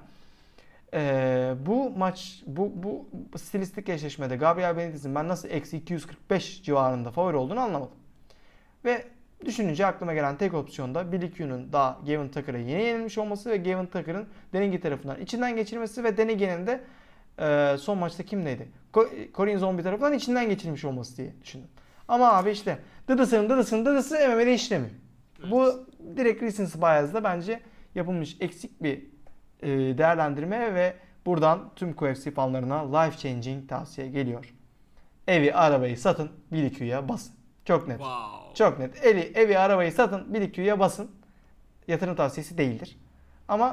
bu maç, bu stilistik eşleşmede Gabriel Benitez'in ben nasıl eksi 245 civarında favori olduğunu anlamadım. Ve düşününce aklıma gelen tek opsiyon da Billy Q'nun daha Gavin Tucker'a yeni yenilmiş olması ve Gavin Tucker'ın Denigi tarafından içinden geçirmesi ve Denigi'nin de son maçta kimdeydi? Korean Zombie tarafından içinden geçirilmiş olması diye düşündüm. Ama abi işte dıdısı MMA'de işlemiyor. Evet. Bu direkt recency bias'da bence yapılmış eksik bir değerlendirme ve buradan tüm QFC fanlarına life changing tavsiye geliyor. Evi, arabayı satın, Billy Q'ya basın. Çok net. Wow. Çok net. Evi, arabayı satın, Billy Q'ya basın. Yatırım tavsiyesi değildir. Ama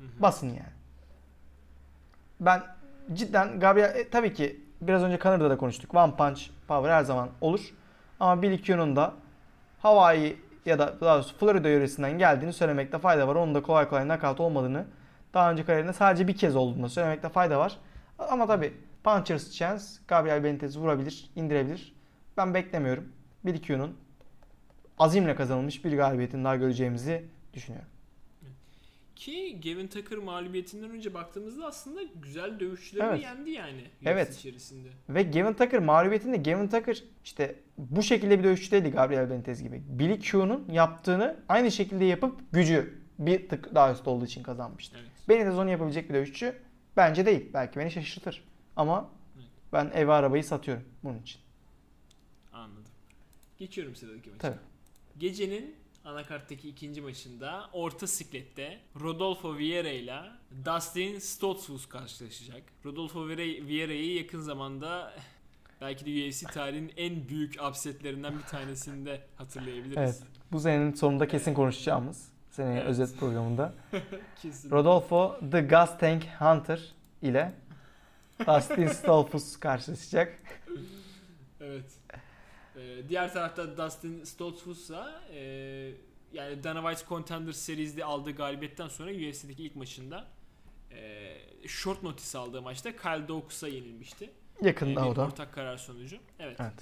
Basın yani. Ben cidden Gabriel tabii ki biraz önce Connor'da da konuştuk. One Punch Power her zaman olur. Ama Billy Q'nun da Hawaii ya da daha doğrusu Florida yöresinden geldiğini söylemekte fayda var. Onun da kolay kolay knockout olmadığını, daha önce kariyerinde sadece bir kez olduğunu söylemekte fayda var. Ama tabii Puncher's Chance Gabriel Benitez'i vurabilir, indirebilir. Ben beklemiyorum. Billy Q'nun azimle kazanılmış bir galibiyetini daha göreceğimizi düşünüyorum. Ki Gavin Tucker mağlubiyetinden önce baktığımızda aslında güzel dövüşçüleri Evet. yendi yani UFC Evet. içerisinde. Ve Gavin Tucker mağlubiyetinde Gavin Tucker işte bu şekilde bir dövüşçü değildi Gabriel Benitez gibi. Billy Q'nun yaptığını aynı şekilde yapıp gücü bir tık daha üst olduğu için kazanmıştı. Evet. Benitez onu yapabilecek bir dövüşçü bence değil. Belki beni şaşırtır. Ama Evet. ben eve arabayı satıyorum bunun için. Anladım. Geçiyorum sıradaki maça. Tabii. Gecenin anakarttaki ikinci maçında orta siklette Rodolfo Vieira ile Dustin Stoltzfus karşılaşacak. Rodolfo Vieira'yı yakın zamanda belki de UFC tarihinin en büyük upsetlerinden bir tanesini de hatırlayabiliriz. Evet. Bu senenin sonunda kesin konuşacağımız senenin Evet. özet programında. Kesinlikle. Rodolfo The Gas Tank Hunter ile Dustin Stoltzfus karşılaşacak. Evet. Diğer tarafta Dustin Stoltzfus yani Dana White Contender Series'de aldığı galibiyetten sonra UFC'deki ilk maçında short notice aldığı maçta Kyle Dawkins'a yenilmişti. Yakında o da. Ortak karar sonucu. Evet. Evet.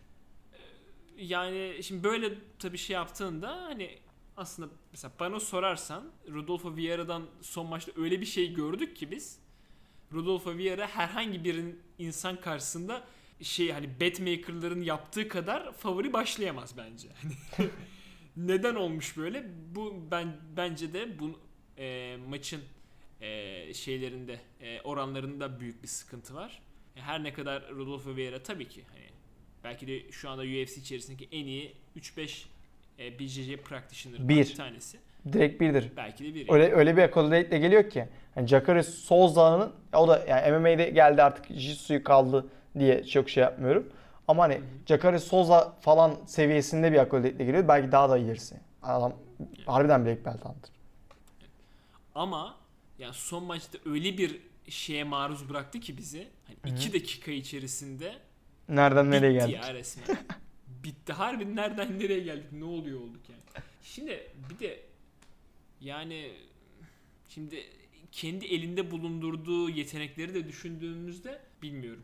Yani şimdi böyle tabii şey yaptığında hani aslında mesela bana sorarsan Rodolfo Vieira'dan son maçta öyle bir şey gördük ki biz. Rodolfo Vieira herhangi bir insan karşısında hani betmaker'ların yaptığı kadar favori başlayamaz bence. Neden olmuş böyle? Bu bence de bu maçın şeylerinde oranlarında büyük bir sıkıntı var. Her ne kadar Rodolfo Vieira tabii ki hani belki de şu anda UFC içerisindeki en iyi 3-5 BJJ practitioner'dan bir tanesi. Direkt birdir. Belki de biri. Öyle bir accolade geliyor ki. Yani Jacare Souza'nın o da yani MMA'de geldi artık Jiu-Jitsu'yu kaldı diye çok şey yapmıyorum. Ama hani Jacare Souza falan seviyesinde bir accolade geliyor. Belki daha da ilerisi. Adam harbiden Black Belt aldı. Ama yani son maçta öyle bir şeye maruz bıraktı ki bizi. Hani 2 dakika içerisinde nereden nereye geldik? Bitti ya resmen. Bitti. Harbi nereden nereye geldik? Ne oluyor olduk yani. Şimdi bir de yani şimdi kendi elinde bulundurduğu yetenekleri de düşündüğümüzde bilmiyorum.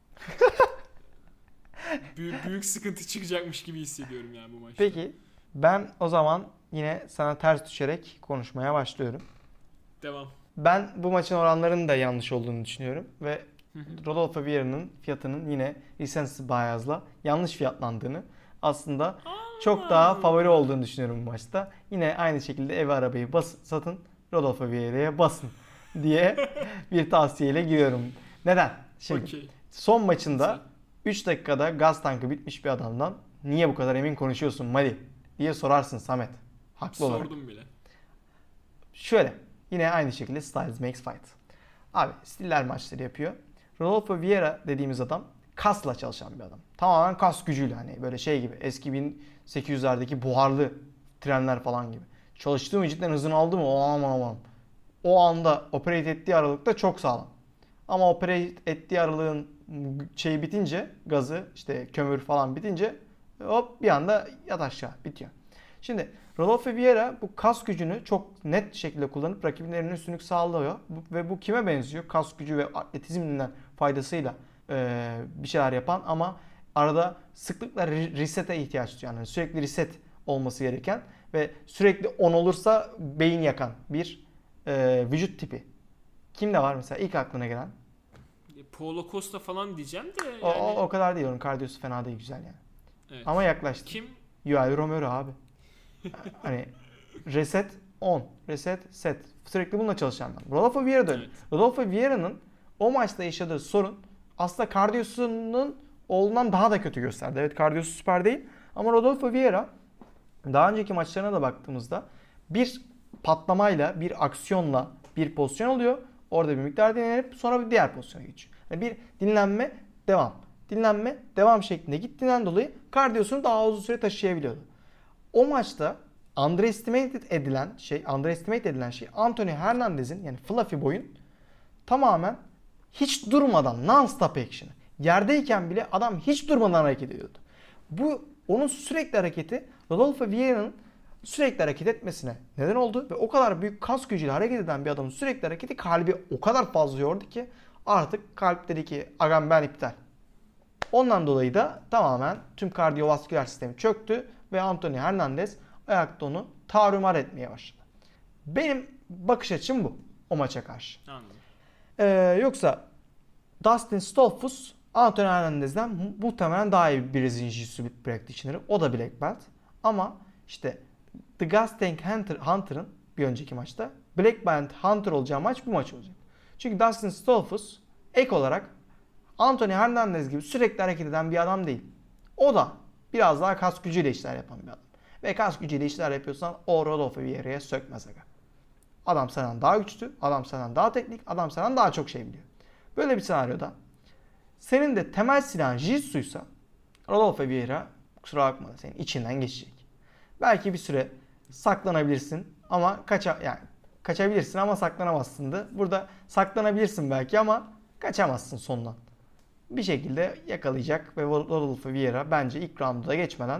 büyük sıkıntı çıkacakmış gibi hissediyorum yani bu maçta. Peki ben o zaman yine sana ters düşerek konuşmaya başlıyorum. Devam. Ben bu maçın oranlarının da yanlış olduğunu düşünüyorum ve Rodolfo Vieira'nın fiyatının yine lisanslı bayazla yanlış fiyatlandığını, aslında çok daha favori olduğunu düşünüyorum bu maçta. Yine aynı şekilde eve arabayı satın, Rodolfo Vieira'ya basın diye bir tavsiyeyle giriyorum. Neden? Şimdi son maçında 3 dakikada gaz tankı bitmiş bir adamdan niye bu kadar emin konuşuyorsun Mali diye sorarsın Samet. Haklı olarak. Sordum bile. Şöyle. Yine aynı şekilde Styles makes fight. Abi stiller maçları yapıyor. Rodolfo Vieira dediğimiz adam kasla çalışan bir adam. Tamamen kas gücüyle hani böyle şey gibi eski 1800'lerdeki buharlı trenler falan gibi. Çalıştığı vücutların hızını aldı mı aman. O anda operate ettiği aralıkta çok sağlam. Ama operate ettiği aralığın şeyi bitince gazı işte kömür falan bitince hop bir anda yat aşağı bitiyor. Şimdi Rodolfo Vieira bu kas gücünü çok net şekilde kullanıp rakiplerinin üstünlük sağlıyor. Ve bu kime benziyor? Kas gücü ve atletizmden faydasıyla bir şeyler yapan ama arada sıklıkla reset'e ihtiyaç duyan, yani sürekli reset olması gereken ve sürekli on olursa beyin yakan bir vücut tipi. Kimde var mesela ilk aklına gelen? Paulo Costa falan diyeceğim de yani... O kadar değil, onun kardiyosu fena değil, güzel yani. Evet. Ama yaklaştı. Kim? Yoel Romero abi. Hani reset on, reset set. Sürekli bununla çalışan adam. Rodolfo Vieira da öyle. Evet. Rodolfo Vieira'nın o maçta yaşadığı sorun aslında kardiyosunun olduğundan daha da kötü gösterdi. Evet, kardiyosu süper değil ama Rodolfo Vieira daha önceki maçlarına da baktığımızda bir patlamayla, bir aksiyonla bir pozisyon oluyor. Orada bir miktar dinlenip sonra bir diğer pozisyona geçiyor. Yani bir dinlenme, devam. Dinlenme, devam şeklinde gittiğinden dolayı kardiyosunu daha uzun süre taşıyabiliyordu. O maçta underestimate edilen şey Anthony Hernandez'in yani Fluffy Boy'un tamamen hiç durmadan non-stop action'ı. Yerdeyken bile adam hiç durmadan hareket ediyordu. Bu onun sürekli hareketi Rodolfo Vieira'nın sürekli hareket etmesine neden oldu ve o kadar büyük kas gücüyle hareket eden bir adamın sürekli hareketi kalbi o kadar fazla yordu ki artık kalp dedi ki agam ben iptal. Ondan dolayı da tamamen tüm kardiyovasküler sistemi çöktü ve Anthony Hernandez ayakta onu tarumar etmeye başladı. Benim bakış açım bu o maça karşı. Anladım. Yoksa Dustin Stolfus Anthony Hernandez'den muhtemelen daha iyi bir Brazilian Jiu-Jitsu practitioner'ı. O da black belt. Ama işte The Gas Tank Hunter'ın bir önceki maçta black belt Hunter olacağı maç bu maç olacak. Çünkü Dustin Stolfus ek olarak Anthony Hernandez gibi sürekli hareket eden bir adam değil. O da biraz daha kas gücüyle işler yapan bir adam. Ve kas gücüyle işler yapıyorsan o Rodolfo Vieira'ya sökmez aga. Adam senden daha güçlü, adam senden daha teknik, adam senden daha çok şey biliyor. Böyle bir senaryoda senin de temel silahın Jiu-Jitsu'ysa Rodolfo Vieira kusura bakma senin içinden geçecek. Belki bir süre saklanabilirsin ama kaçabilirsin ama saklanamazsın da. Burada saklanabilirsin belki ama kaçamazsın sondan. Bir şekilde yakalayacak ve Rodolfo Vieira bence ilk roundda geçmeden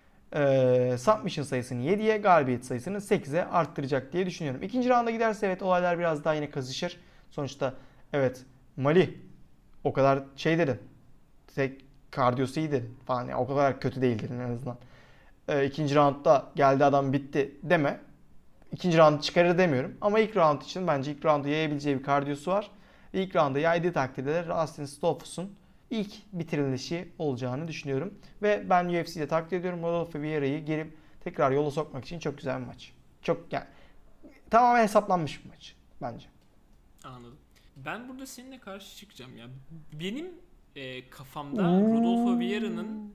submission sayısını 7'ye, galibiyet sayısını 8'e arttıracak diye düşünüyorum. İkinci rounda giderse evet olaylar biraz daha yine kızışır. Sonuçta evet Mali o kadar şey dedin. Tek kardiyosu iyi dedin falan. Yani o kadar kötü değil dedin en azından. İkinci roundda geldi adam bitti deme. İkinci round çıkarır demiyorum. Ama ilk round için bence ilk roundu yayabileceği bir kardiyosu var. İlk rounda yaydığı takdirde de Dustin Stolfus'un ilk bitirilişi olacağını düşünüyorum. Ve ben UFC'de takdir ediyorum. Rodolfo Vieira'yı geri tekrar yola sokmak için çok güzel bir maç. Çok yani tamamen hesaplanmış bir maç bence. Anladım. Ben burada seninle karşı çıkacağım ya. Benim kafamda Rodolfo Vieira'nın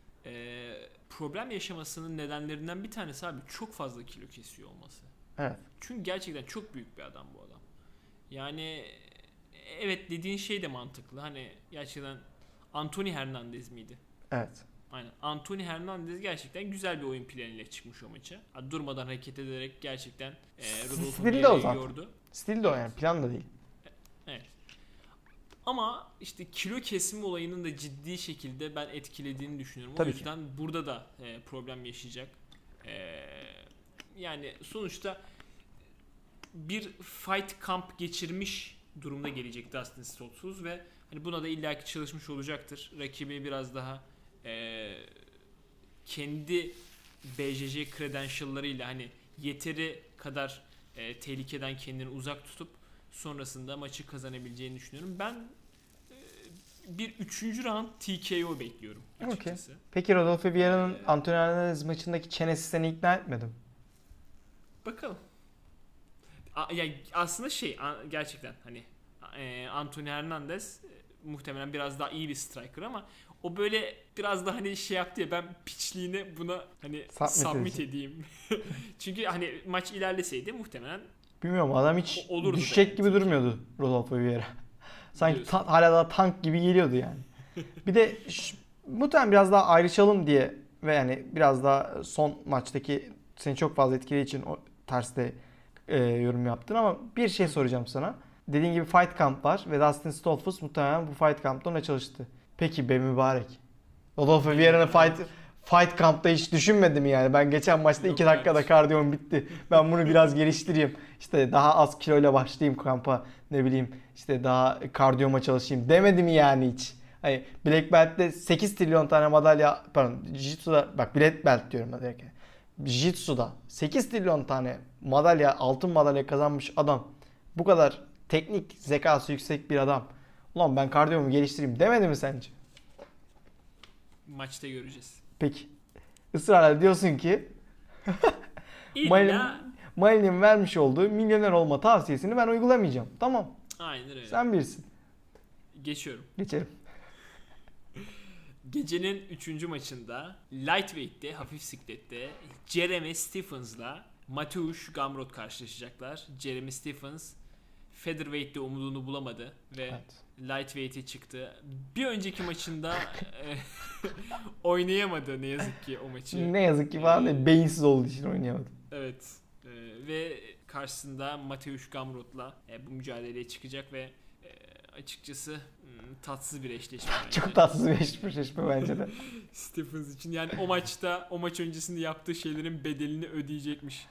problem yaşamasının nedenlerinden bir tanesi abi çok fazla kilo kesiyor olması. Evet. Çünkü gerçekten çok büyük bir adam bu adam. Yani evet dediğin şey de mantıklı. Hani gerçekten Anthony Hernandez miydi? Evet. Aynen. Anthony Hernandez gerçekten güzel bir oyun planıyla çıkmış o maça. Durmadan hareket ederek gerçekten Rodolfo Vieira'yı yordu. Stil de o yani plan da değil. Evet. Ama işte kilo kesme olayının da ciddi şekilde ben etkilediğini düşünüyorum. Tabii o yüzden ki. Burada da problem yaşayacak. Yani sonuçta bir fight camp geçirmiş durumda gelecek Dustin Stoltzfus ve hani buna da illaki çalışmış olacaktır. Rakibi biraz daha kendi BJJ credential'larıyla hani yeteri kadar tehlikeden kendini uzak tutup sonrasında maçı kazanabileceğini düşünüyorum. Ben bir 3. round TKO bekliyorum açıkçası. Okay. Peki Rodolfo Vieira'nın Anthony Hernandez maçındaki çenesi seni ikna etmedi mi? Bakalım. Ya aslında gerçekten hani Anthony Hernandez muhtemelen biraz daha iyi bir striker ama o böyle biraz da hani şey yaptı ya ben piçliğine buna hani submit edeyim. Çünkü hani maç ilerleseydi muhtemelen bilmiyorum adam hiç düşecek gibi durmuyordu Rodolfo Vieira. Sanki hala daha tank gibi geliyordu yani. Bir de muhtemelen biraz daha ayrışalım diye ve yani biraz daha son maçtaki seni çok fazla etkilediği için o terste yorum yaptın ama bir şey soracağım sana. Dediğin gibi Fight Camp var ve Dustin Stoltzfus muhtemelen bu Fight Camp'ta ona çalıştı. Peki be mübarek. Rodolfo Vieira'nın Fight Camp'ta hiç düşünmedim yani. Ben geçen maçta 2 dakikada kardiyom bitti. Ben bunu biraz geliştireyim. İşte daha az kiloyla başlayayım kampa. Ne bileyim işte daha kardiyoma çalışayım demedim yani hiç. Hani Black Belt'te 8 trilyon tane madalya Jiu-Jitsu'da bak Black Belt diyorum ben. Jiu-Jitsu'da 8 trilyon tane madalya, altın madalya kazanmış adam. Bu kadar teknik zekası yüksek bir adam. Ulan ben kardiyomu geliştireyim demedi mi sence? Maçta göreceğiz. Peki. Israrla diyorsun ki Mali'nin vermiş olduğu milyoner olma tavsiyesini ben uygulamayacağım. Tamam. Aynen öyle. Sen bilirsin. Geçiyorum. Geçelim. Gecenin 3. maçında Lightweight'te, hafif siklette Jeremy Stephens'la Mateusz Gamrot karşılaşacaklar. Jeremy Stephens featherweight'te umudunu bulamadı ve Evet. lightweight'e çıktı. Bir önceki maçında oynayamadı ne yazık ki o maçı. Ne yazık ki falan değil, beyinsiz olduğu için oynayamadı. Evet. Ve karşısında Mateusz Gamrot'la bu mücadeleye çıkacak ve açıkçası tatsız bir eşleşme bence. Çok tatsız bir eşleşme bence de. Stephens için yani o maç öncesinde yaptığı şeylerin bedelini ödeyecekmiş.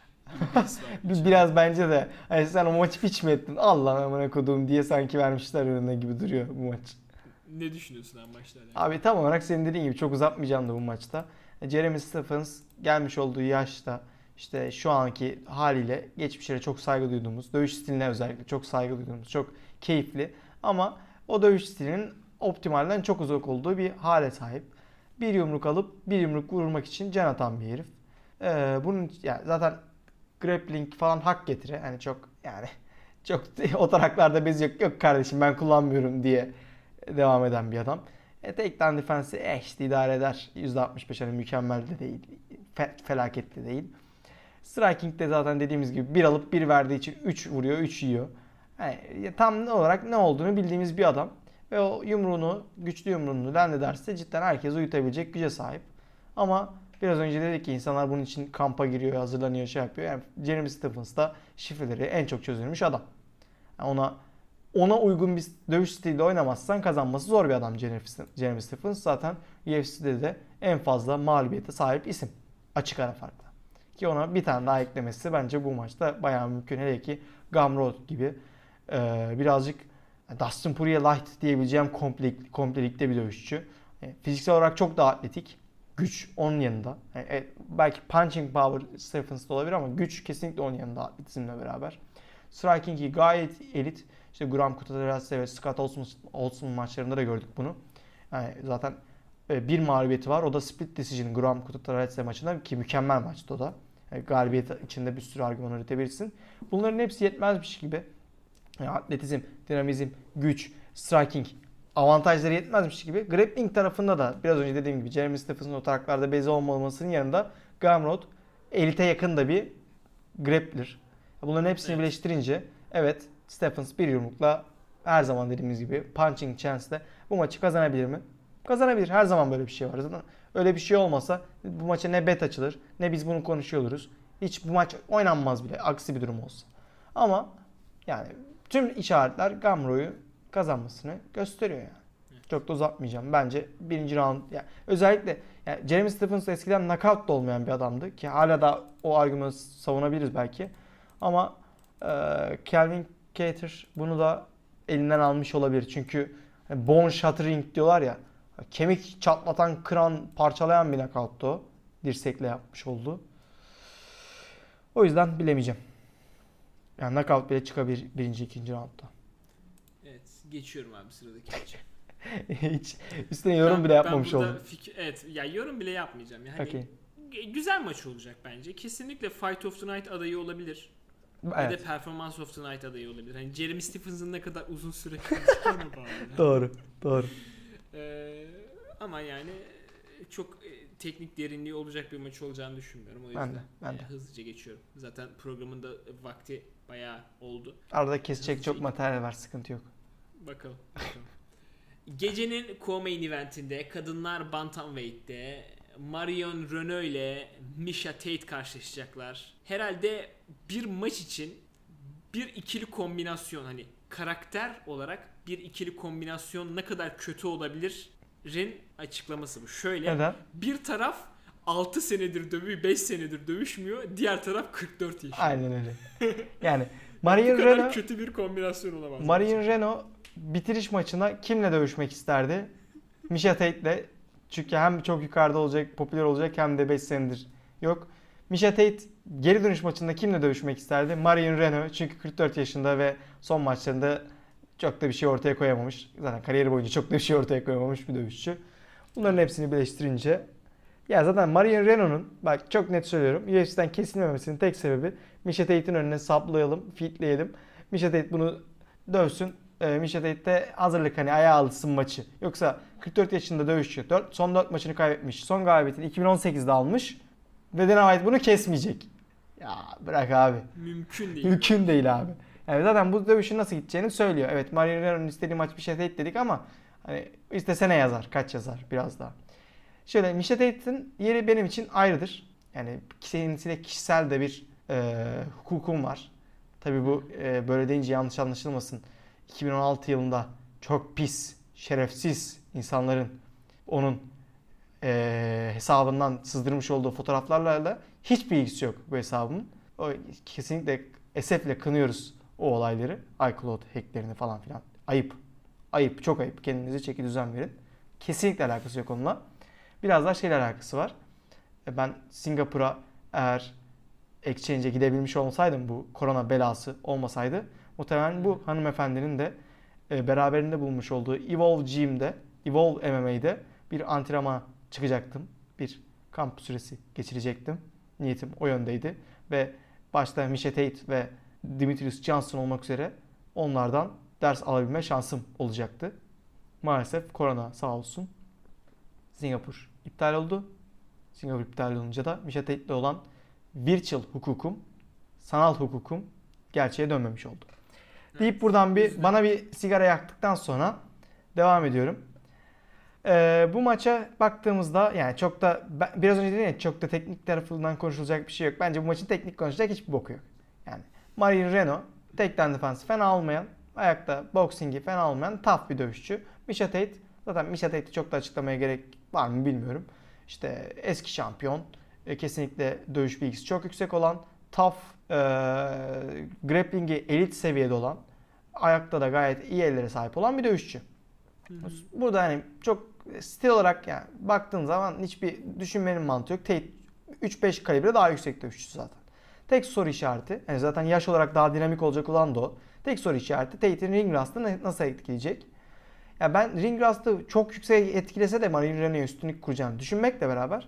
Biraz bence de hani sen o maçı hiç mi ettin? Allah amına koduğum diye sanki vermişler önüne gibi duruyor bu maç. Ne düşünüyorsun abi maçlarla? Abi tam olarak senin dediğin gibi çok uzatmayacağım da bu maçta. Jeremy Stephens gelmiş olduğu yaşta işte şu anki haliyle geçmişlere çok saygı duyduğumuz, dövüş stiline özellikle çok saygı duyduğumuz, çok keyifli ama o dövüş stilinin optimalden çok uzak olduğu bir hale sahip. Bir yumruk alıp bir yumruk vurmak için can atan bir herif. Bunun yani zaten grappling falan hak getire. Hani çok yani çok o taraklarda bez yok kardeşim ben kullanmıyorum diye devam eden bir adam. Takedown defense'i işte idare eder. %65 hani mükemmel de değil. Felaket de değil. Striking'de zaten dediğimiz gibi bir alıp bir verdiği için 3 vuruyor, 3 yiyor. Yani tam olarak ne olduğunu bildiğimiz bir adam. Ve o yumruğunu, güçlü yumruğunu land ederse cidden herkes uyutabilecek güce sahip. Ama biraz önce dedik ki insanlar bunun için kampa giriyor, hazırlanıyor, şey yapıyor. Yani Jeremy Stephens da şifreleri en çok çözülmüş adam. Yani ona uygun bir dövüş stiliyle oynamazsan kazanması zor bir adam Jeremy Stephens. Zaten UFC'de de en fazla mağlubiyete sahip isim. Açık ara farkla. Ki ona bir tane daha eklemesi bence bu maçta bayağı mümkün. Hele ki Gamrot gibi birazcık Dustin Poirier light diyebileceğim komplelikte bir dövüşçü. Fiziksel olarak çok daha atletik. Güç onun yanında. Belki punching power Stephens'da olabilir ama güç kesinlikle onun yanında atletizmle beraber. Striking'i gayet elit. İşte Guram Kutateladze ve Scott Olson maçlarında da gördük bunu. Yani zaten bir mağlubiyeti var. O da split decision Guram Kutateladze maçında ki mükemmel maçtı o da. Yani galibiyet içinde bir sürü argüman üretebilirsin. Bunların hepsi yetmezmiş gibi. Yani atletizm, dinamizm, güç, striking avantajları yetmezmiş gibi. Grappling tarafında da biraz önce dediğim gibi Jeremy Stephens'ın o taraklarda bezi olmamasının yanında Gamrot elite yakın da bir grappler. Bunların hepsini birleştirince evet Stephens bir yumrukla her zaman dediğimiz gibi punching chance'le bu maçı kazanabilir mi? Kazanabilir. Her zaman böyle bir şey var. Zaten öyle bir şey olmasa bu maça ne bet açılır ne biz bunu konuşuyor oluruz. Hiç bu maç oynanmaz bile aksi bir durum olsa. Ama yani tüm işaretler Gamrot'u kazanmasını gösteriyor yani. Çok da uzatmayacağım. Bence birinci round yani özellikle yani Jeremy Stephens eskiden knockout da olmayan bir adamdı ki hala da o argümanı savunabiliriz belki. Ama Calvin Kattar bunu da elinden almış olabilir. Çünkü bone shattering diyorlar ya. Kemik çatlatan, kıran, parçalayan bir knockout'tu o. Dirsekle yapmış oldu. O yüzden bilemeyeceğim. Yani knockout bile çıkabilir birinci, ikinci roundda. Evet. Geçiyorum abi sıradaki maça. Hiç üstüne yorum bile yapmamış oldum. Evet. Ya yorum bile yapmayacağım. Yani Okay. Güzel maç olacak bence. Kesinlikle Fight of the Night adayı olabilir. Evet. Ya da Performance of the Night adayı olabilir. Hani Jeremy Stephens'ın ne kadar uzun süre kalacağına bağlı. Doğru. Ama yani çok teknik derinliği olacak bir maç olacağını düşünmüyorum. O yüzden Ben de. Hızlıca geçiyorum. Zaten programın da vakti bayağı oldu. Arada kesecek çok materyal var, sıkıntı yok. Bakalım. Gecenin co-main eventinde kadınlar bantamweight'te Marion Renaud ile Miesha Tate karşılaşacaklar. Herhalde bir maç için bir ikili kombinasyon hani karakter olarak bir ikili kombinasyon ne kadar kötü olabilirin açıklaması bu. Şöyle Neden? bir taraf 6 senedir dövüyor, 5 senedir dövüşmüyor. Diğer taraf 44 yaşında. Aynen öyle. Yani Bu Marion kadar Renaud kötü bir kombinasyon olamaz. Marion Renaud bitiriş maçına kimle dövüşmek isterdi? Miesha Tate'le. Çünkü hem çok yukarıda olacak, popüler olacak hem de 5 senedir yok. Miesha Tate geri dönüş maçında kimle dövüşmek isterdi? Marion Renaud. Çünkü 44 yaşında ve son maçlarında çok da bir şey ortaya koyamamış. Zaten kariyeri boyunca çok da bir şey ortaya koyamamış bir dövüşçü. Bunların hepsini birleştirince ya zaten Marion Renaud'un bak çok net söylüyorum UFC'den kesilmemesinin tek sebebi Miesha Tate'in önüne saplayalım, fitleyelim. Miesha Tate bunu dövsün. Miesha Tate'de hazırlık hani ayağa alsın maçı. Yoksa 44 yaşında dövüşçü. Son 4 maçını kaybetmiş. Son galibiyetini 2018'de almış. Ve Dana White bunu kesmeyecek. Ya bırak abi. Mümkün değil. Mümkün değil abi. Yani zaten bu dövüşün nasıl gideceğini söylüyor. Evet, Mario Reno'nun istediği maç Misha Tate dedik ama hani istesene yazar. Kaç yazar biraz daha. Şöyle, Misha Tate'in yeri benim için ayrıdır. Yani kendisiyle kişisel de bir hukukum var. Tabii bu böyle deyince yanlış anlaşılmasın. 2016 yılında çok pis, şerefsiz insanların onun hesabından sızdırmış olduğu fotoğraflarla da hiçbir ilgisi yok bu hesabın. O kesinlikle esefle kınıyoruz o olayları. iCloud hacklerini falan filan. Ayıp. Ayıp, çok ayıp. Kendinize çeki düzen verin. Kesinlikle alakası yok onunla. Biraz daha şeyle alakası var. Ben Singapur'a eğer exchange'e gidebilmiş olsaydım, bu korona belası olmasaydı, muhtemelen bu hanımefendinin de beraberinde bulmuş olduğu Evolve Gym'de, Evolve MMA'de bir antrenmana çıkacaktım. Bir kamp süresi geçirecektim. Niyetim o yöndeydi. Ve başta Misha Tate ve Demetrius Johnson olmak üzere onlardan ders alabilme şansım olacaktı. Maalesef korona sağ olsun Singapur iptal oldu. Singapur iptal olunca da Misha Tate'le olan virtual hukukum, sanal hukukum gerçeğe dönmemiş oldu. Deyip buradan bana bir sigara yaktıktan sonra devam ediyorum. Bu maça baktığımızda yani çok da biraz önce dedim ya, çok da teknik tarafından konuşulacak bir şey yok. Bence bu maçın teknik konuşacak hiçbir boku yok. Yani Marion Reneau takedown defansı fena olmayan, ayakta boxing'i fena olmayan tough bir dövüşçü. Misha Tate, zaten Misha Tate'i çok da açıklamaya gerek var mı bilmiyorum. İşte eski şampiyon, kesinlikle dövüş bilgisi çok yüksek olan, tough, grappling'i elit seviyede olan, ayakta da gayet iyi ellere sahip olan bir dövüşçü. Burada hani çok stil olarak yani baktığın zaman hiçbir düşünmenin mantığı yok. Tate 3-5 kalibre daha yüksek dövüşçü zaten. Tek soru işareti, yani zaten yaş olarak daha dinamik olacak olan da o. Tek soru işareti Tate'in ring rust'ı nasıl etkileyecek? Yani ben ring rust'ı çok yüksek etkilese de Marion Reneau'ya üstünlük kuracağını düşünmekle beraber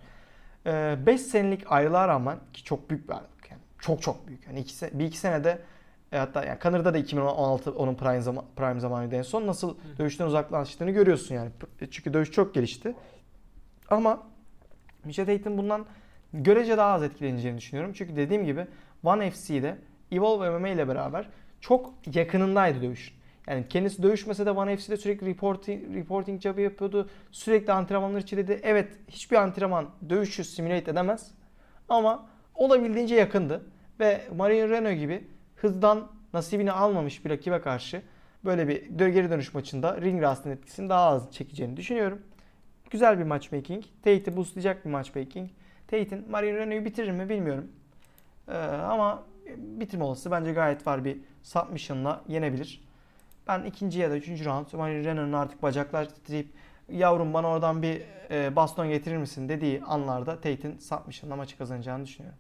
5 senelik ayrılığa rağmen, ki çok büyük bir ayrılık yani çok büyük. Yani bir iki senede hatta yani Connor'da da 2016 onun prime zamanıydı en son. Nasıl dövüşten uzaklaştığını görüyorsun yani. Çünkü dövüş çok gelişti. Ama Misha Tate'in bundan görece daha az etkileneceğini düşünüyorum. Çünkü dediğim gibi One FC'de Evolve MMA ile beraber çok yakınındaydı dövüş. Yani kendisi dövüşmese de One FC'de sürekli reporting job yapıyordu. Sürekli antrenmanlar içindeydi. Evet, hiçbir antrenman dövüşü simüle edemez. Ama olabildiğince yakındı. Ve Marion Reneau gibi hızdan nasibini almamış bir rakibe karşı böyle bir geri dönüş maçında ring rust'ın etkisini daha az çekeceğini düşünüyorum. Güzel bir matchmaking. Tate'i boostlayacak bir matchmaking. Tate'in Marion Reneau'yu bitirir mi bilmiyorum. Ama bitirme olasılığı bence gayet var. Bir submission'la yenebilir. Ben ikinci ya da üçüncü round Marion Reneau'nun artık bacaklar titreyip yavrum bana oradan bir baston getirir misin dediği anlarda Tate'in submission'la maçı kazanacağını düşünüyorum.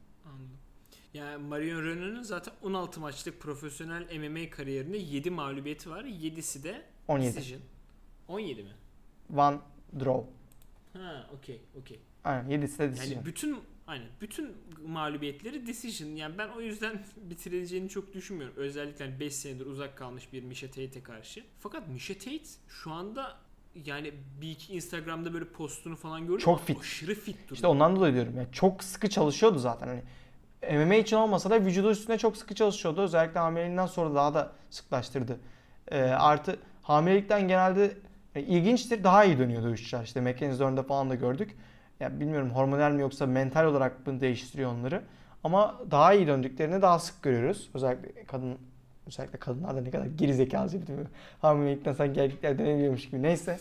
Yani Marion Reneau'nun zaten 16 maçlık profesyonel MMA kariyerinde 7 mağlubiyeti var. 7'si de 17. decision. 17 mi? One draw. Ha, okey. Aynen, 7'si de decision. Yani bütün mağlubiyetleri decision. Yani ben o yüzden bitirileceğini çok düşünmüyorum. Özellikle 5 senedir uzak kalmış bir Misha Tate'e karşı. Fakat Misha Tate şu anda yani bir iki Instagram'da böyle postunu falan gördüm. Çok fit. Aşırı fit duruyor. İşte ondan dolayı diyorum. Yani çok sıkı çalışıyordu zaten. Hani MMA için olmasa da vücudu üstüne çok sıkı çalışıyordu. Özellikle hamileliğinden sonra daha da sıklaştırdı. Artı hamilelikten genelde ilginçtir, daha iyi dönüyor dövüşçüler. İşte Mackenzie'de falan da gördük. Ya bilmiyorum hormonal mi yoksa mental olarak mı değiştiriyor onları. Ama daha iyi döndüklerini daha sık görüyoruz. Özellikle kadınlarda ne kadar gerizekalı değil mi? Hamilelikten sanki erkekler dönebiliyormuş gibi. Neyse.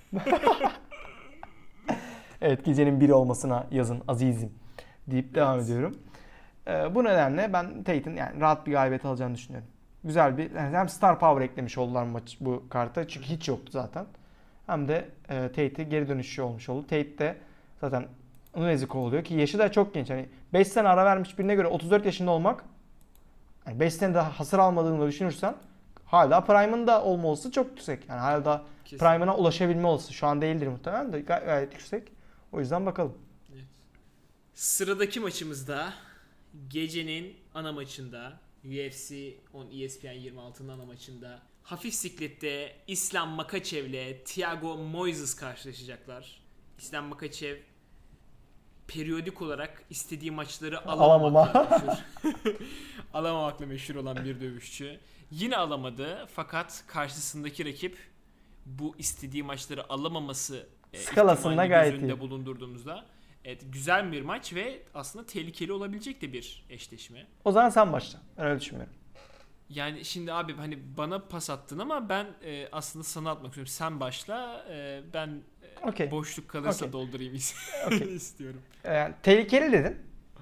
Evet, gecenin biri olmasına yazın azizim deyip devam ediyorum. Bu nedenle ben Tate'in yani rahat bir galibiyet alacağını düşünüyorum. Güzel bir hem star power eklemiş oldular bu karta çünkü hiç yoktu zaten. Hem de Tate'e geri dönüşü olmuş oldu. Tate de zaten Nunezik oluyor ki yaşı da çok genç. Hani 5 sene ara vermiş birine göre 34 yaşında olmak, yani 5 sene daha hasar almadığını düşünürsen hala prime'ında olma olasılığı çok yüksek. Yani hala prime'ına ulaşabilme olasılığı şu an değildir muhtemelen de gayet yüksek. O yüzden bakalım. Evet. Sıradaki maçımızda gecenin ana maçında UFC 10 ESPN 26'nın ana maçında hafif siklette İslam Makhachev ile Thiago Moises karşılaşacaklar. İslam Makhachev periyodik olarak istediği maçları alamamakla meşhur olan bir dövüşçü. Yine alamadı fakat karşısındaki rakip bu istediği maçları alamaması Skalasında ihtimalini gayet göz önünde iyi. bulundurduğumuzda evet, güzel bir maç ve aslında tehlikeli olabilecek de bir eşleşme. O zaman sen başla. Ben öyle düşünmüyorum. Yani şimdi abi hani bana pas attın ama ben aslında sana atmak istiyorum. Sen başla. Ben Okey. boşluk kalırsa Okey. doldurayım Okey. istiyorum. Tehlikeli dedin.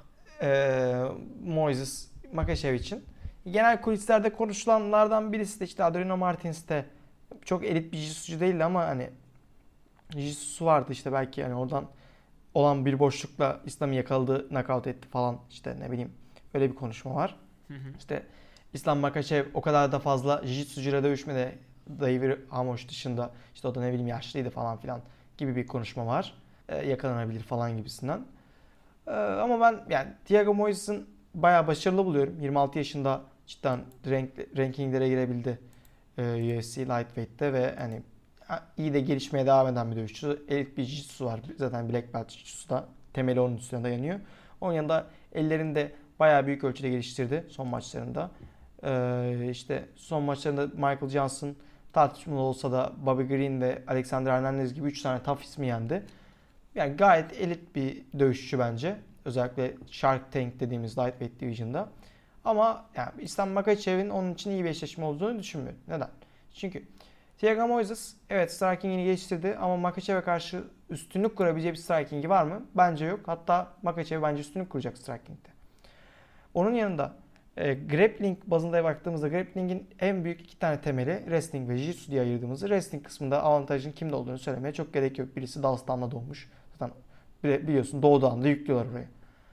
Moises Makachev için. Genel kulislerde konuşulanlardan birisi de işte Adriano Martins de çok elit bir jiu-jitsucu değildi ama hani jiu-jitsu vardı işte belki hani oradan olan bir boşlukla İslam'ı yakaladı, knockout etti falan işte ne bileyim öyle bir konuşma var. İşte İslam Makhachev o kadar da fazla jiu-jitsucuyla dövüşmedi. Davir Hamoş dışında işte o da ne bileyim yaşlıydı falan filan gibi bir konuşma var. Yakalanabilir falan gibisinden. Ama ben yani Thiago Moises'ın bayağı başarılı buluyorum. 26 yaşında cidden rankinglere girebildi UFC Lightweight'te ve hani iyi de gelişmeye devam eden bir dövüşçü. Elit bir jiu-jitsu var. Zaten Black Belt jiu-jitsu da temeli onun üstüne dayanıyor. Onun yanında ellerini de bayağı büyük ölçüde geliştirdi son maçlarında. İşte son maçlarında Michael Johnson tartışmalı olsa da Bobby Green ve Alexander Hernandez gibi 3 tane tough ismi yendi. Yani gayet elit bir dövüşçü bence. Özellikle Shark Tank dediğimiz Lightweight Division'da. Ama yani İslam Makhachev'in onun için iyi bir eşleşme olduğunu düşünmüyorum. Neden? Çünkü Thiago Moises evet striking'ini geliştirdi ama Makhachev'e karşı üstünlük kurabileceği bir striking'i var mı? Bence yok. Hatta Makhachev bence üstünlük kuracak striking'de. Onun yanında grappling bazında baktığımızda grappling'in en büyük iki tane temeli wrestling ve jiu-jitsu diye ayırdığımızda wrestling kısmında avantajın kimde olduğunu söylemeye çok gerek yok. Birisi Dağıstan'da doğmuş. Zaten biliyorsun Doğu'dan da yüklüyorlar oraya.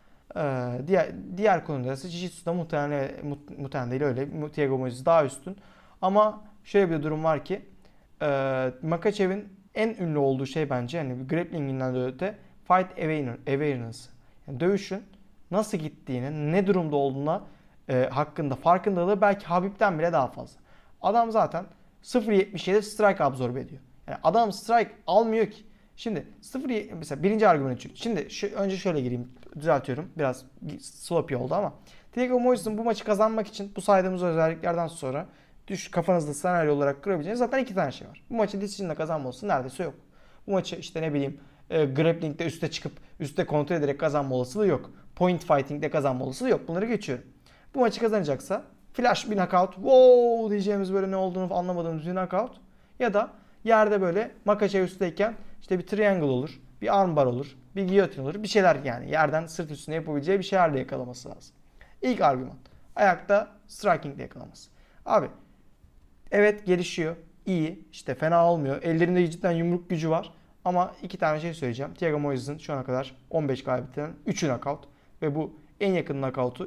Diğer konuda ise jiu-jitsu'da muhtemelen değil öyle. Thiago Moises daha üstün. Ama şöyle bir durum var ki Makhachev'in en ünlü olduğu şey bence hani grappling'inden de öte fight awareness. Yani dövüşün nasıl gittiğini, ne durumda olduğuna hakkında farkındalığı belki Habib'den bile daha fazla. Adam zaten 0.77 strike absorbe ediyor. Yani adam strike almıyor ki. Şimdi 0 mesela birinci argümanı çıktı. Şimdi önce şöyle gireyim. Düzeltiyorum. Biraz sloppy oldu ama Thiago Moises'ın bu maçı kazanmak için bu saydığımız özelliklerden sonra kafanızda senaryo olarak kurabileceğiniz zaten iki tane şey var. Bu maçı decision'la kazanması neredeyse yok. Bu maçı işte ne bileyim grappling'de üste çıkıp üste kontrol ederek kazanma olasılığı yok. Point fighting'de kazanma olasılığı yok. Bunları geçiyorum. Bu maçı kazanacaksa flash bir knockout, wow diyeceğimiz böyle ne olduğunu anlamadığımız bir knockout ya da yerde böyle Makhachev üstteyken işte bir triangle olur, bir armbar olur, bir guillotine olur, bir şeyler yani yerden sırt üstüne yapabileceği bir şeylerle yakalaması lazım. İlk argüman. Ayakta strikingle yakalaması. Abi evet gelişiyor, iyi, işte fena olmuyor. Ellerinde cidden yumruk gücü var. Ama iki tane şey söyleyeceğim. Thiago Moises'ın şu ana kadar 15 galibiyetinden 3'ü knockout ve bu en yakın knockout'u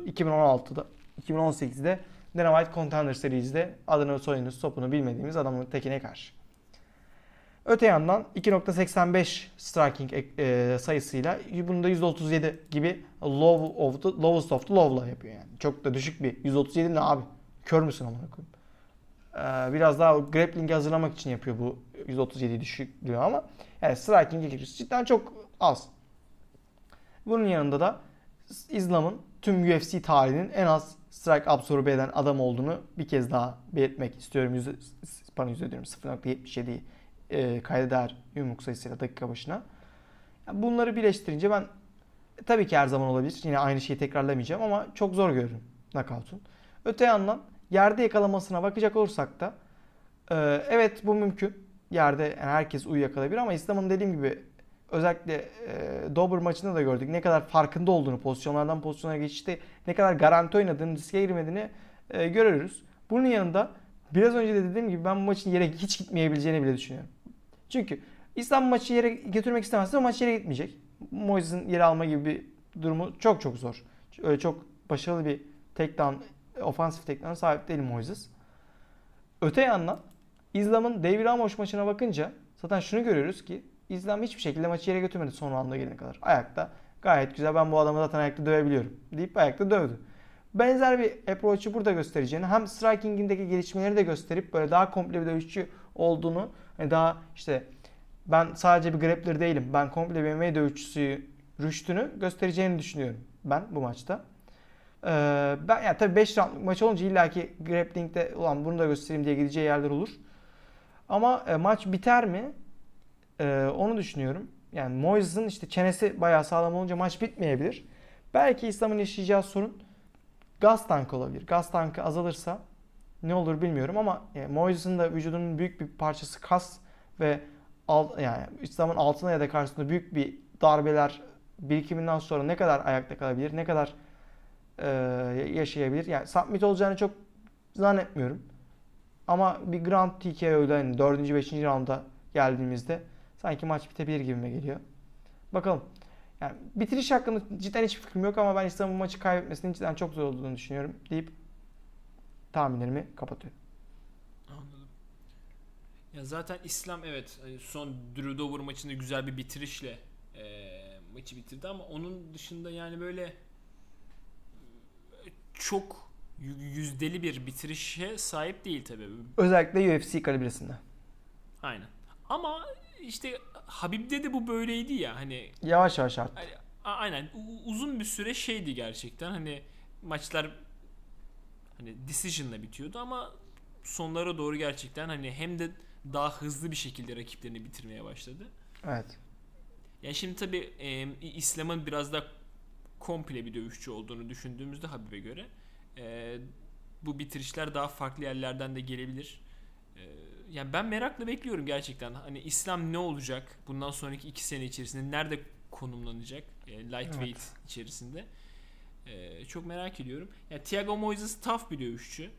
2018'de Dana White Contender Series'de adını soyunu sopunu bilmediğimiz adamın tekine karşı. Öte yandan 2.85 striking sayısıyla bunu da %37 gibi lowest of the low'la yapıyor yani. Çok da düşük bir 137 ne abi? Kör müsün amına koyayım? Biraz daha grappling'i hazırlamak için yapıyor bu 137 düşük diyor ama yani striking'e girişi cidden çok az. Bunun yanında da İslam'ın tüm UFC tarihinin en az strike absorbe eden adam olduğunu bir kez daha belirtmek istiyorum. %0.77 kayda değer yumruk sayısıyla dakika başına. Yani bunları birleştirince ben tabii ki her zaman olabilir. Yine aynı şeyi tekrarlamayacağım ama çok zor görürüm knockout'un. Öte yandan yerde yakalamasına bakacak olursak da evet bu mümkün. Yerde yani herkes uyuyakalabilir ama İslam'ın dediğim gibi özellikle Dober maçında da gördük. Ne kadar farkında olduğunu, pozisyonlardan pozisyona geçişte ne kadar garanti oynadığını, riske girmediğini görürüz. Bunun yanında biraz önce de dediğim gibi ben bu maçın yere hiç gitmeyebileceğini bile düşünüyorum. Çünkü İslam maçı yere götürmek istemezse o maç yere gitmeyecek. Moises'in yere alma gibi bir durumu çok çok zor. Öyle çok başarılı bir takedown, ofansif takedown'a sahip değil Moises. Öte yandan İslam'ın David Ramos maçına bakınca zaten şunu görüyoruz ki İslam hiçbir şekilde maçı yere götürmedi son rounda gelene kadar. Ayakta gayet güzel, ben bu adamı zaten ayakta dövebiliyorum deyip ayakta dövdü. Benzer bir approach'u burada göstereceğini, hem striking'indeki gelişmeleri de gösterip böyle daha komple bir dövüşçü olduğunu, hani daha işte ben sadece bir grappler değilim, ben komple bir MMA dövüşçüsü rüştünü göstereceğini düşünüyorum ben bu maçta. Ben yani tabii 5 roundluk maç olunca illaki grappling'de ulan bunu da göstereyim diye gideceği yerler olur. Ama maç biter mi? Onu düşünüyorum. Yani Moises'ın işte çenesi bayağı sağlam olunca maç bitmeyebilir. Belki İslam'ın yaşayacağı sorun gaz tankı olabilir. Gaz tankı azalırsa ne olur bilmiyorum ama Moises'ın da vücudunun büyük bir parçası kas ve yani İslam'ın altına ya da karşısında büyük bir darbeler birikiminden sonra ne kadar ayakta kalabilir, ne kadar yaşayabilir. Yani submit olacağını çok zannetmiyorum. Ama bir Grand TKO'da hani 4. 5. rounda geldiğimizde sanki maç bitebilir gibime geliyor. Bakalım. Yani bitiriş hakkında cidden hiçbir fikrim yok ama ben İslam'ın maçı kaybetmesinin cidden çok zor olduğunu düşünüyorum deyip tahminlerimi kapatıyorum. Anladım. Ya zaten İslam evet hani son Drew Dober maçında güzel bir bitirişle maçı bitirdi ama onun dışında yani böyle çok yüzdeli bir bitirişe sahip değil tabii. Özellikle UFC kalibresinde. Aynen. Ama işte Habib'de de bu böyleydi ya hani Yavaş yavaş arttı. aynen uzun bir süre şeydi gerçekten hani maçlar hani decision'la bitiyordu ama sonlara doğru gerçekten hani hem de daha hızlı bir şekilde rakiplerini bitirmeye başladı. Evet. Yani şimdi tabii İslam'ın biraz da komple bir dövüşçü olduğunu düşündüğümüzde Habib'e göre bu bitirişler daha farklı yerlerden de gelebilir. Yani ben merakla bekliyorum gerçekten. Hani İslam ne olacak? Bundan sonraki 2 sene içerisinde nerede konumlanacak? Lightweight Evet. içerisinde. Çok merak ediyorum. Yani Thiago Moises tough bir dövüşçü.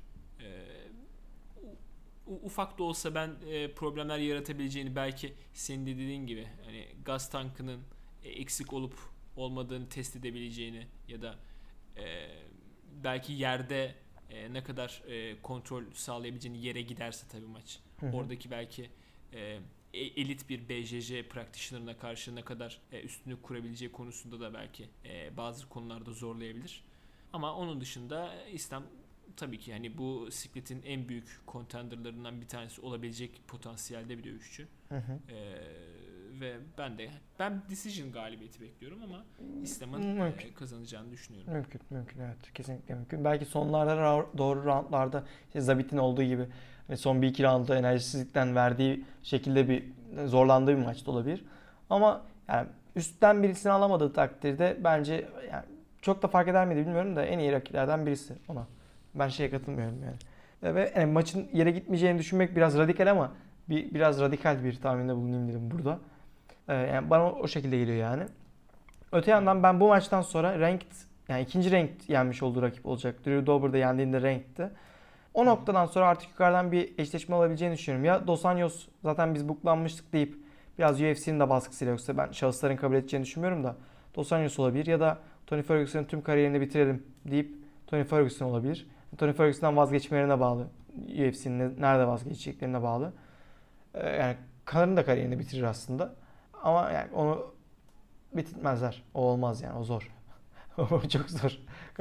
Ufak da olsa ben problemler yaratabileceğini belki senin de dediğin gibi hani gaz tankının eksik olup olmadığını test edebileceğini ya da belki yerde ne kadar kontrol sağlayabileceğini yere giderse tabii maç. Hı hı. Oradaki belki elit bir BJJ practitioner'ına karşı ne kadar üstünlük kurabileceği konusunda da belki bazı konularda zorlayabilir. Ama onun dışında İslam tabii ki hani bu sikletin en büyük contenderlarından bir tanesi olabilecek potansiyelde bir dövüşçü. Hı hı. Ve ben decision galibiyeti bekliyorum ama İslam'ın kazanacağını düşünüyorum. Mümkün evet, kesinlikle mümkün. Belki sonlarda doğru roundlarda işte Zabit'in olduğu gibi hani son bir iki roundda enerjisizlikten verdiği şekilde bir zorlandığı bir maçta olabilir. Ama yani üstten birisini alamadığı takdirde bence yani çok da fark eder miydi bilmiyorum da en iyi rakiplerden birisi ona. Ben şeye katılmıyorum yani. Ve yani maçın yere gitmeyeceğini düşünmek biraz radikal ama biraz radikal bir tahminde bulunayım dedim burada. Yani bana o şekilde geliyor yani. Öte yandan ben bu maçtan sonra yani ikinci ranked yenmiş olduğu rakip olacak. Drew Dober'da yendiğinde ranked'ti. O noktadan sonra artık yukarıdan bir eşleşme alabileceğini düşünüyorum. Ya Dos Anjos zaten biz booklanmıştık deyip biraz UFC'nin de baskısıyla yoksa ben şahısların kabul edeceğini düşünmüyorum da Dos Anjos olabilir ya da Tony Ferguson'ın tüm kariyerini bitirelim deyip Tony Ferguson olabilir. Tony Ferguson'dan vazgeçmelerine bağlı. UFC'nin nerede vazgeçeceklerine bağlı. Yani Connor'ın da kariyerini bitirir aslında. Ama yani onu bitirmezler. O olmaz yani. O zor. O çok zor.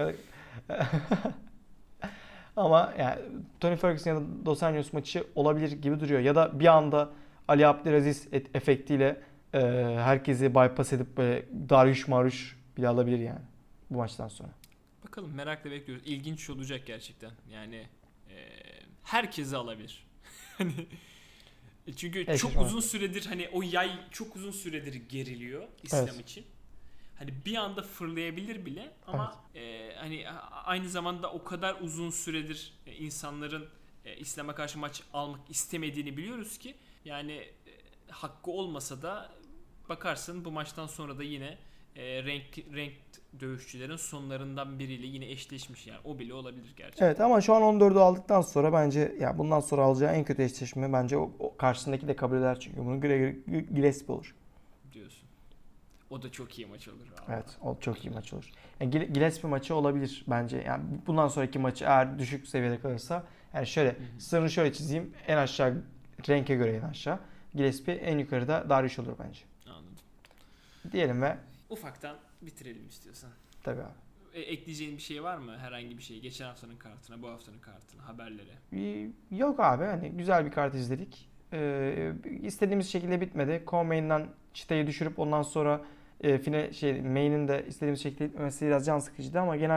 Ama yani Tony Ferguson ya da Dos Anjos maçı olabilir gibi duruyor. Ya da bir anda Ali Abdelaziz efektiyle herkesi bypass edip böyle Dariush Marush bile alabilir yani bu maçtan sonra. Bakalım merakla bekliyoruz. İlginç olacak gerçekten. Yani herkesi alabilir. Hani çünkü çok uzun süredir hani o yay çok uzun süredir geriliyor İslam için. Hani bir anda fırlayabilir bile ama hani aynı zamanda o kadar uzun süredir insanların İslam'a karşı maç almak istemediğini biliyoruz ki yani hakkı olmasa da bakarsın bu maçtan sonra da yine ranked dövüşçülerin sonlarından biriyle yine eşleşmiş yani o bile olabilir gerçekten. Evet ama şu an 14'ü aldıktan sonra bence ya bundan sonra alacağı en kötü eşleşme bence o karşısındaki de kabul eder çünkü bunu Gillespie olur. Diyorsun. O da çok iyi maç olur. Evet, o çok iyi maç olur. Yani Gillespie maçı olabilir bence. Yani bundan sonraki maçı eğer düşük seviyede kalırsa yani şöyle sınırını şöyle çizeyim. En aşağı renke göre en aşağı. Gillespie en yukarıda Dariush olur bence. Anladım. Diyelim ve ufaktan bitirelim istiyorsan. Tabii abi. Ekleyeceğin bir şey var mı? Herhangi bir şey. Geçen haftanın kartına, bu haftanın kartına, haberlere. Yok abi. Hani güzel bir kart izledik. İstediğimiz şekilde bitmedi. Co-main'den çıtayı düşürüp ondan sonra main'in de istediğimiz şekilde bitmemesi biraz can sıkıcıydı ama genel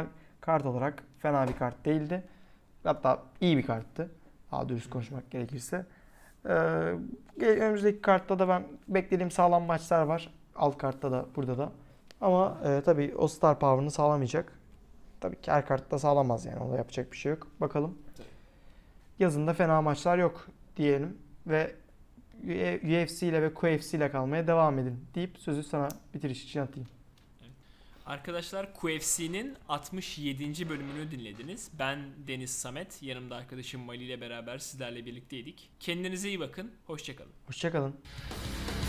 kart olarak fena bir kart değildi. Hatta iyi bir karttı. Daha dürüst konuşmak gerekirse. Önümüzdeki kartta da ben beklediğim sağlam maçlar var. Alt kartta da burada da. Ama tabii o star power'ını sağlamayacak. Tabii ki her kartta sağlamaz yani. Onda yapacak bir şey yok. Bakalım. Yazında fena maçlar yok diyelim. Ve UFC ile ve QFC ile kalmaya devam edin deyip sözü sana bitiriş için atayım. Arkadaşlar QFC'nin 67. bölümünü dinlediniz. Ben Deniz Samet, yanımda arkadaşım Mali ile beraber sizlerle birlikteydik. Kendinize iyi bakın, hoşça kalın. Hoşça kalın.